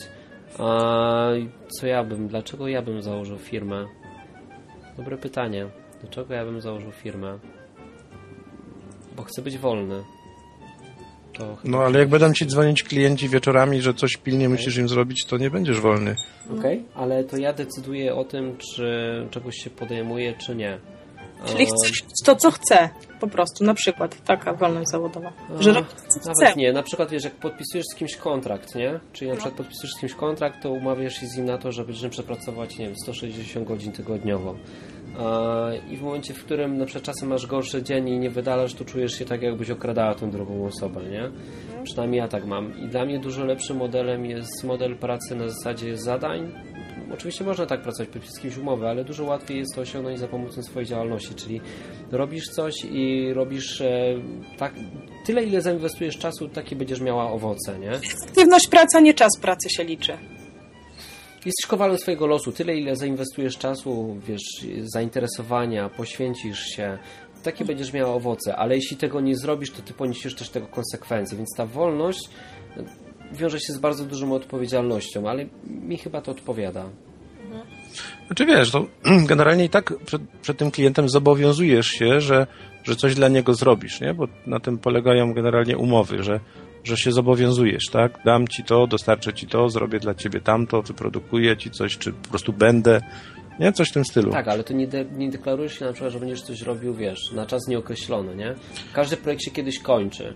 Dlaczego ja bym założył firmę? Dobre pytanie. Dlaczego ja bym założył firmę? Bo chcę być wolny. Ale jak będą ci dzwonić klienci wieczorami, że coś pilnie musisz im zrobić, to nie będziesz wolny. Okej, ale to ja decyduję o tym, czy czegoś się podejmuje, czy nie. Czyli chcesz to, co chcę. Po prostu, na przykład. Taka wolność zawodowa. Że robisz co nawet chcę. nie, na przykład jak podpisujesz z kimś kontrakt, nie? Czyli na przykład podpisujesz z kimś kontrakt, to umawiasz się z nim na to, że będziesz przepracować, 160 godzin tygodniowo. I w momencie, w którym na przykład czasem masz gorszy dzień i nie wydalasz, to czujesz się tak, jakbyś okradała tą drugą osobę, nie? Przynajmniej ja tak mam. I dla mnie dużo lepszym modelem jest model pracy na zasadzie zadań. Oczywiście można tak pracować, podpisać z kimś umowę, ale dużo łatwiej jest to osiągnąć za pomocą swojej działalności, czyli robisz coś i robisz tyle, ile zainwestujesz czasu, takie będziesz miała owoce, nie? Aktywność pracy, a nie czas pracy się liczy. Jesteś kowalem swojego losu. Tyle, ile zainwestujesz czasu, zainteresowania, poświęcisz się, takie będziesz miała owoce, ale jeśli tego nie zrobisz, to ty poniesiesz też tego konsekwencje, więc ta wolność wiąże się z bardzo dużą odpowiedzialnością, ale mi chyba to odpowiada. Znaczy to generalnie i tak przed tym klientem zobowiązujesz się, że coś dla niego zrobisz, nie? Bo na tym polegają generalnie umowy, że się zobowiązujesz, tak? Dam ci to, dostarczę ci to, zrobię dla ciebie tamto, wyprodukuję ci coś, czy po prostu będę, nie? Coś w tym stylu. Tak, ale to nie deklarujesz się na przykład, że będziesz coś robił, na czas nieokreślony, nie? Każdy projekt się kiedyś kończy.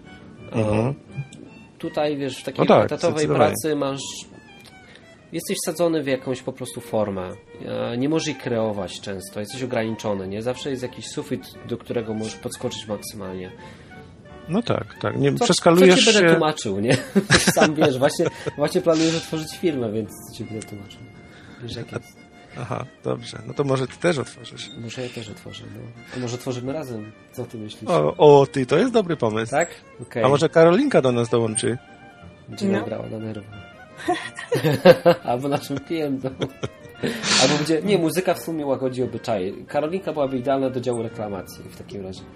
Tutaj, w takiej etatowej pracy jesteś wsadzony w jakąś po prostu formę. Nie możesz jej kreować często, jesteś ograniczony, nie? Zawsze jest jakiś sufit, do którego możesz podskoczyć maksymalnie. No tak. Nie przeskalujesz co ci będę się... tłumaczył, nie? Sam wiesz, właśnie planujesz otworzyć firmę, więc ci będę tłumaczył. Wiesz, jak jest. Aha, dobrze. No to może ty też otworzysz. Może ja też otworzę, To może otworzymy razem. Co ty myślisz? Ty, to jest dobry pomysł. Tak? Okay. A może Karolinka do nas dołączy? Będzie nagrała na nerwy. Albo naszym klientom. Albo będzie... Nie, muzyka w sumie łagodzi obyczaje. Karolinka byłaby idealna do działu reklamacji w takim razie.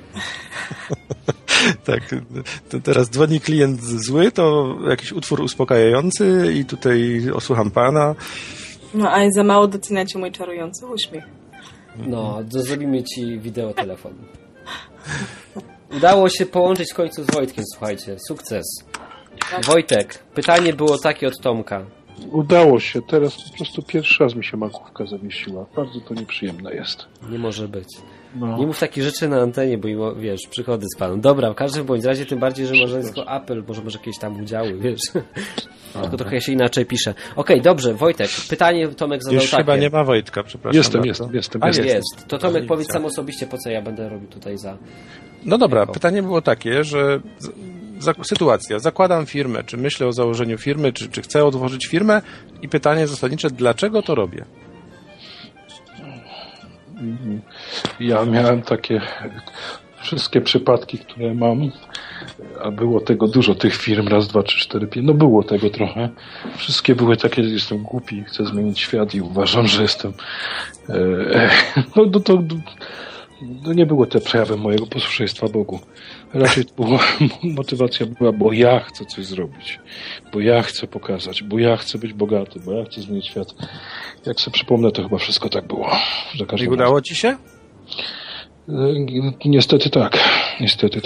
Tak, to teraz dzwoni klient zły, to jakiś utwór uspokajający i tutaj osłucham pana. No, a za mało doceniacie mój czarujący uśmiech. No, zrobimy ci wideo telefon. Udało się połączyć w końcu z Wojtkiem, słuchajcie. Sukces. Wojtek, pytanie było takie od Tomka. Udało się. Teraz po prostu pierwszy raz mi się makówka zawiesiła. Bardzo to nieprzyjemne jest. Nie może być. No. Nie mów takich rzeczy na antenie, bo wiesz, przychody spadną. Dobra, w każdym bądź razie, tym bardziej, że może jest tylko Apple, może masz jakieś tam udziały, wiesz. Tylko trochę się inaczej pisze. Okej, dobrze, Wojtek, pytanie Tomek zadał Już takie. chyba nie ma Wojtka, przepraszam. Jestem. Jest. To Tomek powiedz sam osobiście, po co ja będę robił tutaj za... No dobra, pytanie było takie, że sytuacja, zakładam firmę, czy myślę o założeniu firmy, czy chcę otworzyć firmę i pytanie zasadnicze, dlaczego to robię? Ja miałem takie wszystkie przypadki, które mam, a było tego dużo, tych firm, 1, 2, 3, 4, 5, no było tego trochę. Wszystkie były takie, że jestem głupi, chcę zmienić świat i uważam, że jestem... No nie było to przejawem mojego posłuszeństwa Bogu. Raczej motywacja była, bo ja chcę coś zrobić, bo ja chcę pokazać, bo ja chcę być bogaty, bo ja chcę zmienić świat. Jak sobie przypomnę, to chyba wszystko tak było. I udało ci się? Niestety tak. Niestety.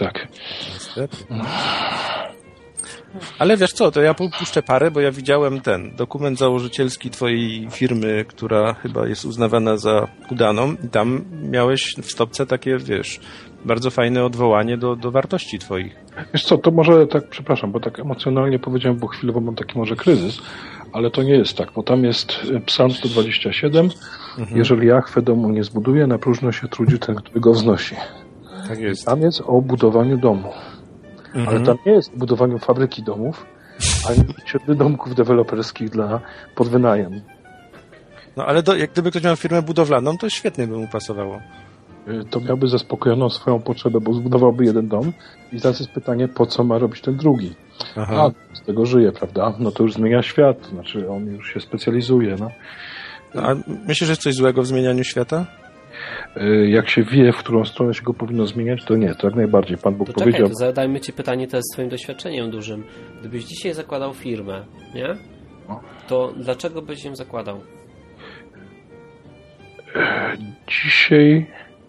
Ale wiesz co, to ja puszczę parę, bo ja widziałem ten dokument założycielski twojej firmy, która chyba jest uznawana za udaną i tam miałeś w stopce takie, wiesz, bardzo fajne odwołanie do wartości twoich. Wiesz co, to może tak, przepraszam, bo tak emocjonalnie powiedziałem, bo chwilowo mam taki może kryzys, ale to nie jest tak, bo tam jest Psalm 127, jeżeli Jahwe domu nie zbuduje, na próżno się trudzi ten, który go wznosi. Tak jest. Tam jest o budowaniu domu. Ale tam nie jest o budowaniu fabryki domów, ani 7 domków deweloperskich pod wynajem. No ale jak gdyby ktoś miał firmę budowlaną, to świetnie by mu pasowało. To miałby zaspokojoną swoją potrzebę, bo zbudowałby 1 dom i teraz jest pytanie, po co ma robić ten drugi? Aha. A, z tego żyje, prawda? No to już zmienia świat, znaczy on już się specjalizuje, no. A myślisz, że jest coś złego w zmienianiu świata? Jak się wie, w którą stronę się go powinno zmieniać, to nie, to jak najbardziej. Pan Bóg powiedział... Czekaj, to zadajmy ci pytanie teraz swoim doświadczeniem dużym. Gdybyś dzisiaj zakładał firmę, nie? To dlaczego byś ją zakładał? Dzisiaj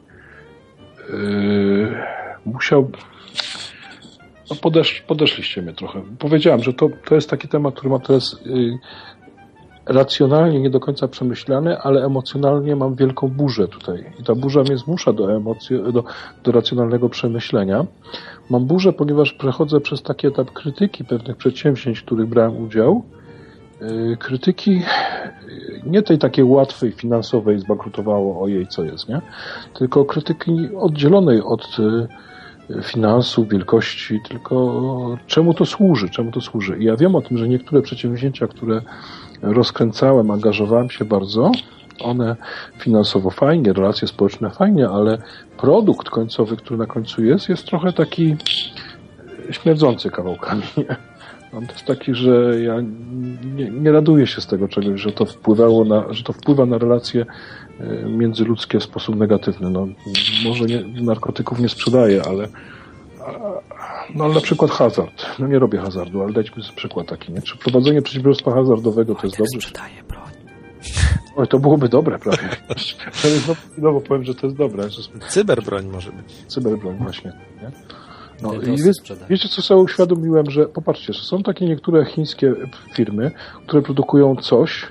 musiał... No podeszliście mnie trochę. Powiedziałem, że to jest taki temat, który mam teraz racjonalnie nie do końca przemyślany, ale emocjonalnie mam wielką burzę tutaj. I ta burza mnie zmusza do racjonalnego przemyślenia. Mam burzę, ponieważ przechodzę przez taki etap krytyki pewnych przedsięwzięć, w których brałem udział. Krytyki nie tej takiej łatwej, finansowej, zbankrutowało, ojej, co jest, nie? Tylko krytyki oddzielonej od finansów, wielkości, tylko czemu to służy. I ja wiem o tym, że niektóre przedsięwzięcia, które rozkręcałem, angażowałem się bardzo, one finansowo fajnie, relacje społeczne fajnie, ale produkt końcowy, który na końcu jest trochę taki śmierdzący kawałkami. On jest taki, że ja nie raduję się z tego czegoś, że to wpływa na relacje międzyludzkie w sposób negatywny. No, może narkotyków nie sprzedaję, ale na przykład hazard. No nie robię hazardu, ale dajmy sobie przykład taki, nie? Czy prowadzenie przedsiębiorstwa hazardowego to jest dobrze? Sprzedaję broń. Oj, to byłoby dobre prawie. Znowu powiem, że to jest dobre. Cyberbroń może być. Cyberbroń właśnie, nie? No i wiecie, co sobie uświadomiłem, że popatrzcie, że są takie niektóre chińskie firmy, które produkują coś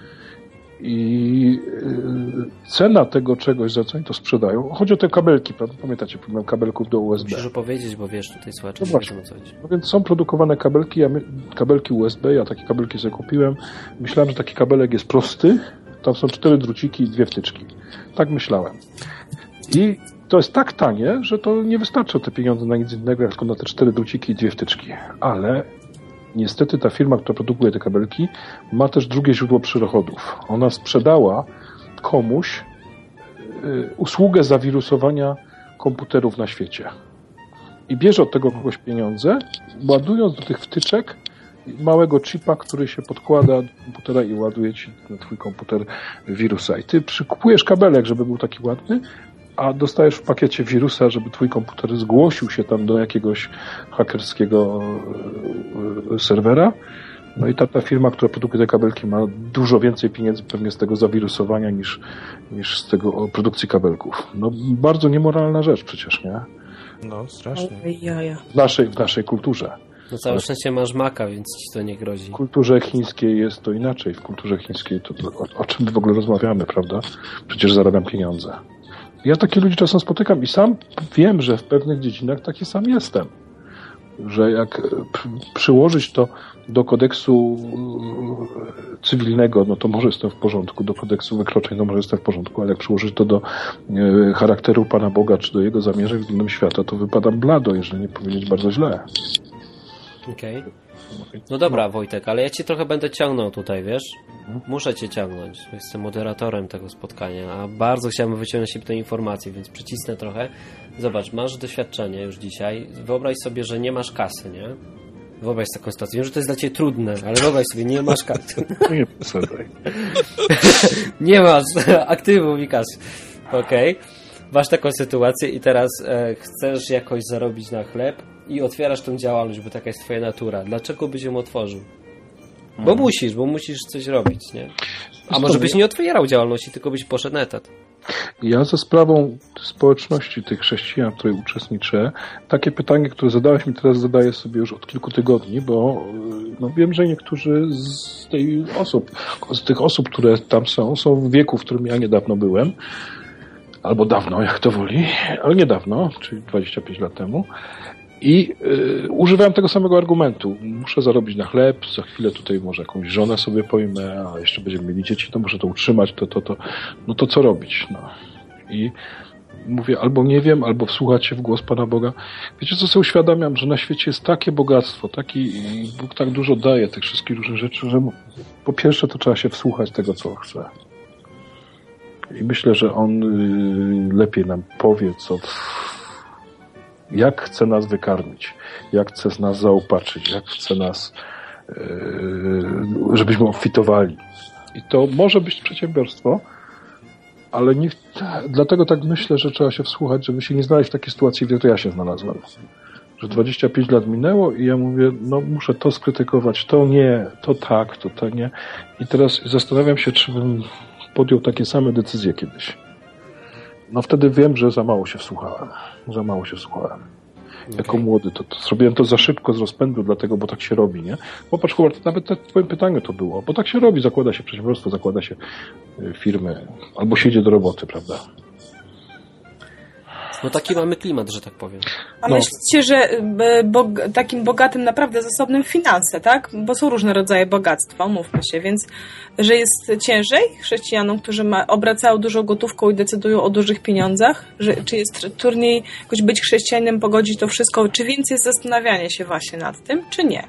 i cena tego czegoś, za co oni to sprzedają, chodzi o te kabelki, prawda? Pamiętacie problem kabelków do USB. Musisz opowiedzieć, bo wiesz, tutaj słuchacze No nie wiedzą, o co chodzi. No więc są produkowane kabelki, kabelki USB, ja takie kabelki sobie kupiłem. Myślałem, że taki kabelek jest prosty, tam są 4 druciki i 2 wtyczki. Tak myślałem. I to jest tak tanie, że to nie wystarczy te pieniądze na nic innego, jak tylko na te 4 druciki i 2 wtyczki. Ale niestety ta firma, która produkuje te kabelki, ma też drugie źródło przychodów. Ona sprzedała komuś usługę zawirusowania komputerów na świecie. I bierze od tego kogoś pieniądze, ładując do tych wtyczek małego chipa, który się podkłada do komputera i ładuje ci na twój komputer wirusa. I ty przykupujesz kabelek, żeby był taki ładny, a dostajesz w pakiecie wirusa, żeby twój komputer zgłosił się tam do jakiegoś hakerskiego serwera. No i ta firma, która produkuje te kabelki, ma dużo więcej pieniędzy pewnie z tego zawirusowania niż z tego produkcji kabelków. No bardzo niemoralna rzecz przecież, nie? No, strasznie. Jaja. W naszej kulturze. No całe szczęście masz Maca, więc ci to nie grozi. W kulturze chińskiej jest to inaczej. W kulturze chińskiej to o czym w ogóle rozmawiamy, prawda? Przecież zarabiam pieniądze. Ja takich ludzi czasem spotykam i sam wiem, że w pewnych dziedzinach taki sam jestem. Że jak przyłożyć to do kodeksu cywilnego, no to może jestem w porządku, do kodeksu wykroczeń, no może jestem w porządku, ale jak przyłożyć to do charakteru Pana Boga, czy do Jego zamierzeń względem świata, to wypadam blado, jeżeli nie powiedzieć bardzo źle. Okej. No dobra, Wojtek, ale ja cię trochę będę ciągnął tutaj, wiesz? Muszę cię ciągnąć, bo jestem moderatorem tego spotkania, a bardzo chciałbym wyciągnąć się te informacje, więc przycisnę trochę. Zobacz, masz doświadczenie już dzisiaj. Wyobraź sobie, że nie masz kasy, nie? Wyobraź taką sytuację. Wiem, że to jest dla ciebie trudne, ale wyobraź sobie, nie masz kasy. Nie posadzaj. Nie masz aktywów i kasy. Okej. Masz taką sytuację i teraz chcesz jakoś zarobić na chleb i otwierasz tą działalność, bo taka jest twoja natura. Dlaczego byś ją otworzył? Bo musisz coś robić, nie? A może byś nie otwierał działalności, tylko byś poszedł na etat. Ja ze sprawą społeczności tych chrześcijan, w której uczestniczę, takie pytanie, które zadałeś mi teraz, zadaję sobie już od kilku tygodni, bo no, wiem, że niektórzy z tych osób, które tam są w wieku, w którym ja niedawno byłem, albo dawno, jak to woli, ale niedawno, czyli 25 lat temu. I używałem tego samego argumentu. Muszę zarobić na chleb, za chwilę tutaj może jakąś żonę sobie pojmę, a jeszcze będziemy mieli dzieci, to muszę to utrzymać, no to co robić? No. I mówię, albo nie wiem, albo wsłuchać się w głos Pana Boga. Wiecie co, sobie uświadamiam, że na świecie jest takie bogactwo, Bóg tak dużo daje tych wszystkich różnych rzeczy, że po pierwsze to trzeba się wsłuchać tego, co chce. I myślę, że On lepiej nam powie, jak chce nas wykarmić, jak chce z nas zaopatrzyć, jak chce nas, żebyśmy obfitowali. I to może być przedsiębiorstwo, ale dlatego tak myślę, że trzeba się wsłuchać, żeby się nie znaleźć w takiej sytuacji, gdzie to ja się znalazłem. Że 25 lat minęło i ja mówię, no muszę to skrytykować, to nie, to tak, to nie. I teraz zastanawiam się, czy bym podjął takie same decyzje kiedyś. No wtedy wiem, że za mało się wsłuchałem. Jako młody. To zrobiłem to za szybko, z rozpędu, dlatego, bo tak się robi, nie? Popatrz, Hubert, nawet w twoim pytaniu to było. Bo tak się robi, zakłada się przedsiębiorstwo, zakłada się firmy, albo się idzie do roboty, prawda? No taki mamy klimat, że tak powiem. A myślicie, że takim bogatym, naprawdę zasobnym finanse, tak? Bo są różne rodzaje bogactwa, umówmy się, więc że jest ciężej chrześcijanom, którzy obracają dużo gotówką i decydują o dużych pieniądzach? Czy jest trudniej jakoś być chrześcijaninem, pogodzić to wszystko? Czy więcej jest zastanawiania się właśnie nad tym, czy nie?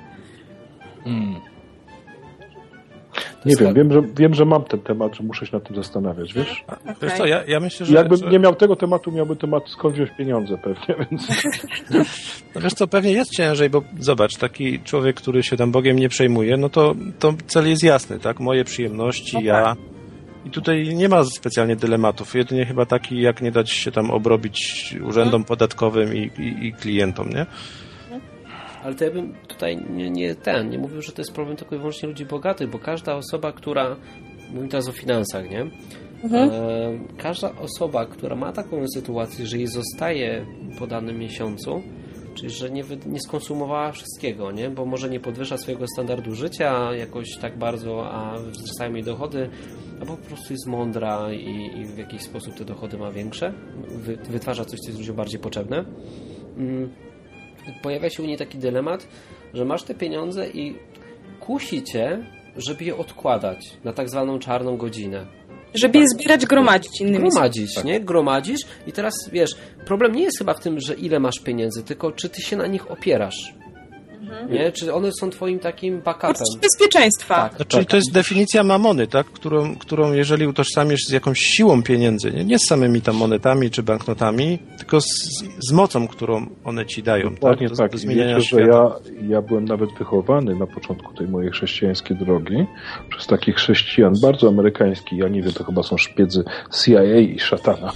Nie wiem, że mam ten temat, że muszę się nad tym zastanawiać, wiesz? Okay. Wiesz co, ja myślę, że... Jakbym nie miał tego tematu, miałby temat skąd wziąć pieniądze pewnie, więc... No wiesz co, pewnie jest ciężej, bo zobacz, taki człowiek, który się tam Bogiem nie przejmuje, no to cel jest jasny, tak? Moje przyjemności, ja... I tutaj nie ma specjalnie dylematów, jedynie chyba taki, jak nie dać się tam obrobić urzędom podatkowym i klientom, nie? Ale to ja bym tutaj nie mówił, że to jest problem tylko i wyłącznie ludzi bogatych, bo każda osoba, która... Mówimy teraz o finansach, nie? Każda osoba, która ma taką sytuację, że jej zostaje po danym miesiącu, czyli że nie skonsumowała wszystkiego, nie? Bo może nie podwyższa swojego standardu życia jakoś tak bardzo, a wzrastają jej dochody, albo po prostu jest mądra i w jakiś sposób te dochody ma większe, wytwarza coś, co jest ludziom bardziej potrzebne. Pojawia się u niej taki dylemat, że masz te pieniądze i kusi cię, żeby je odkładać na tak zwaną czarną godzinę. Żeby je zbierać, gromadzić innymi Gromadzić, nie? Gromadzisz i teraz, wiesz, problem nie jest chyba w tym, że ile masz pieniędzy, tylko czy ty się na nich opierasz. Nie? Czy one są twoim takim backupem? Bezpieczeństwa. Tak. Czyli to jest definicja mamony, tak? Którą jeżeli utożsamisz z jakąś siłą pieniędzy, nie z samymi tam monetami czy banknotami, tylko z mocą, którą one ci dają. Dokładnie tak? Tak. Do zmieniania Wiecie, świata. że ja byłem nawet wychowany na początku tej mojej chrześcijańskiej drogi przez takich chrześcijan bardzo amerykańskich. Ja nie wiem, to chyba są szpiedzy CIA i szatana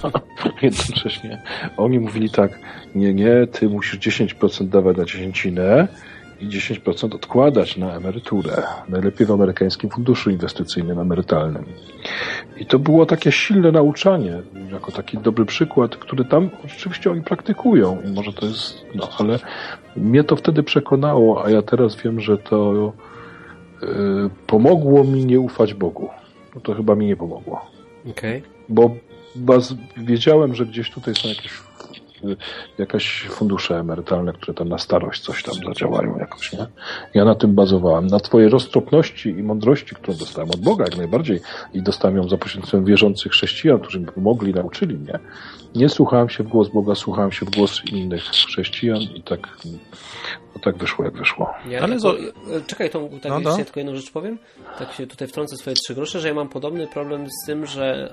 jednocześnie. Oni mówili tak, nie, ty musisz 10% dawać na dziesięcinę i 10% odkładać na emeryturę. Najlepiej w amerykańskim funduszu inwestycyjnym, emerytalnym. I to było takie silne nauczanie, jako taki dobry przykład, który tam oczywiście oni praktykują i może to jest, ale mnie to wtedy przekonało, a ja teraz wiem, że to pomogło mi nie ufać Bogu. No to chyba mi nie pomogło. Okay. Bo wiedziałem, że gdzieś tutaj są jakieś fundusze emerytalne, które tam na starość coś tam zadziałają jakoś, nie? Ja na tym bazowałem. Na twojej roztropności i mądrości, którą dostałem od Boga jak najbardziej i dostałem ją za pośrednictwem wierzących chrześcijan, którzy mi pomogli, nauczyli mnie. Nie słuchałem się w głos Boga, słuchałem się w głos innych chrześcijan i tak wyszło, jak wyszło. Czekaj, tylko jedną rzecz powiem. Tak się tutaj wtrącę swoje 3 grosze, że ja mam podobny problem z tym, że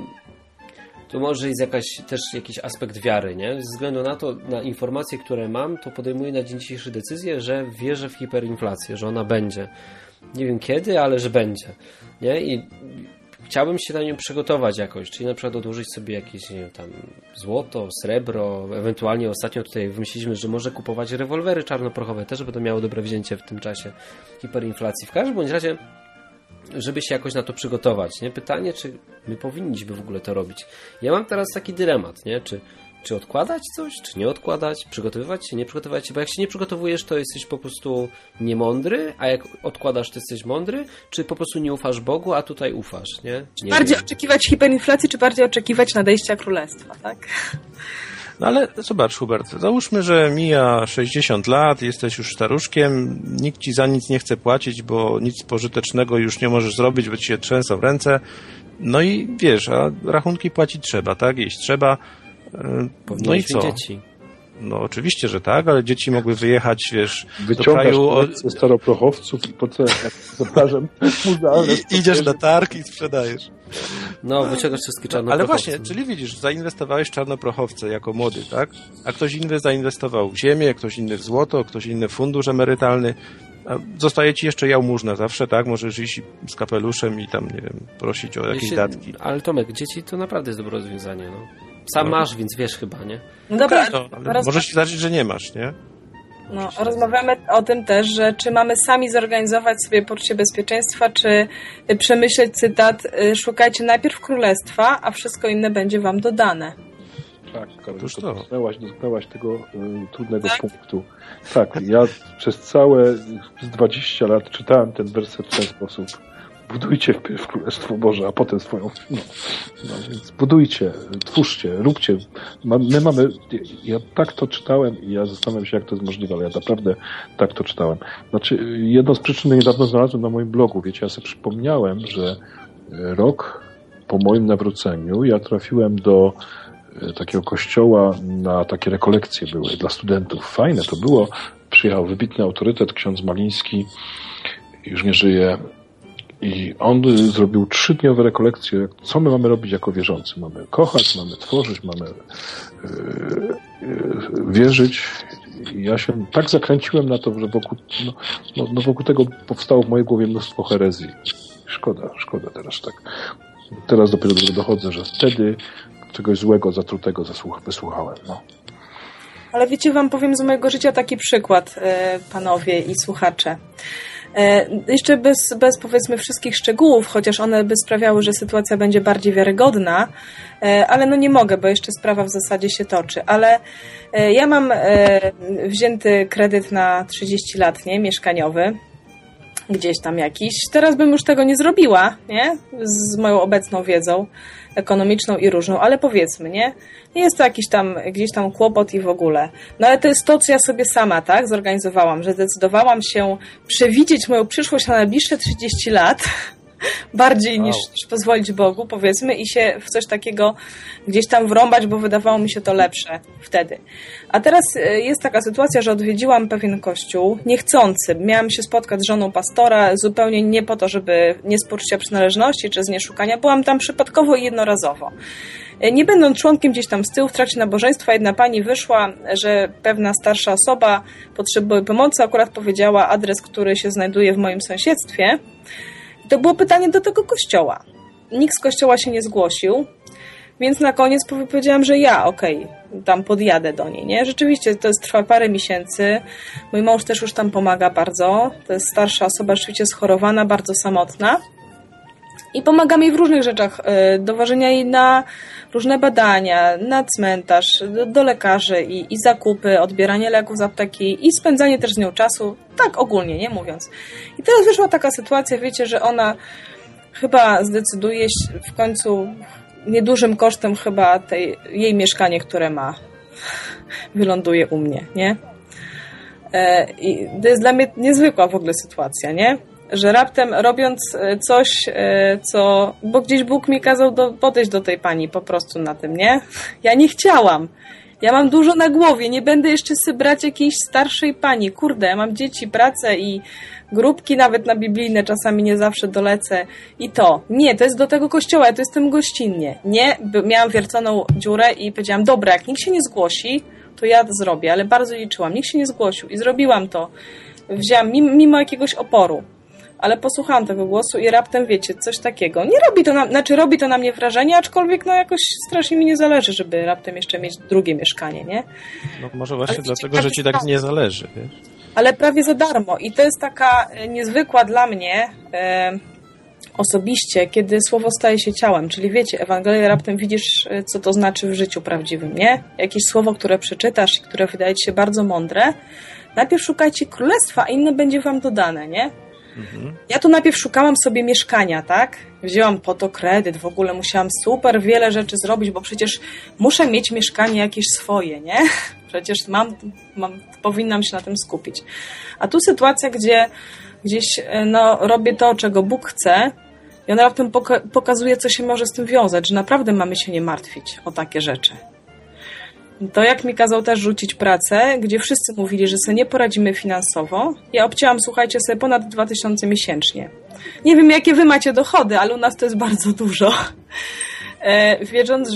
to może jest jakiś aspekt wiary, nie? Ze względu na informacje, które mam, to podejmuję na dzień dzisiejszy decyzję, że wierzę w hiperinflację, że ona będzie. Nie wiem kiedy, ale że będzie. Nie? I chciałbym się na nią przygotować jakoś, czyli na przykład odłożyć sobie jakieś, nie wiem, tam złoto, srebro, ewentualnie ostatnio tutaj wymyśliliśmy, że może kupować rewolwery czarnoprochowe, też będą miały dobre wzięcie w tym czasie hiperinflacji. W każdym bądź razie, żeby się jakoś na to przygotować, nie? Pytanie, czy my powinniśmy w ogóle to robić. Ja mam teraz taki dylemat, nie? Czy odkładać coś, czy nie odkładać, przygotowywać się, nie przygotowywać się, bo jak się nie przygotowujesz, to jesteś po prostu niemądry, a jak odkładasz, to jesteś mądry, czy po prostu nie ufasz Bogu, a tutaj ufasz, nie? Bardziej oczekiwać hiperinflacji, czy bardziej oczekiwać nadejścia królestwa, tak? No ale zobacz, Hubert, załóżmy, że mija 60 lat, jesteś już staruszkiem, nikt ci za nic nie chce płacić, bo nic pożytecznego już nie możesz zrobić, bo ci się trzęsą ręce. No i wiesz, a rachunki płacić trzeba, tak? Jeść trzeba. No i co? Dzieci. No oczywiście, że tak, ale dzieci mogły wyjechać, wiesz, wyciągasz do kraju... ze staroprochowców i po co zapraszam muzealne. Idziesz na targ i sprzedajesz. No, wyciągasz wszystkie czarnoprochowce. Ale właśnie, czyli widzisz, zainwestowałeś w czarnoprochowce jako młody, tak? A ktoś inny zainwestował w ziemię, ktoś inny w złoto, ktoś inny w fundusz emerytalny. A zostaje ci jeszcze jałmużna zawsze, tak? Możesz iść z kapeluszem i tam, nie wiem, prosić o jakieś datki. Ale Tomek, dzieci to naprawdę jest dobre rozwiązanie, no. Sam masz, więc wiesz chyba, nie? No dobra. Ale może ci zdarzyć, że nie masz, nie? No, rozmawiamy o tym też, że czy mamy sami zorganizować sobie poczucie bezpieczeństwa, czy przemyśleć cytat, szukajcie najpierw królestwa, a wszystko inne będzie wam dodane. Tak, Karol, dotknęłaś tego trudnego punktu. Tak, ja przez całe 20 lat czytałem ten werset w ten sposób. Budujcie wpierw Królestwo Boże, a potem swoją... No więc budujcie, twórzcie, róbcie. Ja tak to czytałem i ja zastanawiam się, jak to jest możliwe, ale ja naprawdę tak to czytałem. Znaczy, jedną z przyczyn niedawno znalazłem na moim blogu. Wiecie, ja sobie przypomniałem, że rok po moim nawróceniu ja trafiłem do takiego kościoła na takie rekolekcje były dla studentów. Fajne to było. Przyjechał wybitny autorytet, ksiądz Maliński, już nie żyje. I on zrobił 3-dniowe rekolekcje, co my mamy robić jako wierzący. Mamy kochać, mamy tworzyć, mamy wierzyć. I ja się tak zakręciłem na to, że wokół tego powstało w mojej głowie mnóstwo herezji. Szkoda teraz tak. Teraz dopiero do tego dochodzę, że wtedy czegoś złego, zatrutego wysłuchałem. No. Ale wiecie, wam powiem z mojego życia taki przykład, panowie i słuchacze. Jeszcze bez powiedzmy wszystkich szczegółów, chociaż one by sprawiały, że sytuacja będzie bardziej wiarygodna, ale no nie mogę, bo jeszcze sprawa w zasadzie się toczy. Ale ja mam wzięty kredyt na 30 lat, nie? Mieszkaniowy. Gdzieś tam jakiś. Teraz bym już tego nie zrobiła, nie? Z moją obecną wiedzą ekonomiczną i różną, ale powiedzmy, nie? Jest to jakiś tam, gdzieś tam kłopot i w ogóle. No ale to jest to, co ja sobie sama, tak, zorganizowałam, że zdecydowałam się przewidzieć moją przyszłość na najbliższe 30 lat, bardziej niż pozwolić Bogu, powiedzmy, i się w coś takiego gdzieś tam wrąbać, bo wydawało mi się to lepsze wtedy. A teraz jest taka sytuacja, że odwiedziłam pewien kościół niechcący. Miałam się spotkać z żoną pastora zupełnie nie po to, żeby nie z poczucia przynależności czy z nieszukania. Byłam tam przypadkowo i jednorazowo. Nie będąc członkiem gdzieś tam z tyłu w trakcie nabożeństwa, jedna pani wyszła, że pewna starsza osoba potrzebuje pomocy, akurat powiedziała adres, który się znajduje w moim sąsiedztwie. To było pytanie do tego kościoła. Nikt z kościoła się nie zgłosił. Więc na koniec powiedziałam, że ja, tam podjadę do niej, nie? Rzeczywiście to trwa parę miesięcy. Mój mąż też już tam pomaga bardzo. To jest starsza osoba, rzeczywiście schorowana, bardzo samotna. I pomagam jej w różnych rzeczach. Dowożenia jej na różne badania, na cmentarz, do lekarzy i zakupy, odbieranie leków z apteki i spędzanie też z nią czasu. Tak ogólnie, nie mówiąc. I teraz wyszła taka sytuacja, wiecie, że ona chyba zdecyduje się w końcu niedużym kosztem chyba jej mieszkanie, które ma, wyląduje u mnie, nie? I to jest dla mnie niezwykła w ogóle sytuacja, nie? Że raptem robiąc coś, bo gdzieś Bóg mi kazał podejść do tej pani po prostu na tym, nie? Ja nie chciałam. Ja mam dużo na głowie, nie będę jeszcze sobie brać jakiejś starszej pani. Kurde, ja mam dzieci, pracę i grupki nawet na biblijne czasami nie zawsze dolecę. I to. Nie, to jest do tego kościoła, ja to jestem gościnnie. Nie, miałam wierconą dziurę i powiedziałam, dobra, jak nikt się nie zgłosi, to ja to zrobię, ale bardzo liczyłam. Nikt się nie zgłosił i zrobiłam to. Wzięłam mimo jakiegoś oporu. Ale posłuchałam tego głosu i raptem, wiecie, coś takiego. Nie robi to robi to na mnie wrażenie, aczkolwiek jakoś strasznie mi nie zależy, żeby raptem jeszcze mieć drugie mieszkanie, nie? No może właśnie dlatego, że ci tak nie zależy, wiesz? Ale prawie za darmo. I to jest taka niezwykła dla mnie osobiście, kiedy słowo staje się ciałem. Czyli wiecie, Ewangelię raptem widzisz, co to znaczy w życiu prawdziwym, nie? Jakieś słowo, które przeczytasz i które wydaje ci się bardzo mądre. Najpierw szukajcie królestwa, a inne będzie wam dodane, nie? Ja tu najpierw szukałam sobie mieszkania, tak? Wzięłam po to kredyt, w ogóle musiałam super wiele rzeczy zrobić, bo przecież muszę mieć mieszkanie jakieś swoje, nie? Przecież powinnam się na tym skupić. A tu sytuacja, gdzie gdzieś robię to, czego Bóg chce i on raptem pokazuje, co się może z tym wiązać, że naprawdę mamy się nie martwić o takie rzeczy. To jak mi kazał też rzucić pracę, gdzie wszyscy mówili, że sobie nie poradzimy finansowo. Ja obcięłam, słuchajcie, sobie ponad 2000 miesięcznie. Nie wiem, jakie wy macie dochody, ale u nas to jest bardzo dużo. Wiedząc,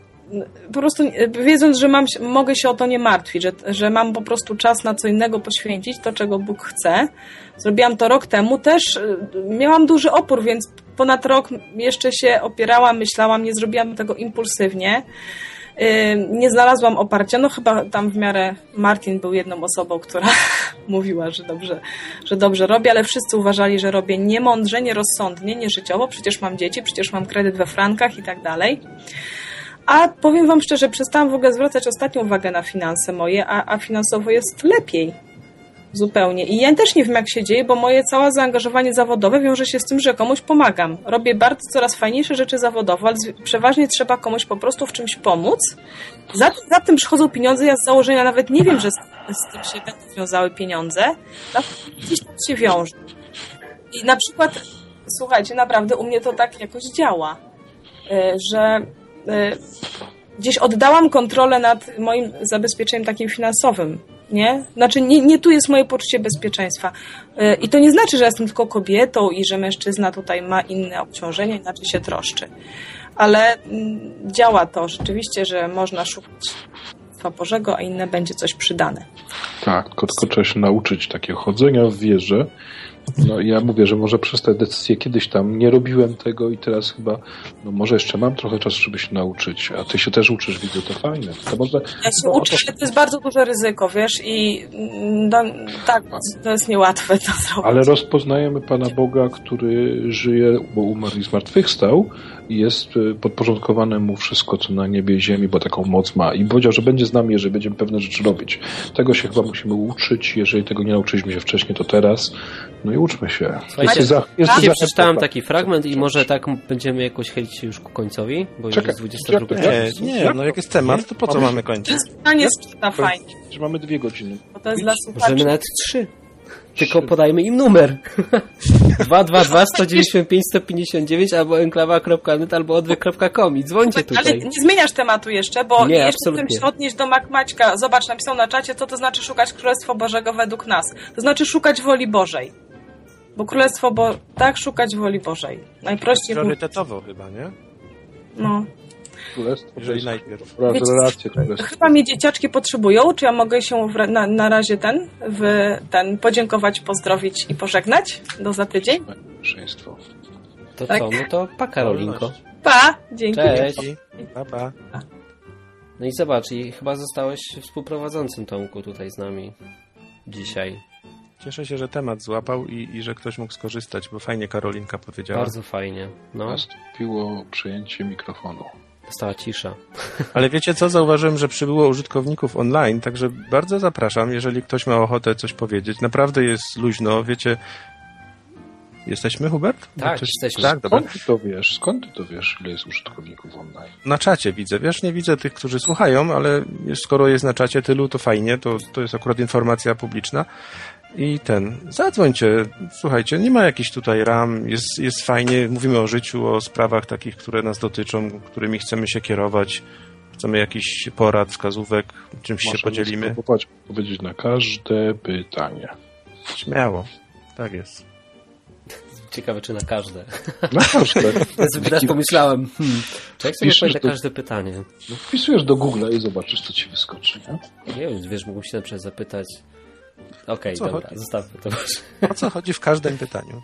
że mogę się o to nie martwić, że mam po prostu czas na co innego poświęcić, to czego Bóg chce. Zrobiłam to rok temu, też miałam duży opór, więc ponad rok jeszcze się opierałam, myślałam, nie zrobiłam tego impulsywnie. Nie znalazłam oparcia, chyba tam w miarę Martin był jedną osobą, która mówiła, że dobrze robię, ale wszyscy uważali, że robię niemądrze, nierozsądnie, nieżyciowo, przecież mam dzieci, przecież mam kredyt we frankach i tak dalej. A powiem wam szczerze, przestałam w ogóle zwracać ostatnią uwagę na finanse moje, a finansowo jest lepiej. Zupełnie. I ja też nie wiem, jak się dzieje, bo moje całe zaangażowanie zawodowe wiąże się z tym, że komuś pomagam. Robię coraz fajniejsze rzeczy zawodowo, ale przeważnie trzeba komuś po prostu w czymś pomóc. Za tym przychodzą pieniądze. Ja z założenia nawet nie wiem, że z tym się będą wiązały pieniądze. Gdzieś tam się wiążą. I na przykład, słuchajcie, naprawdę u mnie to tak jakoś działa, że gdzieś oddałam kontrolę nad moim zabezpieczeniem takim finansowym. Nie? Znaczy nie tu jest moje poczucie bezpieczeństwa. I to nie znaczy, że jestem tylko kobietą i że mężczyzna tutaj ma inne obciążenie, inaczej się troszczy. Ale działa to rzeczywiście, że można szukać Królestwa Bożego, a inne będzie coś przydane. Tak, tylko trzeba się nauczyć takiego chodzenia w wierze. Ja mówię, że może przez te decyzje kiedyś tam nie robiłem tego i teraz chyba, może jeszcze mam trochę czasu, żeby się nauczyć. A ty się też uczysz, widzę, to fajne. To można, ja się uczę, ale to jest bardzo duże ryzyko, wiesz, i tak, to jest niełatwe to zrobić. Ale rozpoznajemy Pana Boga, który żyje, bo umarł i zmartwychwstał i jest podporządkowane Mu wszystko, co na niebie i ziemi, bo taką moc ma. I powiedział, że będzie z nami, jeżeli będziemy pewne rzeczy robić. Tego się chyba musimy uczyć. Jeżeli tego nie nauczyliśmy się wcześniej, to teraz. I uczmy się. Ja przeczytałem taki fragment i może tak będziemy jakoś chylić się już ku końcowi, bo już jest 22. Nie, jak jest temat, to po co mamy kończyć? Pytanie sprzeda fajnie. Że mamy 2 godziny. Bo to jest dla słuchaczy. Możemy nawet 3. Tylko podajmy im numer. 222 195 159 albo enklawa.net albo odwyk.com i dzwońcie tutaj. Ale nie zmieniasz tematu jeszcze, bo nie, jeszcze chcę się odnieść do Maćka. Zobacz, napisał na czacie, co to znaczy szukać Królestwa Bożego według nas. To znaczy szukać woli Bożej. Bo Królestwo tak, szukać woli Bożej. Najprościej. Priorytetowo chyba, nie? No. Królestwo, jeżeli najpierw. Chyba mnie dzieciaczki potrzebują. Czy ja mogę się na razie podziękować, pozdrowić i pożegnać? Do za tydzień? Małżeństwo. To tak? Co? No to pa, Karolinko. Pa! Dzięki. Cześć. Pa, pa. No i zobacz, i chyba zostałeś współprowadzącym, Tomku, tutaj z nami dzisiaj. Cieszę się, że temat złapał i że ktoś mógł skorzystać, bo fajnie Karolinka powiedziała. Bardzo fajnie. No, Nastąpiło przejęcie mikrofonu. stała cisza. Ale wiecie co? Zauważyłem, że przybyło użytkowników online, także bardzo zapraszam, jeżeli ktoś ma ochotę coś powiedzieć. Naprawdę jest luźno, wiecie... Jesteśmy, Hubert? Tak, Coś... jesteśmy. Tak, dobra. Skąd ty to wiesz, ile jest użytkowników online? Na czacie widzę, wiesz, nie widzę tych, którzy słuchają, ale skoro jest na czacie tylu, to fajnie, to jest akurat informacja publiczna. I zadzwońcie, słuchajcie, nie ma jakichś tutaj ram, jest fajnie, mówimy o życiu, o sprawach takich, które nas dotyczą, którymi chcemy się kierować, chcemy jakichś porad, wskazówek, czymś się podzielimy. Powiedzieć na każde pytanie. Śmiało, tak jest. Ciekawe, czy na każde. Na każde. Ja sobie teraz pomyślałem, czy jak sobie Piszesz odpowiem na do- każde pytanie? No, wpisujesz do Google'a i zobaczysz, co ci wyskoczy, nie? Nie wiem, wiesz, mógłbym się na przykład zapytać... Okej, Co dobra, chodzi? zostawmy to. O co chodzi w każdym pytaniu?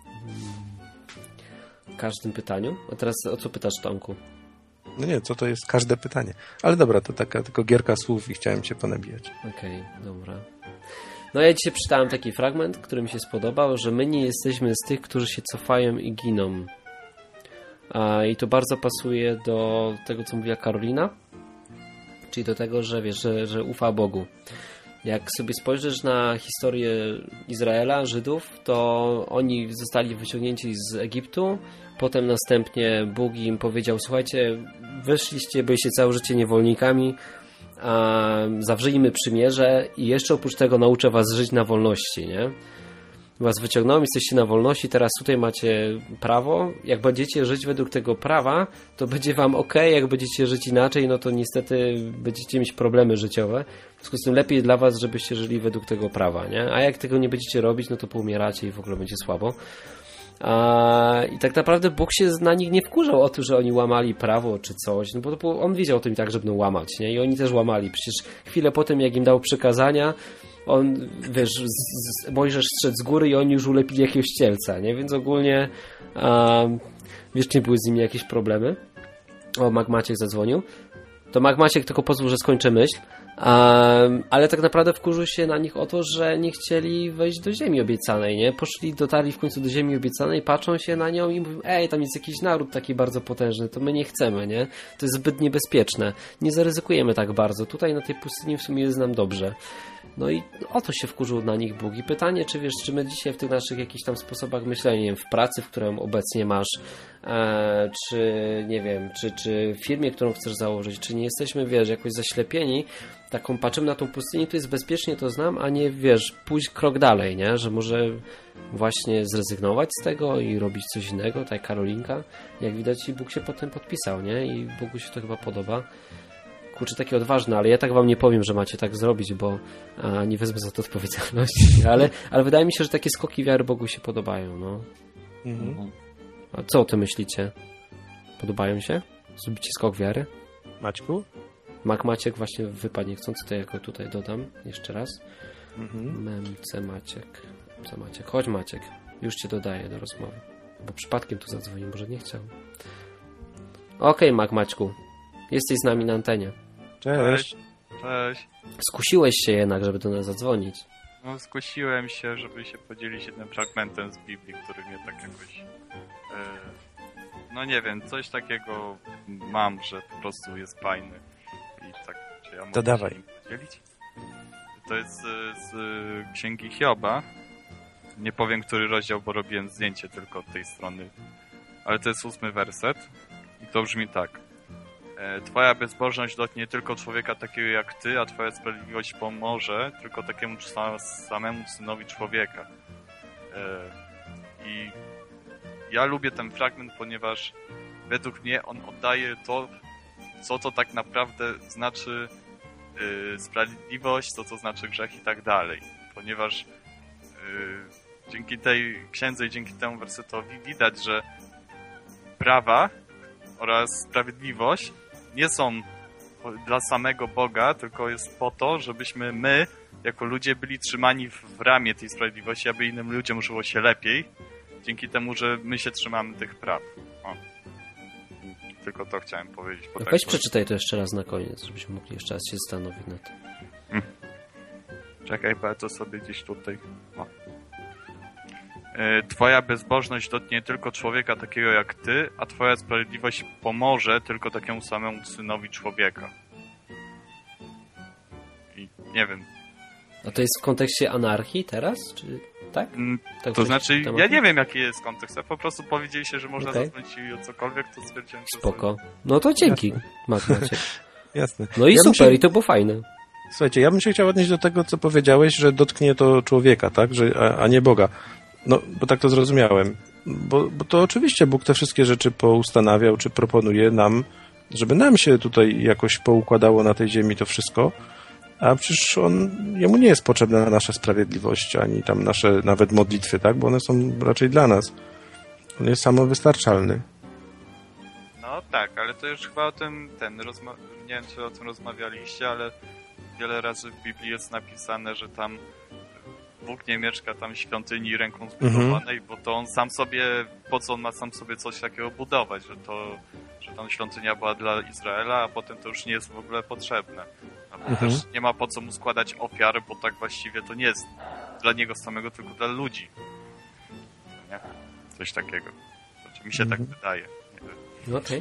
W każdym pytaniu? A teraz o co pytasz, Tomku? No nie, co to jest każde pytanie. Ale dobra, to taka tylko gierka słów i chciałem się ponabijać. Okej, dobra. No ja dzisiaj przeczytałem taki fragment, który mi się spodobał, że my nie jesteśmy z tych, którzy się cofają i giną. I to bardzo pasuje do tego, co mówiła Karolina, czyli do tego, że wiesz, że ufa Bogu. Jak sobie spojrzysz na historię Izraela, Żydów, to oni zostali wyciągnięci z Egiptu, potem następnie Bóg im powiedział, słuchajcie, wyszliście, byliście całe życie niewolnikami, zawrzyjmy przymierze i jeszcze oprócz tego nauczę was żyć na wolności, nie? Was wyciągnąłem, jesteście na wolności, teraz tutaj macie prawo, jak będziecie żyć według tego prawa, to będzie wam okej, jak będziecie żyć inaczej, no to niestety będziecie mieć problemy życiowe, w związku z tym lepiej dla was, żebyście żyli według tego prawa, nie? A jak tego nie będziecie robić, no to poumieracie i w ogóle będzie słabo. I tak naprawdę Bóg się na nich nie wkurzał o to, że oni łamali prawo czy coś, no bo on wiedział o tym i tak, że będą łamać, nie? I oni też łamali. Przecież chwilę potem, jak im dał przykazania, on, wiesz, Mojżesz zszedł z góry i oni już ulepili jakiegoś cielca, nie? Więc ogólnie wiecznie były z nimi jakieś problemy. O, Maciek zadzwonił. To Maciek tylko pozwól, że skończę myśl. Ale tak naprawdę wkurzył się na nich o to, że nie chcieli wejść do ziemi obiecanej, nie? Dotarli w końcu do ziemi obiecanej, patrzą się na nią i mówią, tam jest jakiś naród taki bardzo potężny, to my nie chcemy, nie? To jest zbyt niebezpieczne. Nie zaryzykujemy tak bardzo. Tutaj na tej pustyni w sumie jest nam dobrze. No i o to się wkurzył na nich Bóg. I pytanie, czy my dzisiaj w tych naszych jakichś tam sposobach myślenia, nie wiem, w pracy, w którą obecnie masz, czy nie wiem, czy w firmie, którą chcesz założyć, czy nie jesteśmy, wiesz, jakoś zaślepieni, taką patrzymy na tą pustynię, to jest bezpiecznie, to znam, a nie, wiesz, pójść krok dalej, nie? Że może właśnie zrezygnować z tego i robić coś innego, tak jak Karolinka. Jak widać, i Bóg się potem podpisał, nie? I Bogu się to chyba podoba. Kurczę, takie odważne, ale ja tak wam nie powiem, że macie tak zrobić, bo nie wezmę za to odpowiedzialności. Ale wydaje mi się, że takie skoki wiary Bogu się podobają, no. Mhm. A co o tym myślicie? Podobają się? Zrobicie skok wiary? Maćku? Maciek właśnie wypadł niechcący, to ja go tutaj dodam jeszcze raz. Memce Maciek. Co Maciek? Chodź Maciek. Już cię dodaję do rozmowy. Bo przypadkiem tu zadzwonił, może nie chciał. Okej, Maćku. Jesteś z nami na antenie. Cześć. Cześć. Skusiłeś się jednak, żeby do nas zadzwonić. No, skusiłem się, żeby się podzielić jednym fragmentem z Biblii, który mnie tak jakoś... no nie wiem, coś takiego mam, że po prostu jest fajny. I tak, czy ja mogę dawaj. się nim podzielić? To jest z Księgi Hioba. Nie powiem, który rozdział, bo robiłem zdjęcie tylko od tej strony. Ale to jest 8 werset. I to brzmi tak. Twoja bezbożność dotknie nie tylko człowieka takiego jak ty, a twoja sprawiedliwość pomoże tylko takiemu samemu synowi człowieka. I ja lubię ten fragment, ponieważ według mnie on oddaje to, co to tak naprawdę znaczy sprawiedliwość, co to znaczy grzech i tak dalej. Ponieważ dzięki tej księdze i dzięki temu wersetowi widać, że prawa oraz sprawiedliwość nie są dla samego Boga, tylko jest po to, żebyśmy my, jako ludzie, byli trzymani w ramię tej sprawiedliwości, aby innym ludziom żyło się lepiej, dzięki temu, że my się trzymamy tych praw. O. tylko to chciałem powiedzieć. Bo Weź przeczytaj to jeszcze raz na koniec, żebyśmy mogli jeszcze raz się zastanowić nad tym. Czekaj, bo ja to sobie gdzieś tutaj... O. Twoja bezbożność dotknie tylko człowieka takiego jak ty, a twoja sprawiedliwość pomoże tylko takiemu samemu synowi człowieka. I nie wiem. A to jest w kontekście anarchii teraz, czy tak? Tak To znaczy, ja nie wiem jaki jest kontekst. Ja po prostu powiedzieliście, że można zadzwonić o cokolwiek, to stwierdziłem, że... Spoko. No to dzięki, Maciek. Jasne. No i super, i to było fajne. Słuchajcie, ja bym się chciał odnieść do tego, co powiedziałeś, że dotknie to człowieka, tak? A nie Boga. No, bo tak to zrozumiałem. Bo to oczywiście Bóg te wszystkie rzeczy poustanawiał, czy proponuje nam, żeby nam się tutaj jakoś poukładało na tej ziemi to wszystko, a przecież jemu nie jest potrzebna nasza sprawiedliwość, ani tam nasze nawet modlitwy, tak? Bo one są raczej dla nas. On jest samowystarczalny. No tak, ale to już chyba o tym, nie wiem, czy o tym rozmawialiście, ale wiele razy w Biblii jest napisane, że tam Bóg nie mieszka tam w świątyni ręką zbudowanej, bo to on sam sobie, po co on ma sam sobie coś takiego budować, że tam świątynia była dla Izraela, a potem to już nie jest w ogóle potrzebne. A też nie ma po co mu składać ofiar, bo tak właściwie to nie jest dla niego samego, tylko dla ludzi. Nie? Coś takiego. Znaczy, mi się tak wydaje. Okej.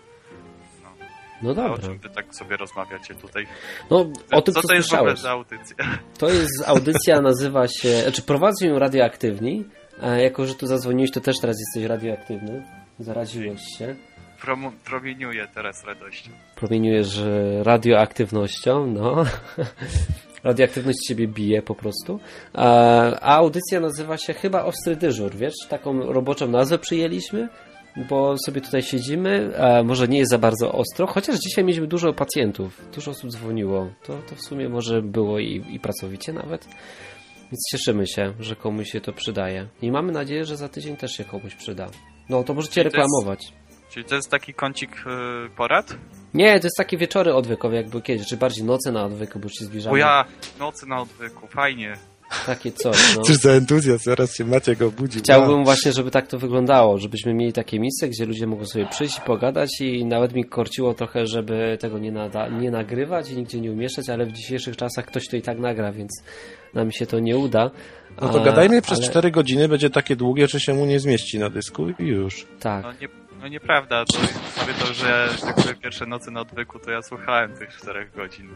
No dobra. A o czym wy tak sobie rozmawiacie tutaj? No, o tym, co to jest w ogóle słyszałeś. za audycja? To jest audycja, nazywa się... Znaczy, prowadzą ją radioaktywni. A jako, że tu zadzwoniłeś, to też teraz jesteś radioaktywny. Zaraziłeś się. Promieniuję teraz radością. Promieniujesz radioaktywnością, no. Radioaktywność ciebie bije po prostu. A audycja nazywa się chyba Ostry Dyżur, wiesz? Taką roboczą nazwę przyjęliśmy, bo sobie tutaj siedzimy. Może nie jest za bardzo ostro, chociaż dzisiaj mieliśmy dużo pacjentów. Dużo osób dzwoniło. To w sumie może było i pracowicie nawet. Więc cieszymy się, że komuś się to przydaje. I mamy nadzieję, że za tydzień też się komuś przyda. No, to możecie reklamować. Czyli to jest taki kącik porad? Nie, to jest takie wieczory odwykowe, jak były kiedyś, czy bardziej noce na odwyku, bo już się zbliżamy. Nocy na odwyku, fajnie. Takie coś, no. Cóż za entuzjazm, zaraz się Maciek obudzi. Chciałbym właśnie, żeby tak to wyglądało, żebyśmy mieli takie miejsce, gdzie ludzie mogą sobie przyjść i pogadać i nawet mi korciło trochę, żeby tego nie nagrywać i nigdzie nie umieszczać, ale w dzisiejszych czasach ktoś to i tak nagra, więc nam się to nie uda. No to gadajmy przez 4 godziny, będzie takie długie, że się mu nie zmieści na dysku i już. Tak. No nieprawda, to, że jak były pierwsze nocy na odwyku, to ja słuchałem tych 4 godzin.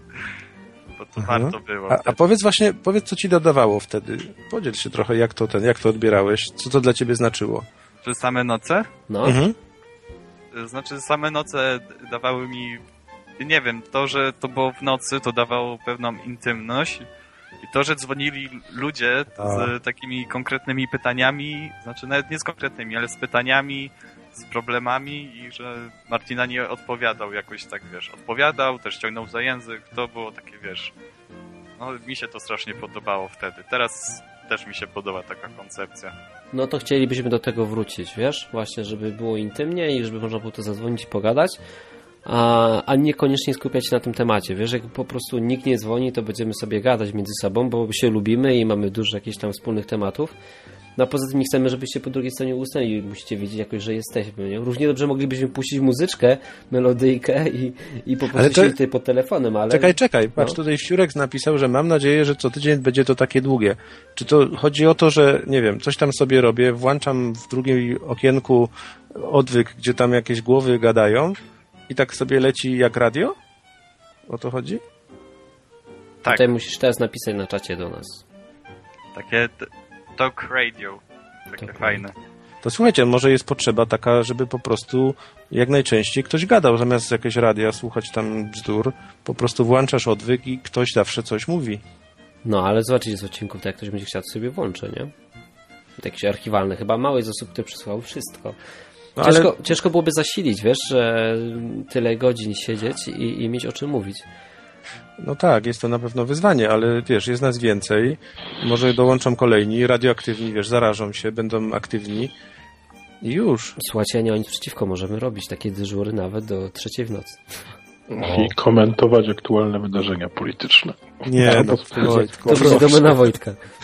Bo to warto było. A powiedz co ci dodawało wtedy? Podziel się trochę, jak to odbierałeś, co to dla ciebie znaczyło? Że same noce? No. Znaczy same noce dawały mi, nie wiem, to, że to było w nocy, to dawało pewną intymność. I to, że dzwonili ludzie z takimi konkretnymi pytaniami, znaczy nawet nie z konkretnymi, ale z pytaniami, z problemami i że Martina nie odpowiadał jakoś tak, wiesz, odpowiadał, też ciągnął za język, to było takie, wiesz, no mi się to strasznie podobało wtedy. Teraz też mi się podoba taka koncepcja. No to chcielibyśmy do tego wrócić, wiesz, właśnie, żeby było intymnie i żeby można było to zadzwonić i pogadać. A niekoniecznie skupiać się na tym temacie. Wiesz, jak po prostu nikt nie dzwoni, to będziemy sobie gadać między sobą, bo się lubimy i mamy dużo jakichś tam wspólnych tematów. No a poza tym nie chcemy, żebyście po drugiej stronie usnęli i musicie wiedzieć jakoś, że jesteśmy. Nie? Równie dobrze moglibyśmy puścić muzyczkę, melodyjkę i po prostu siedzieć tutaj pod telefonem, ale... Czekaj, patrz, tutaj Wsiurek napisał, że mam nadzieję, że co tydzień będzie to takie długie. Czy to chodzi o to, że, nie wiem, coś tam sobie robię, włączam w drugim okienku odwyk, gdzie tam jakieś głowy gadają i tak sobie leci jak radio? O to chodzi? Tak. Tutaj musisz teraz napisać na czacie do nas. Takie talk radio. Takie fajne. To słuchajcie, może jest potrzeba taka, żeby po prostu jak najczęściej ktoś gadał, zamiast jakieś radia słuchać tam bzdur, po prostu włączasz odwyk i ktoś zawsze coś mówi. No, ale zobaczycie z odcinków, to jak ktoś będzie chciał, to sobie włączy, nie? Jakieś archiwalne. Chyba mało jest osób, które przysłały wszystko. No, ciężko byłoby zasilić, wiesz, że tyle godzin siedzieć i mieć o czym mówić. No tak, jest to na pewno wyzwanie, ale wiesz, jest nas więcej, może dołączą kolejni, radioaktywni, wiesz, zarażą się, będą aktywni i już. Słuchajcie, ja nie mam nic przeciwko, możemy robić takie dyżury nawet do 3:00 w nocy. I komentować aktualne wydarzenia polityczne. Nie, to będzie domena Wojtka.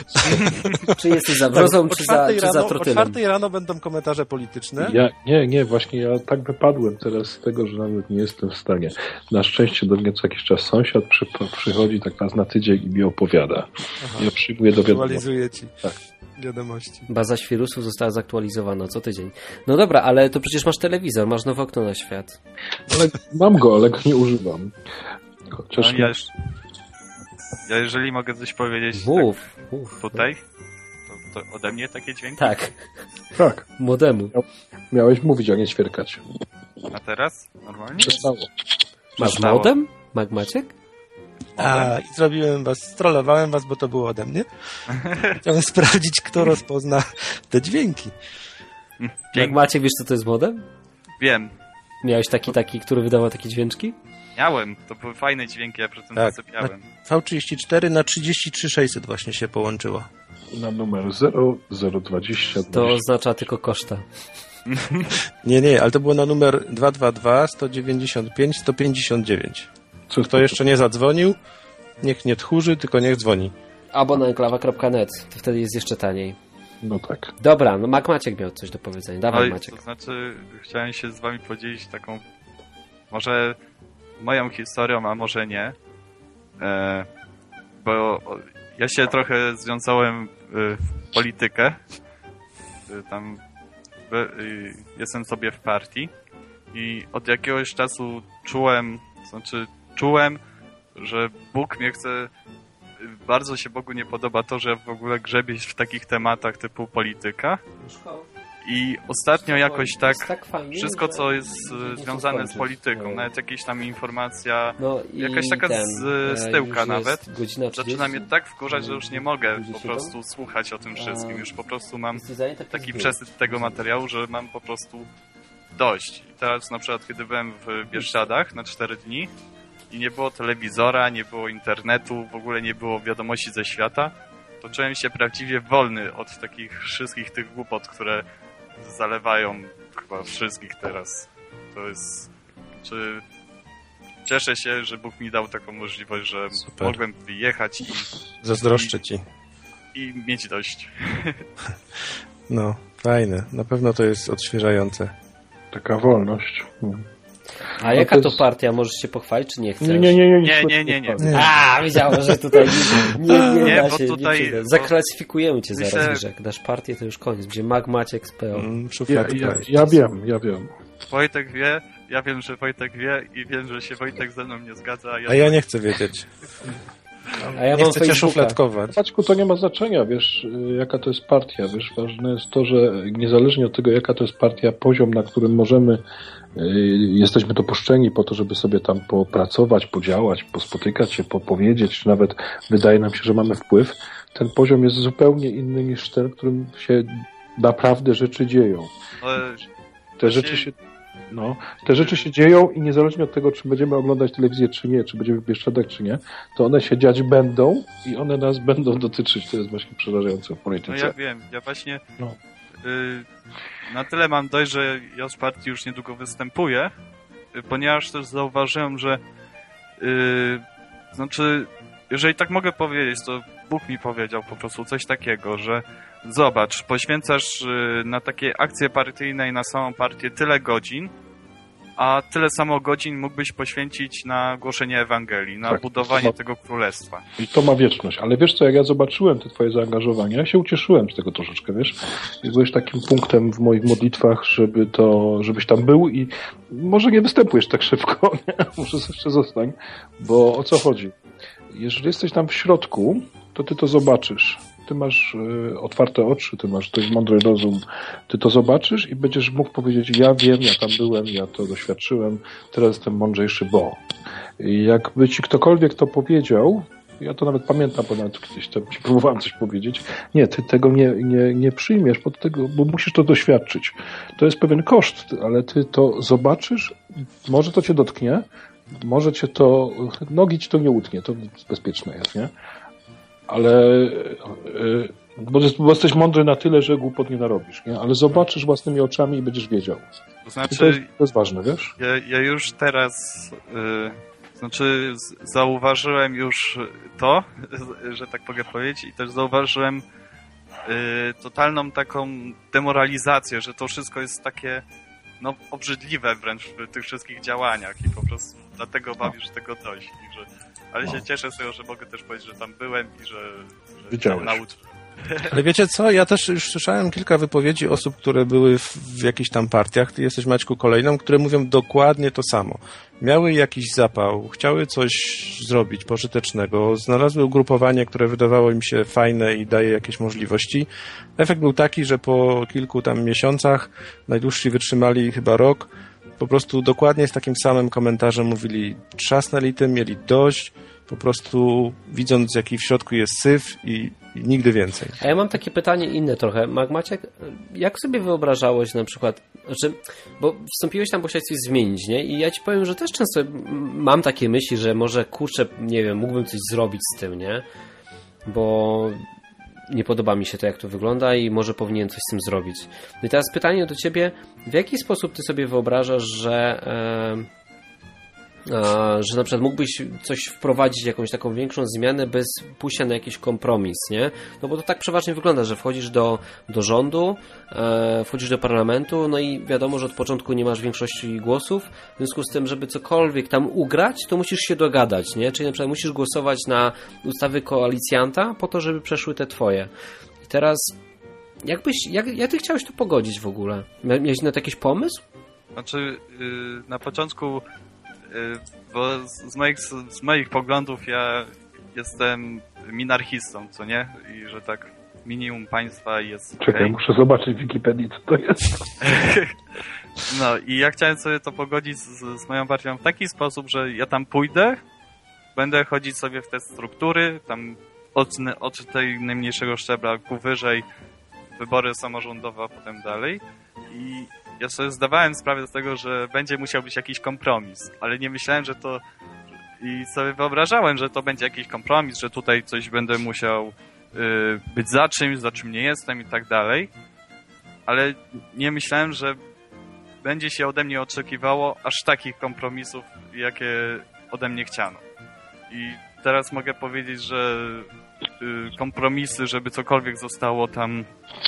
Czy jesteś za Brzozą, czy za O Trotylem? 4 rano będą komentarze polityczne. Właśnie ja tak wypadłem teraz z tego, że nawet nie jestem w stanie. Na szczęście do mnie co jakiś czas sąsiad przychodzi tak raz na tydzień i mi opowiada. Aha. Ja przyjmuję do wiadomości. Aktualizuje ci Tak. wiadomości. Baza świrusów została zaktualizowana co tydzień. No dobra, ale to przecież masz telewizor, masz nowe okno na świat. Ale mam go, ale go nie używam. Chociaż Ja jeżeli mogę coś powiedzieć Mów. tutaj, to ode mnie takie dźwięki? Tak. Modemu. Miałeś mówić, a nie ćwierkać. A teraz? Normalnie? Przestało. Masz modem? Maciek? I zrobiłem was, strollowałem was, bo to było ode mnie. Chciałem sprawdzić, kto rozpozna te dźwięki. Maciek, wiesz co to jest modem? Wiem. Miałeś taki, który wydawał takie dźwięczki? Miałem. To były fajne dźwięki, ja potem Tak. zasypiałem. V34 na 33600 właśnie się połączyło. Na numer 0020. To oznacza tylko koszta. Nie, ale to było na numer 222 195 159. Kto jeszcze nie zadzwonił, niech nie tchórzy, tylko niech dzwoni. Albo na enklawa.net, to wtedy jest jeszcze taniej. No tak. Dobra, no Maciek miał coś do powiedzenia. Dawaj, Maciek. To znaczy, chciałem się z wami podzielić taką, może moją historią, a może nie. Bo ja się trochę związałem w politykę. Tam jestem sobie w partii i od jakiegoś czasu czułem, że Bóg mnie chce, bardzo się Bogu nie podoba to, że w ogóle grzebię w takich tematach typu polityka. I ostatnio jakoś tak wszystko, co jest związane z polityką, nawet jakieś tam informacja, jakaś taka z tyłka nawet, zaczyna mnie tak wkurzać, że już nie mogę po prostu słuchać o tym wszystkim. Już po prostu mam taki przesyt tego materiału, że mam po prostu dość. I teraz na przykład, kiedy byłem w Bieszczadach na 4 dni i nie było telewizora, nie było internetu, w ogóle nie było wiadomości ze świata, to czułem się prawdziwie wolny od takich wszystkich tych głupot, które zalewają chyba wszystkich teraz. To jest... Cieszę się, że Bóg mi dał taką możliwość, że mogłem wyjechać zazdroszczę ci. I mieć dość. No, fajne. Na pewno to jest odświeżające. Taka wolność. A jaka to partia? Możesz się pochwalić, czy nie chcesz? Nie. Wiedziałem, że tutaj nie da bo się, tutaj, nie zaklasyfikujemy cię zaraz, Wiesz, jak dasz partię, to już koniec. Będzie Maciek z PO. Ja wiem. Wojtek wie, ja wiem, że Wojtek wie i wiem, że się Wojtek ze mną nie zgadza. A ja nie chcę wiedzieć. A ja nie chcę cię szufladkować. Maćku, to nie ma znaczenia, wiesz, jaka to jest partia, wiesz, ważne jest to, że niezależnie od tego, jaka to jest partia, poziom, na którym możemy, jesteśmy dopuszczeni po to, żeby sobie tam popracować, podziałać, pospotykać się, powiedzieć, czy nawet wydaje nam się, że mamy wpływ, ten poziom jest zupełnie inny niż ten, w którym się naprawdę rzeczy dzieją. Te rzeczy się dzieją i niezależnie od tego, czy będziemy oglądać telewizję, czy nie, czy będziemy w Bieszczadach, czy nie, to one się dziać będą i one nas będą dotyczyć. To jest właśnie przerażające w polityce. No ja wiem, ja właśnie na tyle mam dość, że ja z partii już niedługo występuję, ponieważ też zauważyłem, że jeżeli tak mogę powiedzieć, to Bóg mi powiedział po prostu coś takiego, że zobacz, poświęcasz na takie akcje partyjne i na samą partię tyle godzin, a tyle samo godzin mógłbyś poświęcić na głoszenie Ewangelii, na budowanie tego królestwa. I to ma wieczność. Ale wiesz co, jak ja zobaczyłem te twoje zaangażowanie, ja się ucieszyłem z tego troszeczkę, wiesz. I byłeś takim punktem w moich modlitwach, żebyś tam był i może nie występujesz tak szybko, nie? Może jeszcze zostań, bo o co chodzi? Jeżeli jesteś tam w środku, to ty to zobaczysz. Ty masz otwarte oczy, ty masz dość mądry rozum, ty to zobaczysz i będziesz mógł powiedzieć, ja wiem, ja tam byłem, ja to doświadczyłem, teraz jestem mądrzejszy, bo. I jakby ci ktokolwiek to powiedział, ja to nawet pamiętam, bo nawet gdzieś tam ci próbowałem coś powiedzieć, nie, ty tego nie przyjmiesz, bo musisz to doświadczyć. To jest pewien koszt, ale ty to zobaczysz, może to cię dotknie, może cię to, nogi ci to nie utnie, to bezpieczne jest, nie? Ale bo jesteś mądry na tyle, że głupot nie narobisz, nie? Ale zobaczysz własnymi oczami i będziesz wiedział. To znaczy, to jest ważne, wiesz? Ja już teraz Znaczy, zauważyłem już to, że tak mogę powiedzieć, i też zauważyłem totalną taką demoralizację, że to wszystko jest takie obrzydliwe wręcz w tych wszystkich działaniach i po prostu dlatego mam już tego dość. Ale się cieszę z tego, że mogę też powiedzieć, że tam byłem i że nauczyłem. Ale wiecie co, ja też już słyszałem kilka wypowiedzi osób, które były w jakichś tam partiach, ty jesteś, Maćku, kolejną, które mówią dokładnie to samo. Miały jakiś zapał, chciały coś zrobić pożytecznego, znalazły ugrupowanie, które wydawało im się fajne i daje jakieś możliwości. Efekt był taki, że po kilku tam miesiącach, najdłużsi wytrzymali chyba rok, po prostu dokładnie z takim samym komentarzem mówili, trzasnęli tym, mieli dość, po prostu widząc, jaki w środku jest syf i nigdy więcej. A ja mam takie pytanie inne trochę. Maciek, jak sobie wyobrażałeś na przykład, bo wstąpiłeś tam, bo chciałeś coś zmienić, nie? I ja ci powiem, że też często mam takie myśli, że może kurczę, nie wiem, mógłbym coś zrobić z tym, nie? Bo nie podoba mi się to, jak to wygląda i może powinienem coś z tym zrobić. No i teraz pytanie do ciebie, w jaki sposób ty sobie wyobrażasz, że na przykład mógłbyś coś wprowadzić, jakąś taką większą zmianę bez pójścia na jakiś kompromis, nie? No bo to tak przeważnie wygląda, że wchodzisz do rządu, wchodzisz do parlamentu, no i wiadomo, że od początku nie masz większości głosów, w związku z tym, żeby cokolwiek tam ugrać, to musisz się dogadać, nie? Czyli na przykład musisz głosować na ustawy koalicjanta po to, żeby przeszły te twoje. I teraz jak ty chciałeś to pogodzić w ogóle? Miałeś na to jakiś pomysł? Znaczy, na początku bo z moich poglądów ja jestem minarchistą, co nie? I że tak minimum państwa jest... Czekaj, muszę zobaczyć w Wikipedii, co to jest. No i ja chciałem sobie to pogodzić z moją partią w taki sposób, że ja tam pójdę, będę chodzić sobie w te struktury, tam od tej najmniejszego szczebla ku wyżej, wybory samorządowe, a potem dalej. I ja sobie zdawałem sprawę z tego, że będzie musiał być jakiś kompromis, ale nie myślałem, że to... I sobie wyobrażałem, że to będzie jakiś kompromis, że tutaj coś będę musiał być za czym nie jestem i tak dalej, ale nie myślałem, że będzie się ode mnie oczekiwało aż takich kompromisów, jakie ode mnie chciano. I teraz mogę powiedzieć, że kompromisy, żeby cokolwiek zostało tam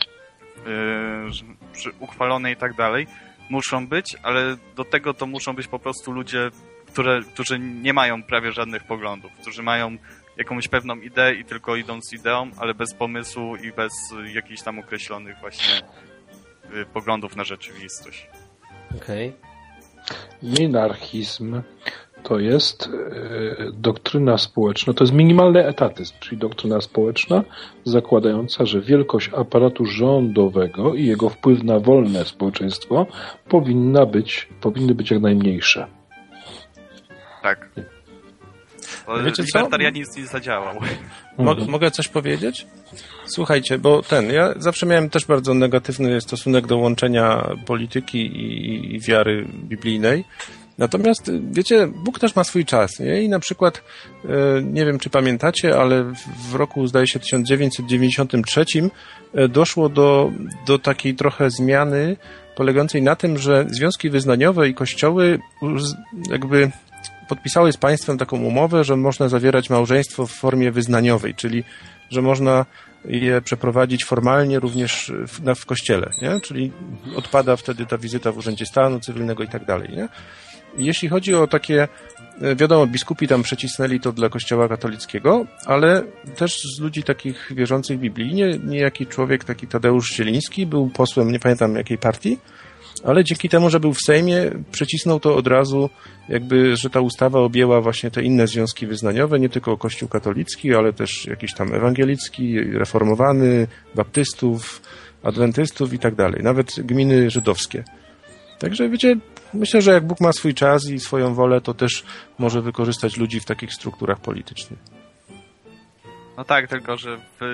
uchwalone i tak dalej, muszą być, ale do tego to muszą być po prostu ludzie, którzy nie mają prawie żadnych poglądów, którzy mają jakąś pewną ideę i tylko idą z ideą, ale bez pomysłu i bez jakichś tam określonych właśnie poglądów na rzeczywistość. Okej. Minarchizm to jest doktryna społeczna, to jest minimalny etatyzm, czyli doktryna społeczna zakładająca, że wielkość aparatu rządowego i jego wpływ na wolne społeczeństwo powinny być jak najmniejsze. Tak. Wiecie co? Libertarianizm nie zadziałał. Mogę coś powiedzieć? Słuchajcie, bo ja zawsze miałem też bardzo negatywny stosunek do łączenia polityki i wiary biblijnej. Natomiast, wiecie, Bóg też ma swój czas, nie? I na przykład, nie wiem, czy pamiętacie, ale w roku, zdaje się, 1993 doszło do takiej trochę zmiany polegającej na tym, że związki wyznaniowe i kościoły jakby podpisały z państwem taką umowę, że można zawierać małżeństwo w formie wyznaniowej, czyli że można je przeprowadzić formalnie również w kościele, nie? Czyli odpada wtedy ta wizyta w Urzędzie Stanu Cywilnego i tak dalej, nie? Jeśli chodzi o takie, wiadomo, biskupi tam przecisnęli to dla Kościoła katolickiego, ale też z ludzi takich wierzących biblijnie, niejaki człowiek, taki Tadeusz Zieliński, był posłem, nie pamiętam jakiej partii, ale dzięki temu, że był w Sejmie, przecisnął to od razu, jakby, że ta ustawa objęła właśnie te inne związki wyznaniowe, nie tylko Kościół katolicki, ale też jakiś tam ewangelicki, reformowany, baptystów, adwentystów i tak dalej, nawet gminy żydowskie. Także wiecie, myślę, że jak Bóg ma swój czas i swoją wolę, to też może wykorzystać ludzi w takich strukturach politycznych. No tak, tylko że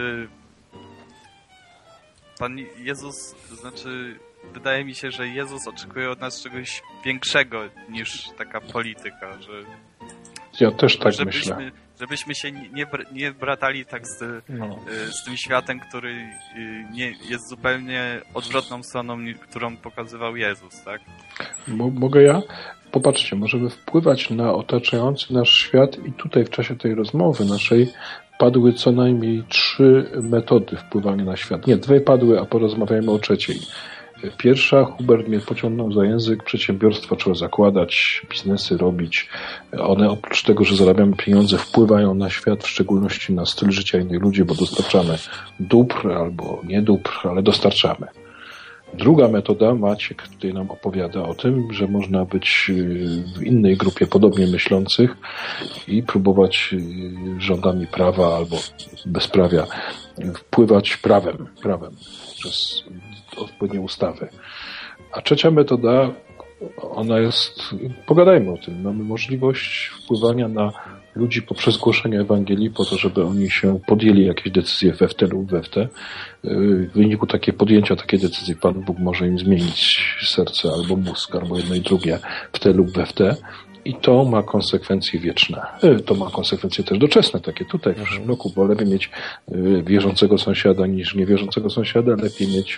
Pan Jezus, wydaje mi się, że Jezus oczekuje od nas czegoś większego niż taka polityka, Ja też tak myślę. Żebyśmy się nie bratali tak z tym światem, który jest zupełnie odwrotną stroną, którą pokazywał Jezus, tak? Mogę ja? Popatrzcie, możemy wpływać na otaczający nasz świat i tutaj w czasie tej rozmowy naszej padły co najmniej 3 metody wpływania na świat. Nie, 2 padły, a porozmawiajmy o trzeciej. Pierwsza, Hubert mnie pociągnął za język, przedsiębiorstwa trzeba zakładać, biznesy robić. One oprócz tego, że zarabiamy pieniądze, wpływają na świat, w szczególności na styl życia innych ludzi, bo dostarczamy dóbr albo nie dóbr, ale dostarczamy. Druga metoda, Maciek tutaj nam opowiada o tym, że można być w innej grupie podobnie myślących i próbować rządami prawa albo bezprawia wpływać prawem przez odpowiednie ustawy. A trzecia metoda, ona jest, pogadajmy o tym, mamy możliwość wpływania na ludzi poprzez głoszenie Ewangelii po to, żeby oni się podjęli jakieś decyzje we w te lub we w te. W wyniku podjęcia takiej decyzji Pan Bóg może im zmienić serce albo mózg, albo jedno i drugie w te lub we w te. I to ma konsekwencje wieczne. To ma konsekwencje też doczesne, takie tutaj w przyszłym roku, bo lepiej mieć wierzącego sąsiada niż niewierzącego sąsiada, lepiej mieć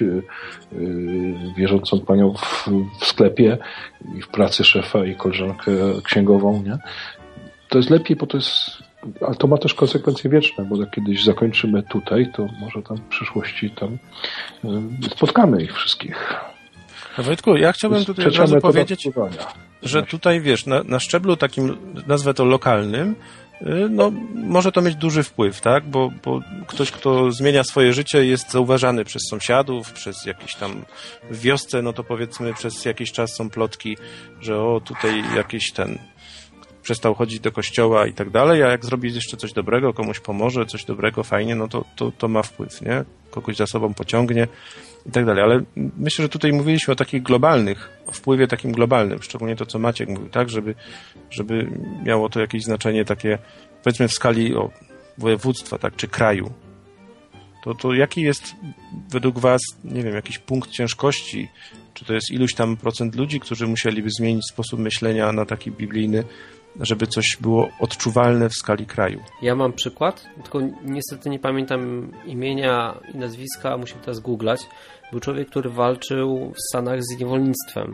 wierzącą panią w sklepie i w pracy szefa i koleżankę księgową, nie? To jest lepiej, bo to jest, ale to ma też konsekwencje wieczne, bo jak kiedyś zakończymy tutaj, to może tam w przyszłości tam spotkamy ich wszystkich. No Wojtku, ja chciałbym tutaj od razu powiedzieć, że tutaj, wiesz, na szczeblu takim, nazwę to lokalnym, no może to mieć duży wpływ, tak? Bo ktoś, kto zmienia swoje życie, jest zauważany przez sąsiadów, przez jakiś tam w wiosce, no to powiedzmy przez jakiś czas są plotki, że tutaj jakiś przestał chodzić do kościoła i tak dalej, a jak zrobi jeszcze coś dobrego, komuś pomoże, coś dobrego, fajnie, no to ma wpływ, nie? Kogoś za sobą pociągnie i tak dalej. Ale myślę, że tutaj mówiliśmy o takich globalnych, o wpływie takim globalnym, szczególnie to, co Maciek mówił, tak? Żeby miało to jakieś znaczenie takie, powiedzmy w skali województwa, tak? Czy kraju. To jaki jest według was, nie wiem, jakiś punkt ciężkości? Czy to jest iluś tam procent ludzi, którzy musieliby zmienić sposób myślenia na taki biblijny, żeby coś było odczuwalne w skali kraju? Ja mam przykład, tylko niestety nie pamiętam imienia i nazwiska, muszę teraz googlać. Był człowiek, który walczył w Stanach z niewolnictwem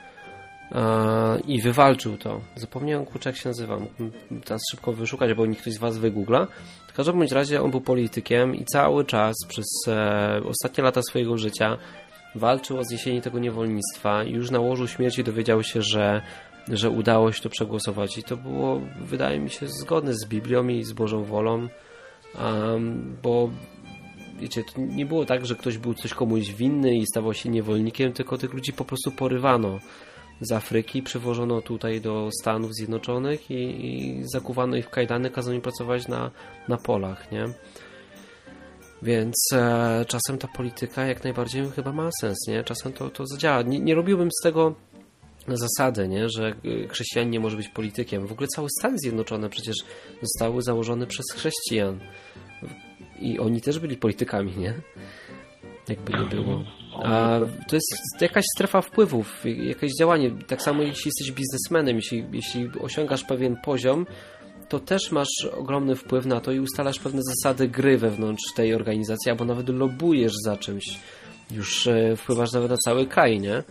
i wywalczył to. Zapomniałem, jak się nazywa. Teraz szybko wyszukać, bo nikt z was wygoogla. W każdym bądź razie on był politykiem i cały czas przez ostatnie lata swojego życia walczył o zniesienie tego niewolnictwa i już na łożu śmierci dowiedział się, że udało się to przegłosować i to było, wydaje mi się, zgodne z Biblią i z Bożą wolą, bo wiecie, to nie było tak, że ktoś był coś komuś winny i stawał się niewolnikiem, tylko tych ludzi po prostu porywano z Afryki, przywożono tutaj do Stanów Zjednoczonych i zakuwano ich w kajdany, kazano im pracować na polach, nie? Więc czasem ta polityka jak najbardziej chyba ma sens, nie? Czasem to zadziała. Nie robiłbym z tego zasady, nie? Że chrześcijanin nie może być politykiem. W ogóle całe Stany Zjednoczone przecież zostały założone przez chrześcijan. I oni też byli politykami, nie? Jakby nie było. A to jest jakaś strefa wpływów, jakieś działanie. Tak samo jeśli jesteś biznesmenem, jeśli osiągasz pewien poziom, to też masz ogromny wpływ na to i ustalasz pewne zasady gry wewnątrz tej organizacji, albo nawet lobbujesz za czymś. Już wpływasz nawet na cały kraj, nie?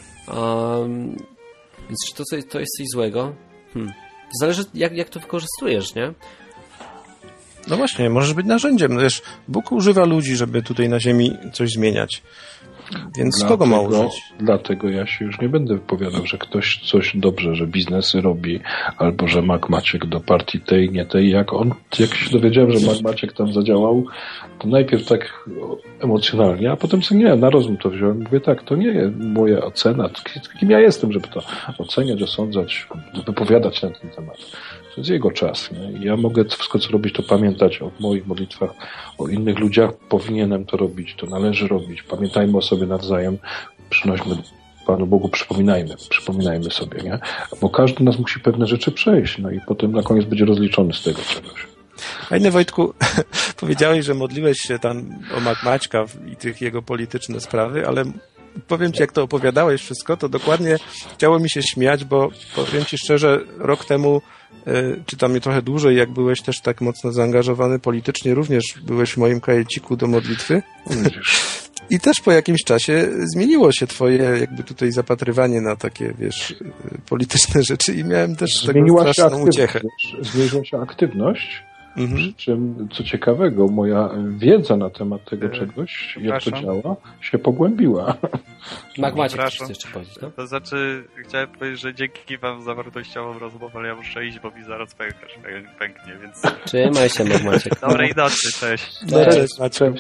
Więc czy to jest coś złego? Zależy jak to wykorzystujesz, nie? No właśnie, możesz być narzędziem. No wiesz, Bóg używa ludzi, żeby tutaj na ziemi coś zmieniać. Więc kogo ma użyć? Dlatego ja się już nie będę wypowiadał, że ktoś coś dobrze, że biznesy robi, albo że Maciek do partii tej, nie tej. Jak się dowiedziałem, że Maciek tam zadziałał, to najpierw tak emocjonalnie, a potem sobie nie, na rozum to wziąłem. Mówię tak, to nie jest moja ocena. Kim ja jestem, żeby to oceniać, osądzać, wypowiadać na ten temat. To jest jego czas. Nie? Ja mogę wszystko, co robić, to pamiętać o moich modlitwach, o innych ludziach. Powinienem to robić, to należy robić. Pamiętajmy o sobie nawzajem. Przynośmy Panu Bogu, przypominajmy sobie, nie? Bo każdy z nas musi pewne rzeczy przejść, no i potem na koniec będzie rozliczony z tego czegoś. Fajny, Wojtku, powiedziałeś, że modliłeś się tam o Maćka i tych jego polityczne sprawy, ale powiem ci, jak to opowiadałeś wszystko, to dokładnie chciało mi się śmiać, bo powiem ci szczerze, rok temu, czy tam trochę dłużej, jak byłeś też tak mocno zaangażowany politycznie, również byłeś w moim kajeciku do modlitwy. I też po jakimś czasie zmieniło się twoje jakby tutaj zapatrywanie na takie, wiesz, polityczne rzeczy i miałem też Zmieniła się uciechę. Zmieniła się aktywność, przy czym, co ciekawego, moja wiedza na temat tego czegoś, jak to działa, się pogłębiła. Maciek chcesz jeszcze powiedzieć, no? To znaczy, chciałem powiedzieć, że dzięki wam za wartościową rozmowę, ale ja muszę iść, bo mi zaraz pęknie, więc... Trzymaj się, Maciek. Dobrej nocy, cześć. Cześć, Maciek.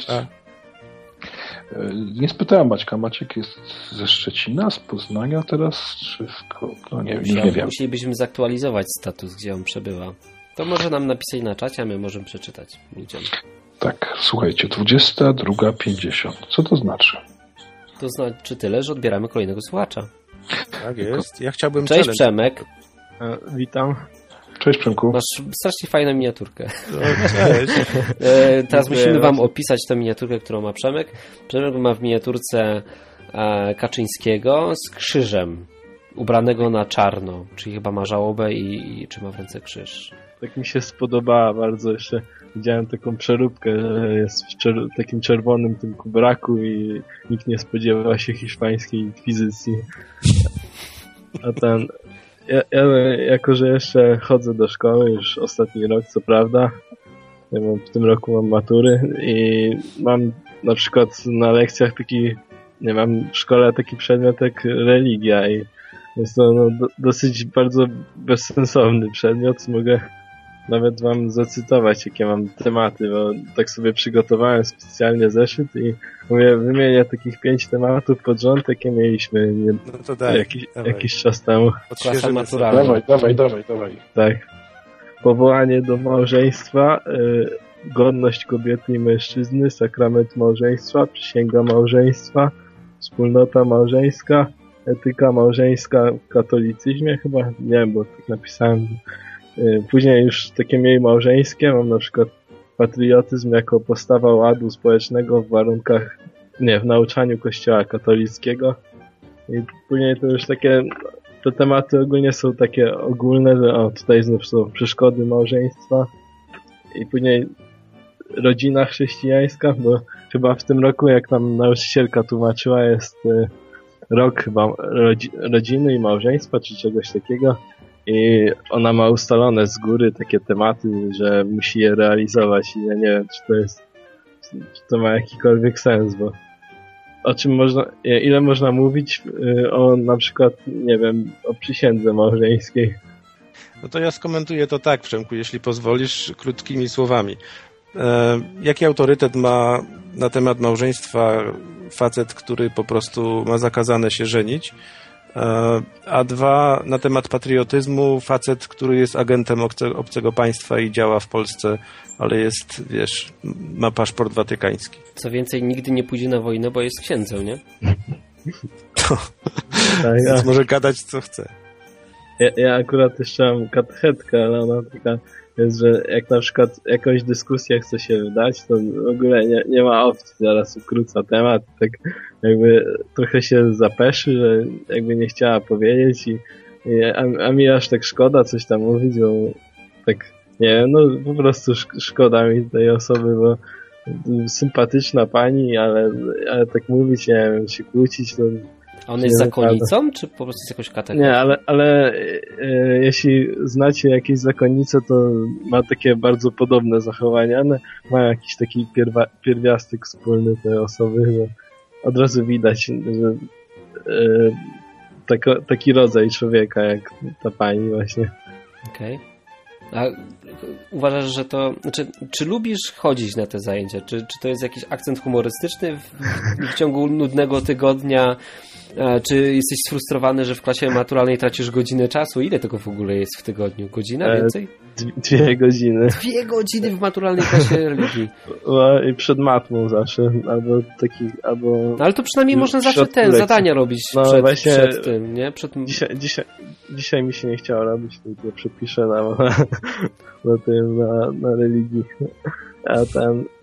Nie spytałem Maćka. Maciek jest ze Szczecina, z Poznania teraz, czy no nie wiem. Musielibyśmy zaktualizować status, gdzie on przebywa. To może nam napisać na czacie, a my możemy przeczytać ludziom. Tak, słuchajcie, 22:50. Co to znaczy? To znaczy tyle, że odbieramy kolejnego słuchacza. Tak jest. Ja chciałbym... Cześć Przemek. Witam. Cześć Przemku. Masz strasznie fajną miniaturkę. Cześć. Teraz musimy wam opisać tę miniaturkę, którą ma Przemek. Przemek ma w miniaturce Kaczyńskiego z krzyżem, ubranego na czarno, czyli chyba ma żałobę i trzyma w ręce krzyż. Tak mi się spodobała bardzo. Jeszcze widziałem taką przeróbkę, że jest w takim czerwonym tym kubraku i nikt nie spodziewa się hiszpańskiej inkwizycji. A ten... Ja jako, że jeszcze chodzę do szkoły już ostatni rok, co prawda, w tym roku mam matury i mam na przykład na lekcjach mam w szkole taki przedmiot jak religia i jest to dosyć bardzo bezsensowny przedmiot. Mogę nawet wam zacytować, jakie mam tematy, bo tak sobie przygotowałem specjalnie zeszyt i mówię, wymienię takich 5 tematów pod rząd, jakie mieliśmy jakiś czas temu. Klasa naturalna. Dawaj. Tak. Powołanie do małżeństwa, godność kobiety i mężczyzny, sakrament małżeństwa, przysięga małżeństwa, wspólnota małżeńska, etyka małżeńska w katolicyzmie chyba, nie wiem, bo tak napisałem. Później już takie mniej małżeńskie, mam na przykład patriotyzm jako postawa ładu społecznego w warunkach, w nauczaniu kościoła katolickiego. I później to już te tematy ogólnie są takie ogólne, że tutaj znów są przeszkody małżeństwa. I później rodzina chrześcijańska, bo chyba w tym roku, jak nam nauczycielka tłumaczyła, jest rok chyba rodziny i małżeństwa, czy czegoś takiego. I ona ma ustalone z góry takie tematy, że musi je realizować i ja nie wiem, czy to ma jakikolwiek sens, bo ile można mówić o na przykład, nie wiem, o przysiędze małżeńskiej. No to ja skomentuję to tak, Przemku, jeśli pozwolisz, krótkimi słowami. Jaki autorytet ma na temat małżeństwa facet, który po prostu ma zakazane się żenić? A 2, na temat patriotyzmu, facet, który jest agentem obcego państwa i działa w Polsce, ale jest, ma paszport watykański. Co więcej, nigdy nie pójdzie na wojnę, bo jest księdzem, nie? Więc może gadać, co chce. Ja akurat jeszcze mam katechetkę, ale ona taka jest, że jak na przykład jakąś dyskusję chce się wdać, to w ogóle nie ma opcji, zaraz ukróca temat, tak jakby trochę się zapeszy, że jakby nie chciała powiedzieć a mi aż tak szkoda coś tam mówić, bo tak nie wiem, po prostu szkoda mi tej osoby, bo sympatyczna pani, ale tak mówić, nie wiem, się kłócić, to... A on jest zakonnicą, czy po prostu jest jakoś katechetą? Nie, ale jeśli znacie jakieś zakonnice, to ma takie bardzo podobne zachowania. One mają jakiś taki pierwiastek wspólny te osoby, że od razu widać, że taki rodzaj człowieka jak ta pani właśnie. Okej. A uważasz, że to... Czy lubisz chodzić na te zajęcia? Czy to jest jakiś akcent humorystyczny w ciągu nudnego tygodnia? Czy jesteś sfrustrowany, że w klasie maturalnej tracisz godzinę czasu? Ile tego w ogóle jest w tygodniu? Godzina? Więcej? 2 godziny. 2 godziny w maturalnej klasie religii. I przed matmą zawsze, albo... No, ale to przynajmniej można zawsze zadania robić przed tym, nie? Dzisiaj mi się nie chciało robić, tylko przepiszę na religii.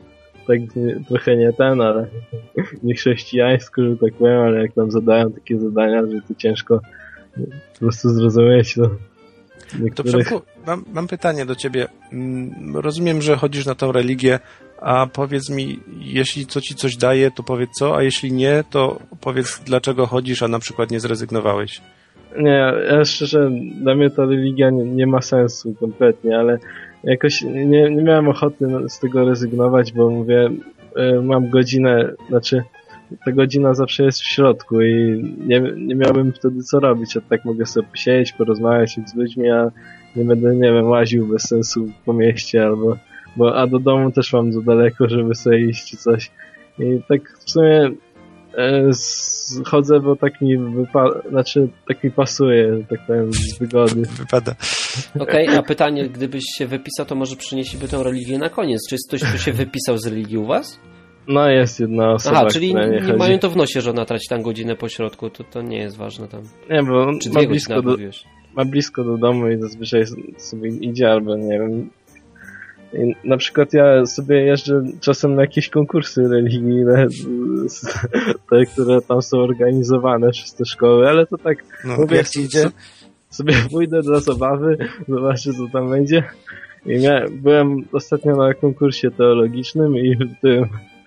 tak trochę nie ale nie chrześcijańsko, że tak powiem, ale jak nam zadają takie zadania, że to ciężko po prostu zrozumieć, to niektórych... To Przemku, mam pytanie do ciebie. Rozumiem, że chodzisz na tą religię, a powiedz mi, jeśli co ci coś daje, to powiedz co, a jeśli nie, to powiedz dlaczego chodzisz, a na przykład nie zrezygnowałeś. Nie, ja szczerze, dla mnie ta religia nie ma sensu kompletnie, ale jakoś nie miałem ochoty z tego rezygnować, bo mówię, mam godzinę, znaczy ta godzina zawsze jest w środku i nie miałbym wtedy co robić, a tak mogę sobie posiedzieć, porozmawiać z ludźmi, a nie będę, nie wiem, łaził bez sensu po mieście a do domu też mam za daleko, żeby sobie iść czy coś. I tak w sumie chodzę, bo tak mi tak mi pasuje, tak powiem, z wygody. Wypada. Okej, a pytanie, gdybyś się wypisał, to może przynieśliby tę religię na koniec. Czy jest ktoś, kto się wypisał z religii u was? No jest jedna osoba, Aha, czyli która nie mają to w nosie, że ona traci tam godzinę po środku, to nie jest ważne tam. Nie, bo czy ma blisko do domu i zazwyczaj sobie idzie, albo nie wiem. I na przykład ja sobie jeżdżę czasem na jakieś konkursy religijne, te, które tam są organizowane przez te szkoły, ale to tak mówię, jak ci idzie? Sobie pójdę dla zabawy, zobaczę co tam będzie. I byłem ostatnio na konkursie teologicznym i w tym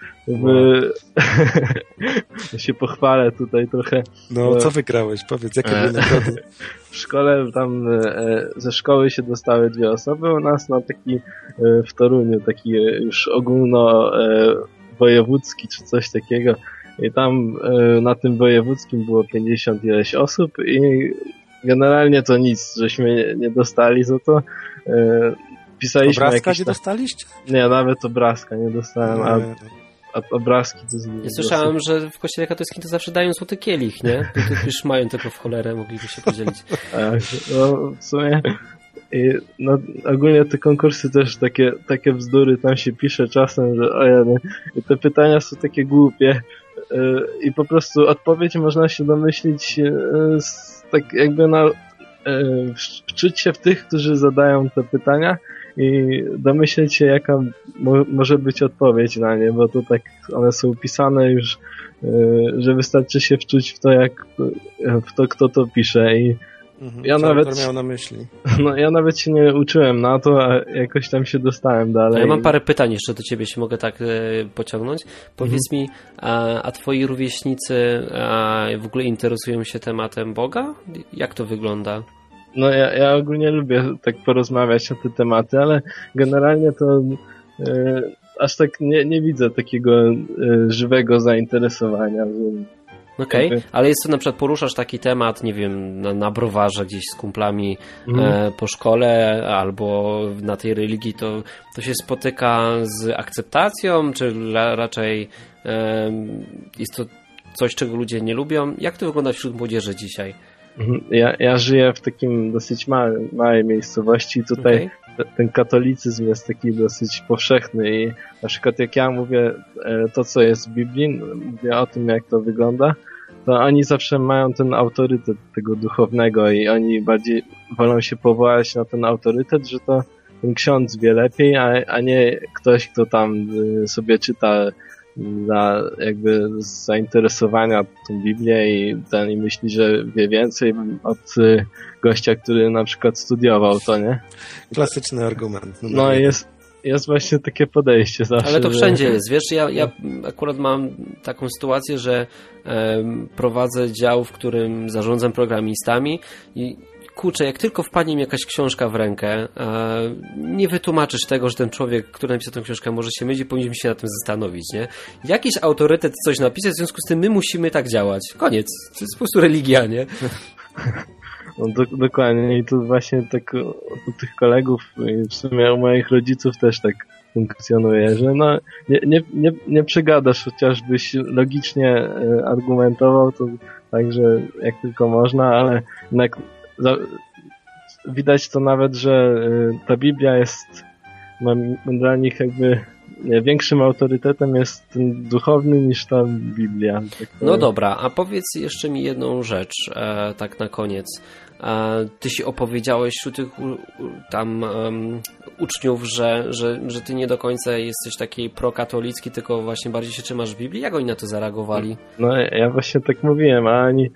się pochwalę tutaj trochę. No, co wygrałeś? Powiedz, jakie były nagrody? W szkole tam ze szkoły się dostały 2 osoby u nas na taki w Toruniu, taki już ogólno wojewódzki czy coś takiego. I tam na tym wojewódzkim było 50 ileś osób i generalnie to nic, żeśmy nie dostali za to. Pisaliśmy obrazka nie dostaliście? Nie, nawet obrazka nie dostałem, a obrazki to ja słyszałem, że w kościele katolickim to zawsze dają złoty kielich, nie? To już mają tego w cholerę, mogliby się podzielić. Tak, no w sumie no, ogólnie te konkursy też takie bzdury tam się pisze czasem, że te pytania są takie głupie i po prostu odpowiedź można się domyślić tak jakby wczuć się w tych, którzy zadają te pytania i domyśleć się, jaka może być odpowiedź na nie, bo to tak one są pisane już, że wystarczy się wczuć w to, kto to pisze i ja nawet miał na myśli. No ja nawet się nie uczyłem na to, a jakoś tam się dostałem dalej. Ja mam parę pytań jeszcze do ciebie, się mogę tak pociągnąć. Powiedz mi, a twoi rówieśnicy w ogóle interesują się tematem Boga? Jak to wygląda? No ja ogólnie lubię tak porozmawiać na te tematy, ale generalnie to aż tak nie widzę takiego żywego zainteresowania. Okej, ale jest to na przykład poruszasz taki temat, nie wiem, na browarze gdzieś z kumplami po szkole albo na tej religii, to się spotyka z akceptacją, czy raczej jest to coś, czego ludzie nie lubią? Jak to wygląda wśród młodzieży dzisiaj? Ja żyję w takim dosyć małej miejscowości. Tutaj ten katolicyzm jest taki dosyć powszechny i na przykład jak ja mówię to, co jest w Biblii, mówię o tym, jak to wygląda, to oni zawsze mają ten autorytet tego duchownego i oni bardziej wolą się powołać na ten autorytet, że to ten ksiądz wie lepiej, a nie ktoś, kto tam sobie czyta dla jakby zainteresowania tą Biblię i myśli, że wie więcej od gościa, który na przykład studiował to, nie? Klasyczny argument. No jest właśnie takie podejście zawsze. Ale to wszędzie jest, wiesz, ja akurat mam taką sytuację, że prowadzę dział, w którym zarządzam programistami i kurczę, jak tylko wpadnie mi jakaś książka w rękę, nie wytłumaczysz tego, że ten człowiek, który napisał tę książkę, może się mylić, powinniśmy się na tym zastanowić, nie? Jakiś autorytet coś napisać, w związku z tym my musimy tak działać. Koniec. To jest po prostu religia, nie? No, dokładnie. I tu właśnie tak u tych kolegów i w sumie u moich rodziców też tak funkcjonuje, że no nie przegadasz, chociażbyś logicznie argumentował, to także jak tylko można, ale jednak widać to nawet, że ta Biblia jest dla nich jakby większym autorytetem jest ten duchowny niż ta Biblia. Tak no dobra, a powiedz jeszcze mi jedną rzecz, tak na koniec. Ty się opowiedziałeś wśród tych tam uczniów, że ty nie do końca jesteś taki prokatolicki, tylko właśnie bardziej się trzymasz w Biblii? Jak oni na to zareagowali? No ja właśnie tak mówiłem, a oni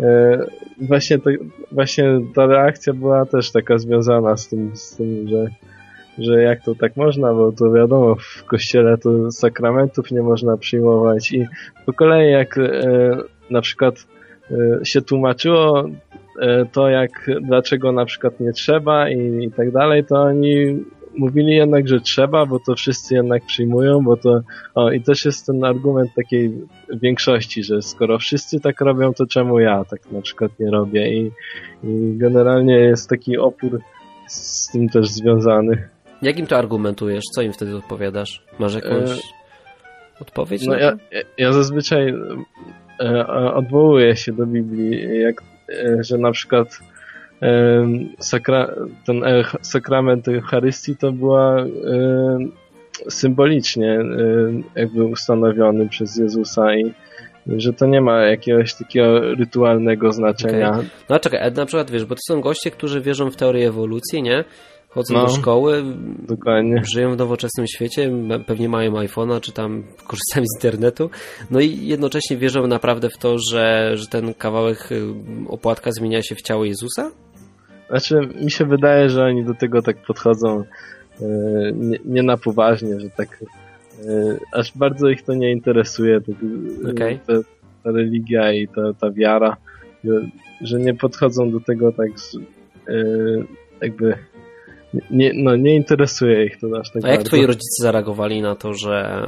właśnie ta reakcja była też taka związana z tym, że jak to tak można, bo to wiadomo, w kościele to sakramentów nie można przyjmować i po kolei jak na przykład się tłumaczyło to, dlaczego na przykład nie trzeba i tak dalej, to oni mówili jednak, że trzeba, bo to wszyscy jednak przyjmują, bo to i też jest ten argument takiej większości, że skoro wszyscy tak robią, to czemu ja tak na przykład nie robię i generalnie jest taki opór z tym też związany. Jakim to argumentujesz? Co im wtedy odpowiadasz? Masz jakąś odpowiedź? No ja zazwyczaj odwołuję się do Biblii, że na przykład ten sakrament Eucharystii to była symbolicznie jakby ustanowiony przez Jezusa i że to nie ma jakiegoś takiego rytualnego znaczenia. Okay. No czekaj, na przykład wiesz, bo to są goście, którzy wierzą w teorię ewolucji, nie? Chodzą do szkoły, dokładnie. Żyją w nowoczesnym świecie, pewnie mają iPhone'a, czy tam korzystają z internetu, no i jednocześnie wierzą naprawdę w to, że ten kawałek opłatka zmienia się w ciało Jezusa? Znaczy, mi się wydaje, że oni do tego tak podchodzą nie na poważnie, że tak aż bardzo ich to nie interesuje, ta religia i ta wiara, że nie podchodzą do tego tak jakby nie interesuje ich to aż tak. A jak bardzo. twoi rodzice zareagowali na to,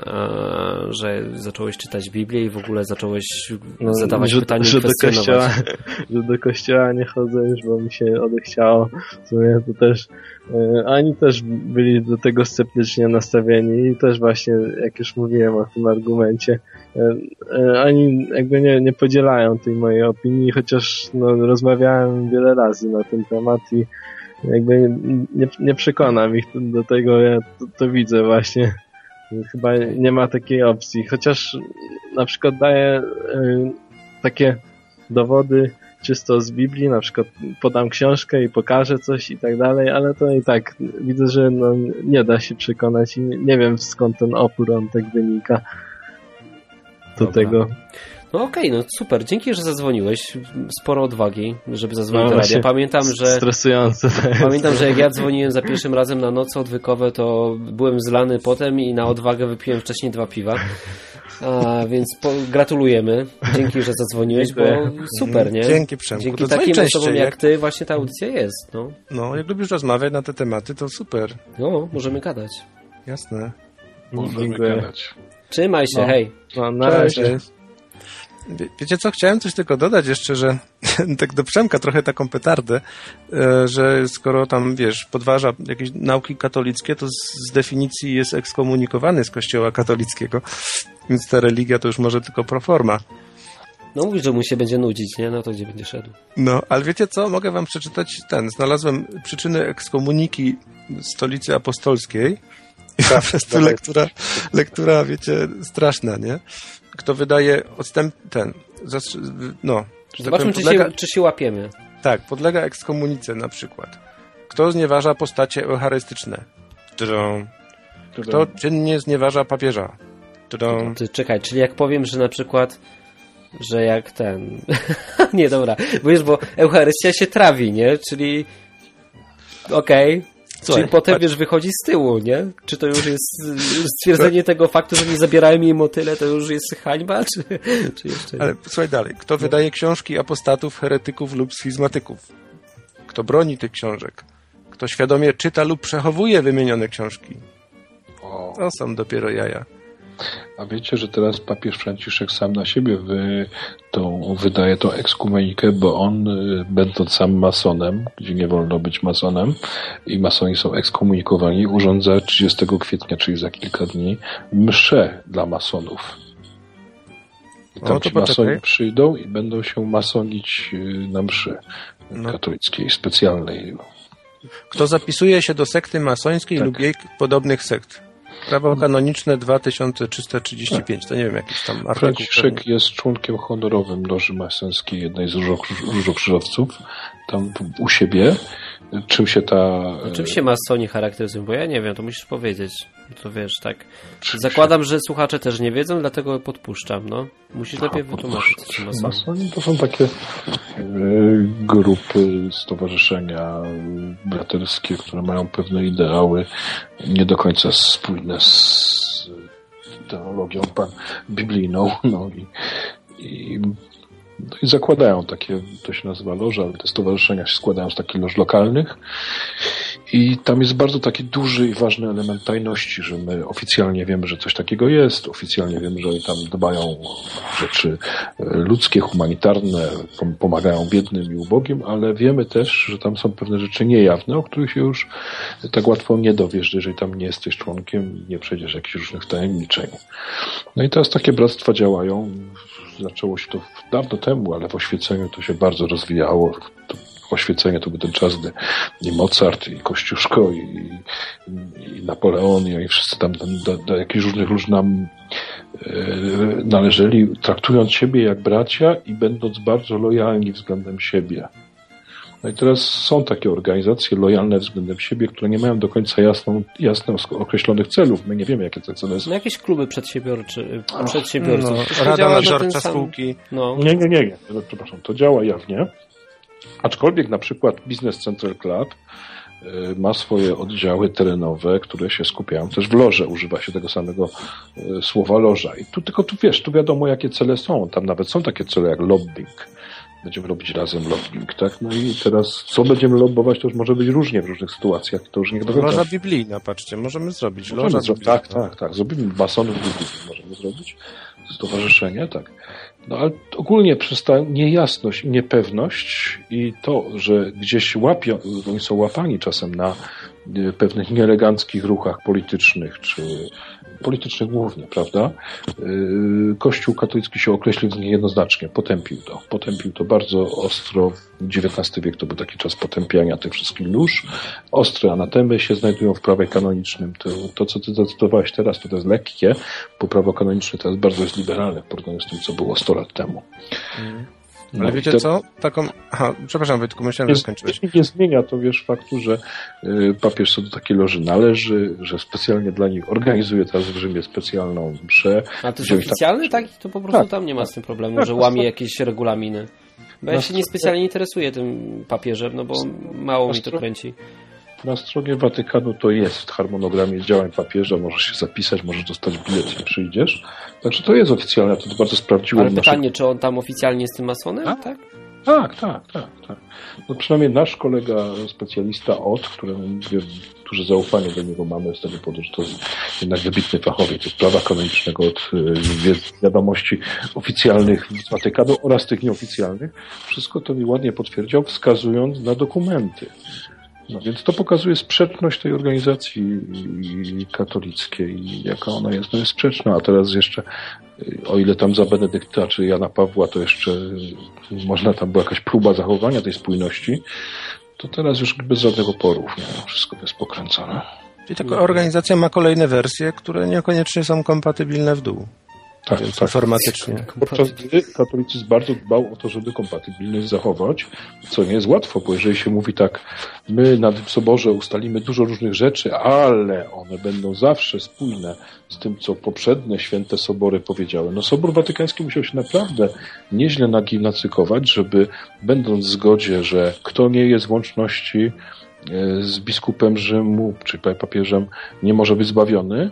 że zacząłeś czytać Biblię i w ogóle zacząłeś zadawać pytania i kwestionować? Że do kościoła nie chodzę już, bo mi się odechciało. W sumie to też oni też byli do tego sceptycznie nastawieni i też właśnie, jak już mówiłem o tym argumencie, oni jakby nie podzielają tej mojej opinii, chociaż rozmawiałem wiele razy na ten temat i jakby nie przekonam ich do tego, ja to widzę właśnie. Chyba nie ma takiej opcji. Chociaż na przykład daję takie dowody czysto z Biblii, na przykład podam książkę i pokażę coś i tak dalej, ale to i tak widzę, że nie da się przekonać i nie wiem skąd ten opór on tak wynika do tego. No okej, no super. Dzięki, że zadzwoniłeś. Sporo odwagi, żeby zadzwonić do radia. Pamiętam, że stresujące. Pamiętam, że jak ja dzwoniłem za pierwszym razem na noce odwykowe, to byłem zlany potem i na odwagę wypiłem wcześniej 2 piwa. Więc gratulujemy. Dzięki, że zadzwoniłeś, bo super, nie? Dzięki, Przemku. Dzięki takim osobom jak ty właśnie ta audycja jest. No, jak lubisz rozmawiać na te tematy, to super. No, możemy gadać. Jasne. Możemy gadać. Trzymaj się, hej. Na razie. Wiecie co, chciałem coś tylko dodać jeszcze, że tak do Przemka trochę taką petardę, że skoro tam, wiesz, podważa jakieś nauki katolickie, to z definicji jest ekskomunikowany z kościoła katolickiego, więc ta religia to już może tylko pro forma. No mówisz, że mu się będzie nudzić, nie? No to gdzie będzie szedł? No, ale wiecie co, mogę wam przeczytać znalazłem przyczyny ekskomuniki Stolicy Apostolskiej i po prostu lektura, wiecie, straszna, nie? Kto wydaje Zobaczmy, czy się łapiemy. Tak, podlega ekskomunice na przykład. Kto znieważa postacie eucharystyczne? Kto czynnie znieważa papieża? Ty, czekaj, czyli jak powiem, że na przykład, że jak nie, dobra, bo Eucharystia się trawi, nie? Czyli okej. Czyli potem, wiesz, wychodzi z tyłu, nie? Czy to już jest stwierdzenie tego faktu, że nie zabierałem jej motyle, to już jest hańba, czy jeszcze nie? Ale słuchaj dalej. Kto wydaje książki apostatów, heretyków lub schizmatyków? Kto broni tych książek? Kto świadomie czyta lub przechowuje wymienione książki? To są dopiero jaja. A wiecie, że teraz papież Franciszek sam na siebie wydaje tą ekskumenikę, bo on, będąc sam masonem, gdzie nie wolno być masonem i masoni są ekskomunikowani, urządza 30 kwietnia, czyli za kilka dni, mszę dla masonów. I tam ci masoni przyjdą i będą się masonić na mszy katolickiej, specjalnej. Kto zapisuje się do sekty masońskiej lub jej podobnych sekt? Prawo kanoniczne 2335, to nie wiem, jakiś tam artykuł. Franciszek jest członkiem honorowym Loży Masońskiej, jednej z różokrzyżowców tam u siebie, czym się ta... Czym się masoni charakteryzują? Bo ja nie wiem, to musisz powiedzieć. To wiesz, tak. Zakładam, że słuchacze też nie wiedzą, dlatego podpuszczam, no. Musisz lepiej wytłumaczyć, co masoni. Masoni to są takie grupy, stowarzyszenia braterskie, które mają pewne ideały nie do końca spójne z teologią biblijną, no i zakładają takie, to się nazywa loża, ale te stowarzyszenia się składają z takich loż lokalnych i tam jest bardzo taki duży i ważny element tajności, że my oficjalnie wiemy, że coś takiego jest, oficjalnie wiemy, że oni tam dbają o rzeczy ludzkie, humanitarne, pomagają biednym i ubogim, ale wiemy też, że tam są pewne rzeczy niejawne, o których się już tak łatwo nie dowiesz, jeżeli tam nie jesteś członkiem i nie przejdziesz jakichś różnych tajemniczeń. No i teraz takie bractwa działają. Zaczęło się to dawno temu, ale w oświeceniu to się bardzo rozwijało. Oświecenie to był ten czas, gdy i Mozart, i Kościuszko, i Napoleon, i oni wszyscy tam do jakichś różnych róż nam należeli, traktując siebie jak bracia i będąc bardzo lojalni względem siebie. No i teraz są takie organizacje lojalne względem siebie, które nie mają do końca jasno określonych celów. My nie wiemy, jakie te cele są. No jakieś kluby przedsiębiorców. Rada nadzorcza spółki. No. Nie. No, przepraszam, to działa jawnie. Aczkolwiek na przykład Business Central Club ma swoje oddziały terenowe, które się skupiają też w loże. Używa się tego samego słowa loża. I tu wiadomo, jakie cele są. Tam nawet są takie cele jak lobbying. Będziemy robić razem lobbying, tak? No i teraz co będziemy lobbować, to już może być różnie w różnych sytuacjach. To już nie do końca. Loża biblijna, patrzcie, możemy zrobić. Tak. Zrobimy masonów biblijnych, możemy zrobić. Stowarzyszenie, tak. No ale ogólnie przez ta niejasność i niepewność i to, że gdzieś oni są łapani czasem na pewnych nieeleganckich ruchach politycznych, czy politycznych głównie, prawda? Kościół katolicki się określił niejednoznacznie, potępił to bardzo ostro. XIX wiek to był taki czas potępiania tych wszystkich lóż. Ostre anatemy się znajdują w prawie kanonicznym. To co ty zacytowałeś teraz, to jest lekkie, bo prawo kanoniczne teraz bardzo jest liberalne w porównaniu z tym, co było 100 lat temu. No ale wiecie co? Przepraszam Wojtku, myślałem, że skończyłeś. Nie zmienia to, wiesz, faktu, że papież sobie do takiej loży należy, że specjalnie dla nich organizuje teraz w Rzymie specjalną mszę. A to jest oficjalny taki? To po prostu tam nie ma z tym problemu, że łamie jakieś regulaminy. Bo ja się niespecjalnie interesuję tym papieżem, no bo mało mi to kręci. Na stronie Watykanu to jest w harmonogramie działań papieża, możesz się zapisać, możesz dostać bilet i przyjdziesz. Także to jest oficjalne, to bardzo sprawdziłem. Ale pytanie, czy on tam oficjalnie jest tym masonem, tak? Tak. No przynajmniej nasz kolega specjalista któremu duże zaufanie do niego mamy z tego powodu, że to jest jednak wybitny fachowiec od prawa kanonicznego, od wiadomości oficjalnych z Watykanu oraz tych nieoficjalnych. Wszystko to mi ładnie potwierdził, wskazując na dokumenty. No więc to pokazuje sprzeczność tej organizacji katolickiej, jaka ona jest. No jest sprzeczna, a teraz jeszcze, o ile tam za Benedykta czy Jana Pawła, to jeszcze można, tam była jakaś próba zachowania tej spójności, to teraz już bez żadnego poru, wszystko jest pokręcone. I taka organizacja ma kolejne wersje, które niekoniecznie są kompatybilne w dół. Tak, informatycznie. Podczas gdy katolicyzm bardzo dbał o to, żeby kompatybilność zachować, co nie jest łatwo, bo jeżeli się mówi tak, my na tym soborze ustalimy dużo różnych rzeczy, ale one będą zawsze spójne z tym, co poprzednie święte sobory powiedziały. No Sobór Watykański musiał się naprawdę nieźle nagimnastykować, żeby będąc w zgodzie, że kto nie jest w łączności z biskupem Rzymu, czy papieżem, nie może być zbawiony,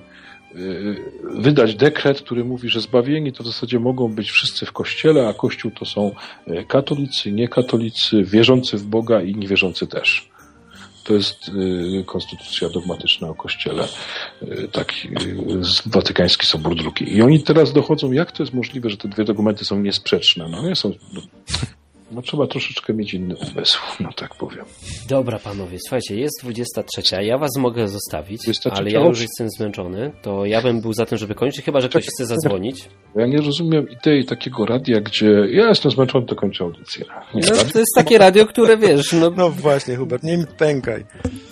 wydać dekret, który mówi, że zbawieni to w zasadzie mogą być wszyscy w Kościele, a Kościół to są katolicy, niekatolicy, wierzący w Boga i niewierzący też. To jest konstytucja dogmatyczna o Kościele, taki Watykański Sobór II. I oni teraz dochodzą, jak to jest możliwe, że te dwie dokumenty są niesprzeczne. No nie są... No trzeba troszeczkę mieć inny umysł, no tak powiem. Dobra panowie, słuchajcie, jest 23, ja was mogę zostawić, ale ja już jestem zmęczony, to ja bym był za tym, żeby kończyć, chyba że ktoś chce zadzwonić. Ja nie rozumiem idei takiego radia, gdzie ja jestem zmęczony, to kończę audycję. To jest takie radio, które wiesz... No właśnie, Hubert, nie pękaj.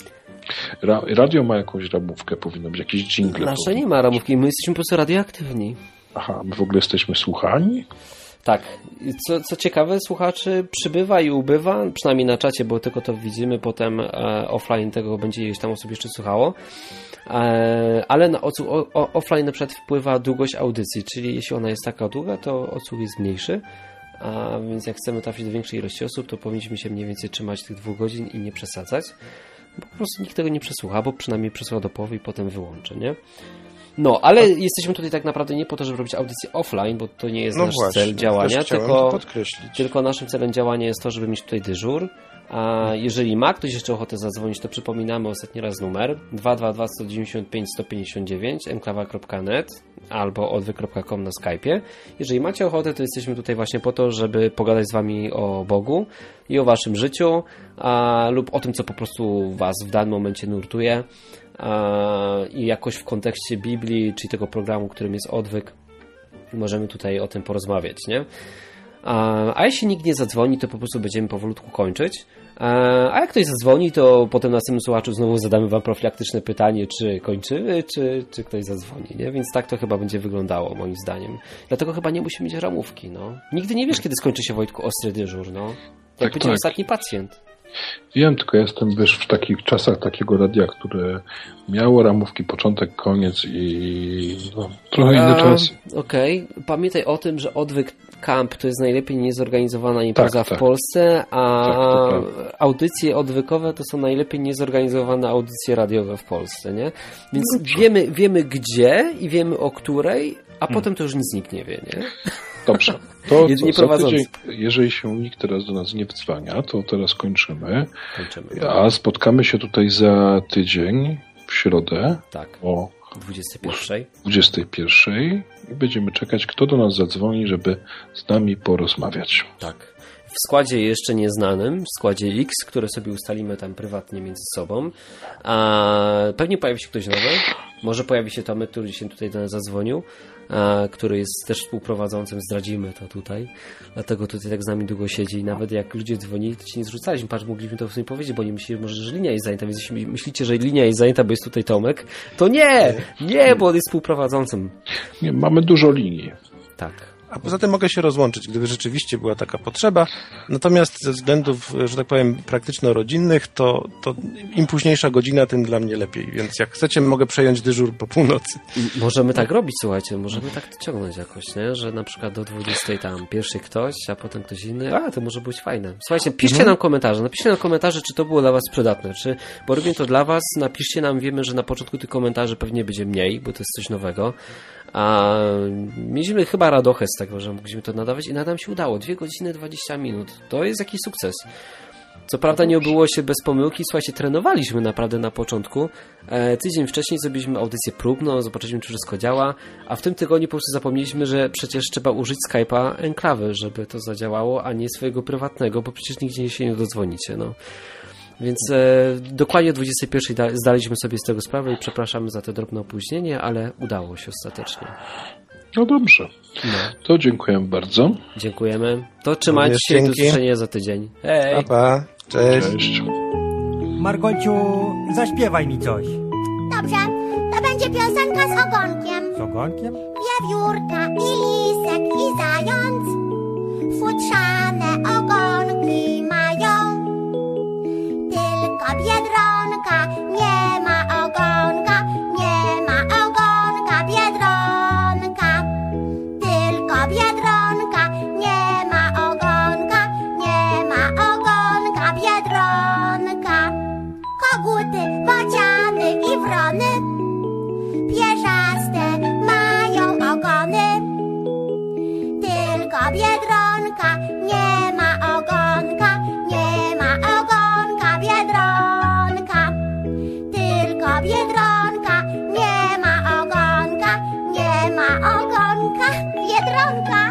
Radio ma jakąś ramówkę, powinno być jakiś dżingle. Nasze nie ma ramówki, my jesteśmy po prostu radioaktywni. Aha, my w ogóle jesteśmy słuchani? Tak. Co ciekawe, słuchaczy przybywa i ubywa, przynajmniej na czacie, bo tylko to widzimy, potem offline tego będzie jeśli tam osób jeszcze słuchało. Ale na offline na przykład wpływa długość audycji, czyli jeśli ona jest taka długa, to odsłuch jest mniejszy. A więc jak chcemy trafić do większej ilości osób, to powinniśmy się mniej więcej trzymać tych 2 godzin i nie przesadzać, bo po prostu nikt tego nie przesłucha, bo przynajmniej przesłucha do połowy i potem wyłączy, nie? No, ale jesteśmy tutaj tak naprawdę nie po to, żeby robić audycję offline, bo to nie jest nasz cel działania, tylko naszym celem działania jest to, żeby mieć tutaj dyżur. A jeżeli ma ktoś jeszcze ochotę zadzwonić, to przypominamy ostatni raz numer 222 195 159 enklawa.net albo odwyk.com na Skype'ie. Jeżeli macie ochotę, to jesteśmy tutaj właśnie po to, żeby pogadać z wami o Bogu i o waszym życiu lub o tym, co po prostu was w danym momencie nurtuje i jakoś w kontekście Biblii, czyli tego programu, którym jest Odwyk, możemy tutaj o tym porozmawiać, nie? A jeśli nikt nie zadzwoni, to po prostu będziemy powolutku kończyć. A jak ktoś zadzwoni, to potem następnym słuchaczu znowu zadamy wam profilaktyczne pytanie, czy kończymy, czy ktoś zadzwoni, nie? Więc tak to chyba będzie wyglądało, moim zdaniem. Dlatego chyba nie musimy mieć ramówki, no. Nigdy nie wiesz, kiedy skończy się, Wojtku, ostry dyżur, no. Jak będzie ostatni pacjent. Wiem, tylko ja jestem, wiesz, w takich czasach takiego radia, które miało ramówki, początek, koniec i trochę inny czas. Okej. Pamiętaj o tym, że Odwyk Camp to jest najlepiej niezorganizowana impreza w Polsce, a audycje odwykowe to są najlepiej niezorganizowane audycje radiowe w Polsce, nie? Więc wiemy gdzie i wiemy o której, a potem to już nic nikt nie wie, nie? Dobrze. To za tydzień, jeżeli się nikt teraz do nas nie wdzwania, to teraz kończymy. A spotkamy się tutaj za tydzień w środę o 21 i będziemy czekać, kto do nas zadzwoni, żeby z nami porozmawiać. Tak. W składzie jeszcze nieznanym, w składzie X, które sobie ustalimy tam prywatnie między sobą. Pewnie pojawi się ktoś nowy. Może pojawi się Tomek, który dzisiaj tutaj do nas zadzwonił, który jest też współprowadzącym, zdradzimy to tutaj. Dlatego tutaj tak z nami długo siedzi i nawet jak ludzie dzwonili, to ci nie zrzucaliśmy. Patrz, mogliśmy to w sumie powiedzieć, bo nie myśleli, może, że linia jest zajęta, więc jeśli myślicie, że linia jest zajęta, bo jest tutaj Tomek, to nie, bo on jest współprowadzącym. Nie, mamy dużo linii. Tak. A poza tym mogę się rozłączyć, gdyby rzeczywiście była taka potrzeba. Natomiast ze względów, że tak powiem, praktyczno-rodzinnych, to im późniejsza godzina, tym dla mnie lepiej. Więc jak chcecie, mogę przejąć dyżur po północy. Możemy tak robić, słuchajcie. Możemy tak to ciągnąć jakoś, nie? Że na przykład do 20 tam pierwszy ktoś, a potem ktoś inny. To może być fajne. Słuchajcie, piszcie nam komentarze. Napiszcie nam komentarze, czy to było dla was przydatne. Bo robię to dla was. Napiszcie nam, wiemy, że na początku tych komentarzy pewnie będzie mniej, bo to jest coś nowego. A mieliśmy chyba radochę z tego, że mogliśmy to nadawać i nam się udało. 2 godziny 20 minut. To jest jakiś sukces. Co prawda nie obyło się bez pomyłki. Słuchajcie, trenowaliśmy naprawdę na początku. Tydzień wcześniej zrobiliśmy audycję próbną, zobaczyliśmy, czy wszystko działa, a w tym tygodniu po prostu zapomnieliśmy, że przecież trzeba użyć Skype'a enklawy, żeby to zadziałało, a nie swojego prywatnego, bo przecież nigdzie się nie dodzwonicie, no. Więc dokładnie o 21 zdaliśmy sobie z tego sprawę i przepraszamy za to drobne opóźnienie, ale udało się ostatecznie. No dobrze. To dziękujemy bardzo. Dziękujemy. To trzymajcie się i do usłyszenia za tydzień. Hej! Pa, pa. Cześć. Margociu, zaśpiewaj mi coś. Dobrze, to będzie piosenka z ogonkiem. Z ogonkiem? Wiewiórka i lisek i zając futrzane ogonki mają. Tylko Biedronka nie ma ogonka, nie ma ogonka Biedronka. Tylko Biedronka nie ma ogonka, nie ma ogonka Biedronka. Koguty, bociany i wrony pierzaste mają ogony. Tylko Biedronka nie ma ogonka, nie ma ogonka Biedronka. Tylko Biedronka nie ma ogonka, nie ma ogonka Biedronka.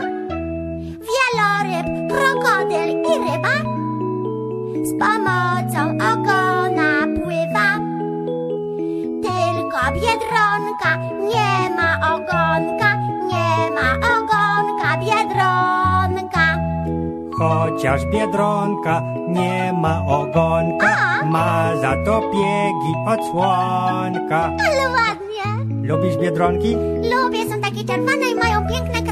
Wieloryb, krokodyl i ryba z pomocą ogona pływa. Tylko Biedronka nie ma ogonka, nie ma ogonka Biedronka. Chociaż Biedronka nie ma ogonka, ma za to piegi od słonka. Ale ładnie. Lubisz Biedronki? Lubię, są takie czerwone i mają piękne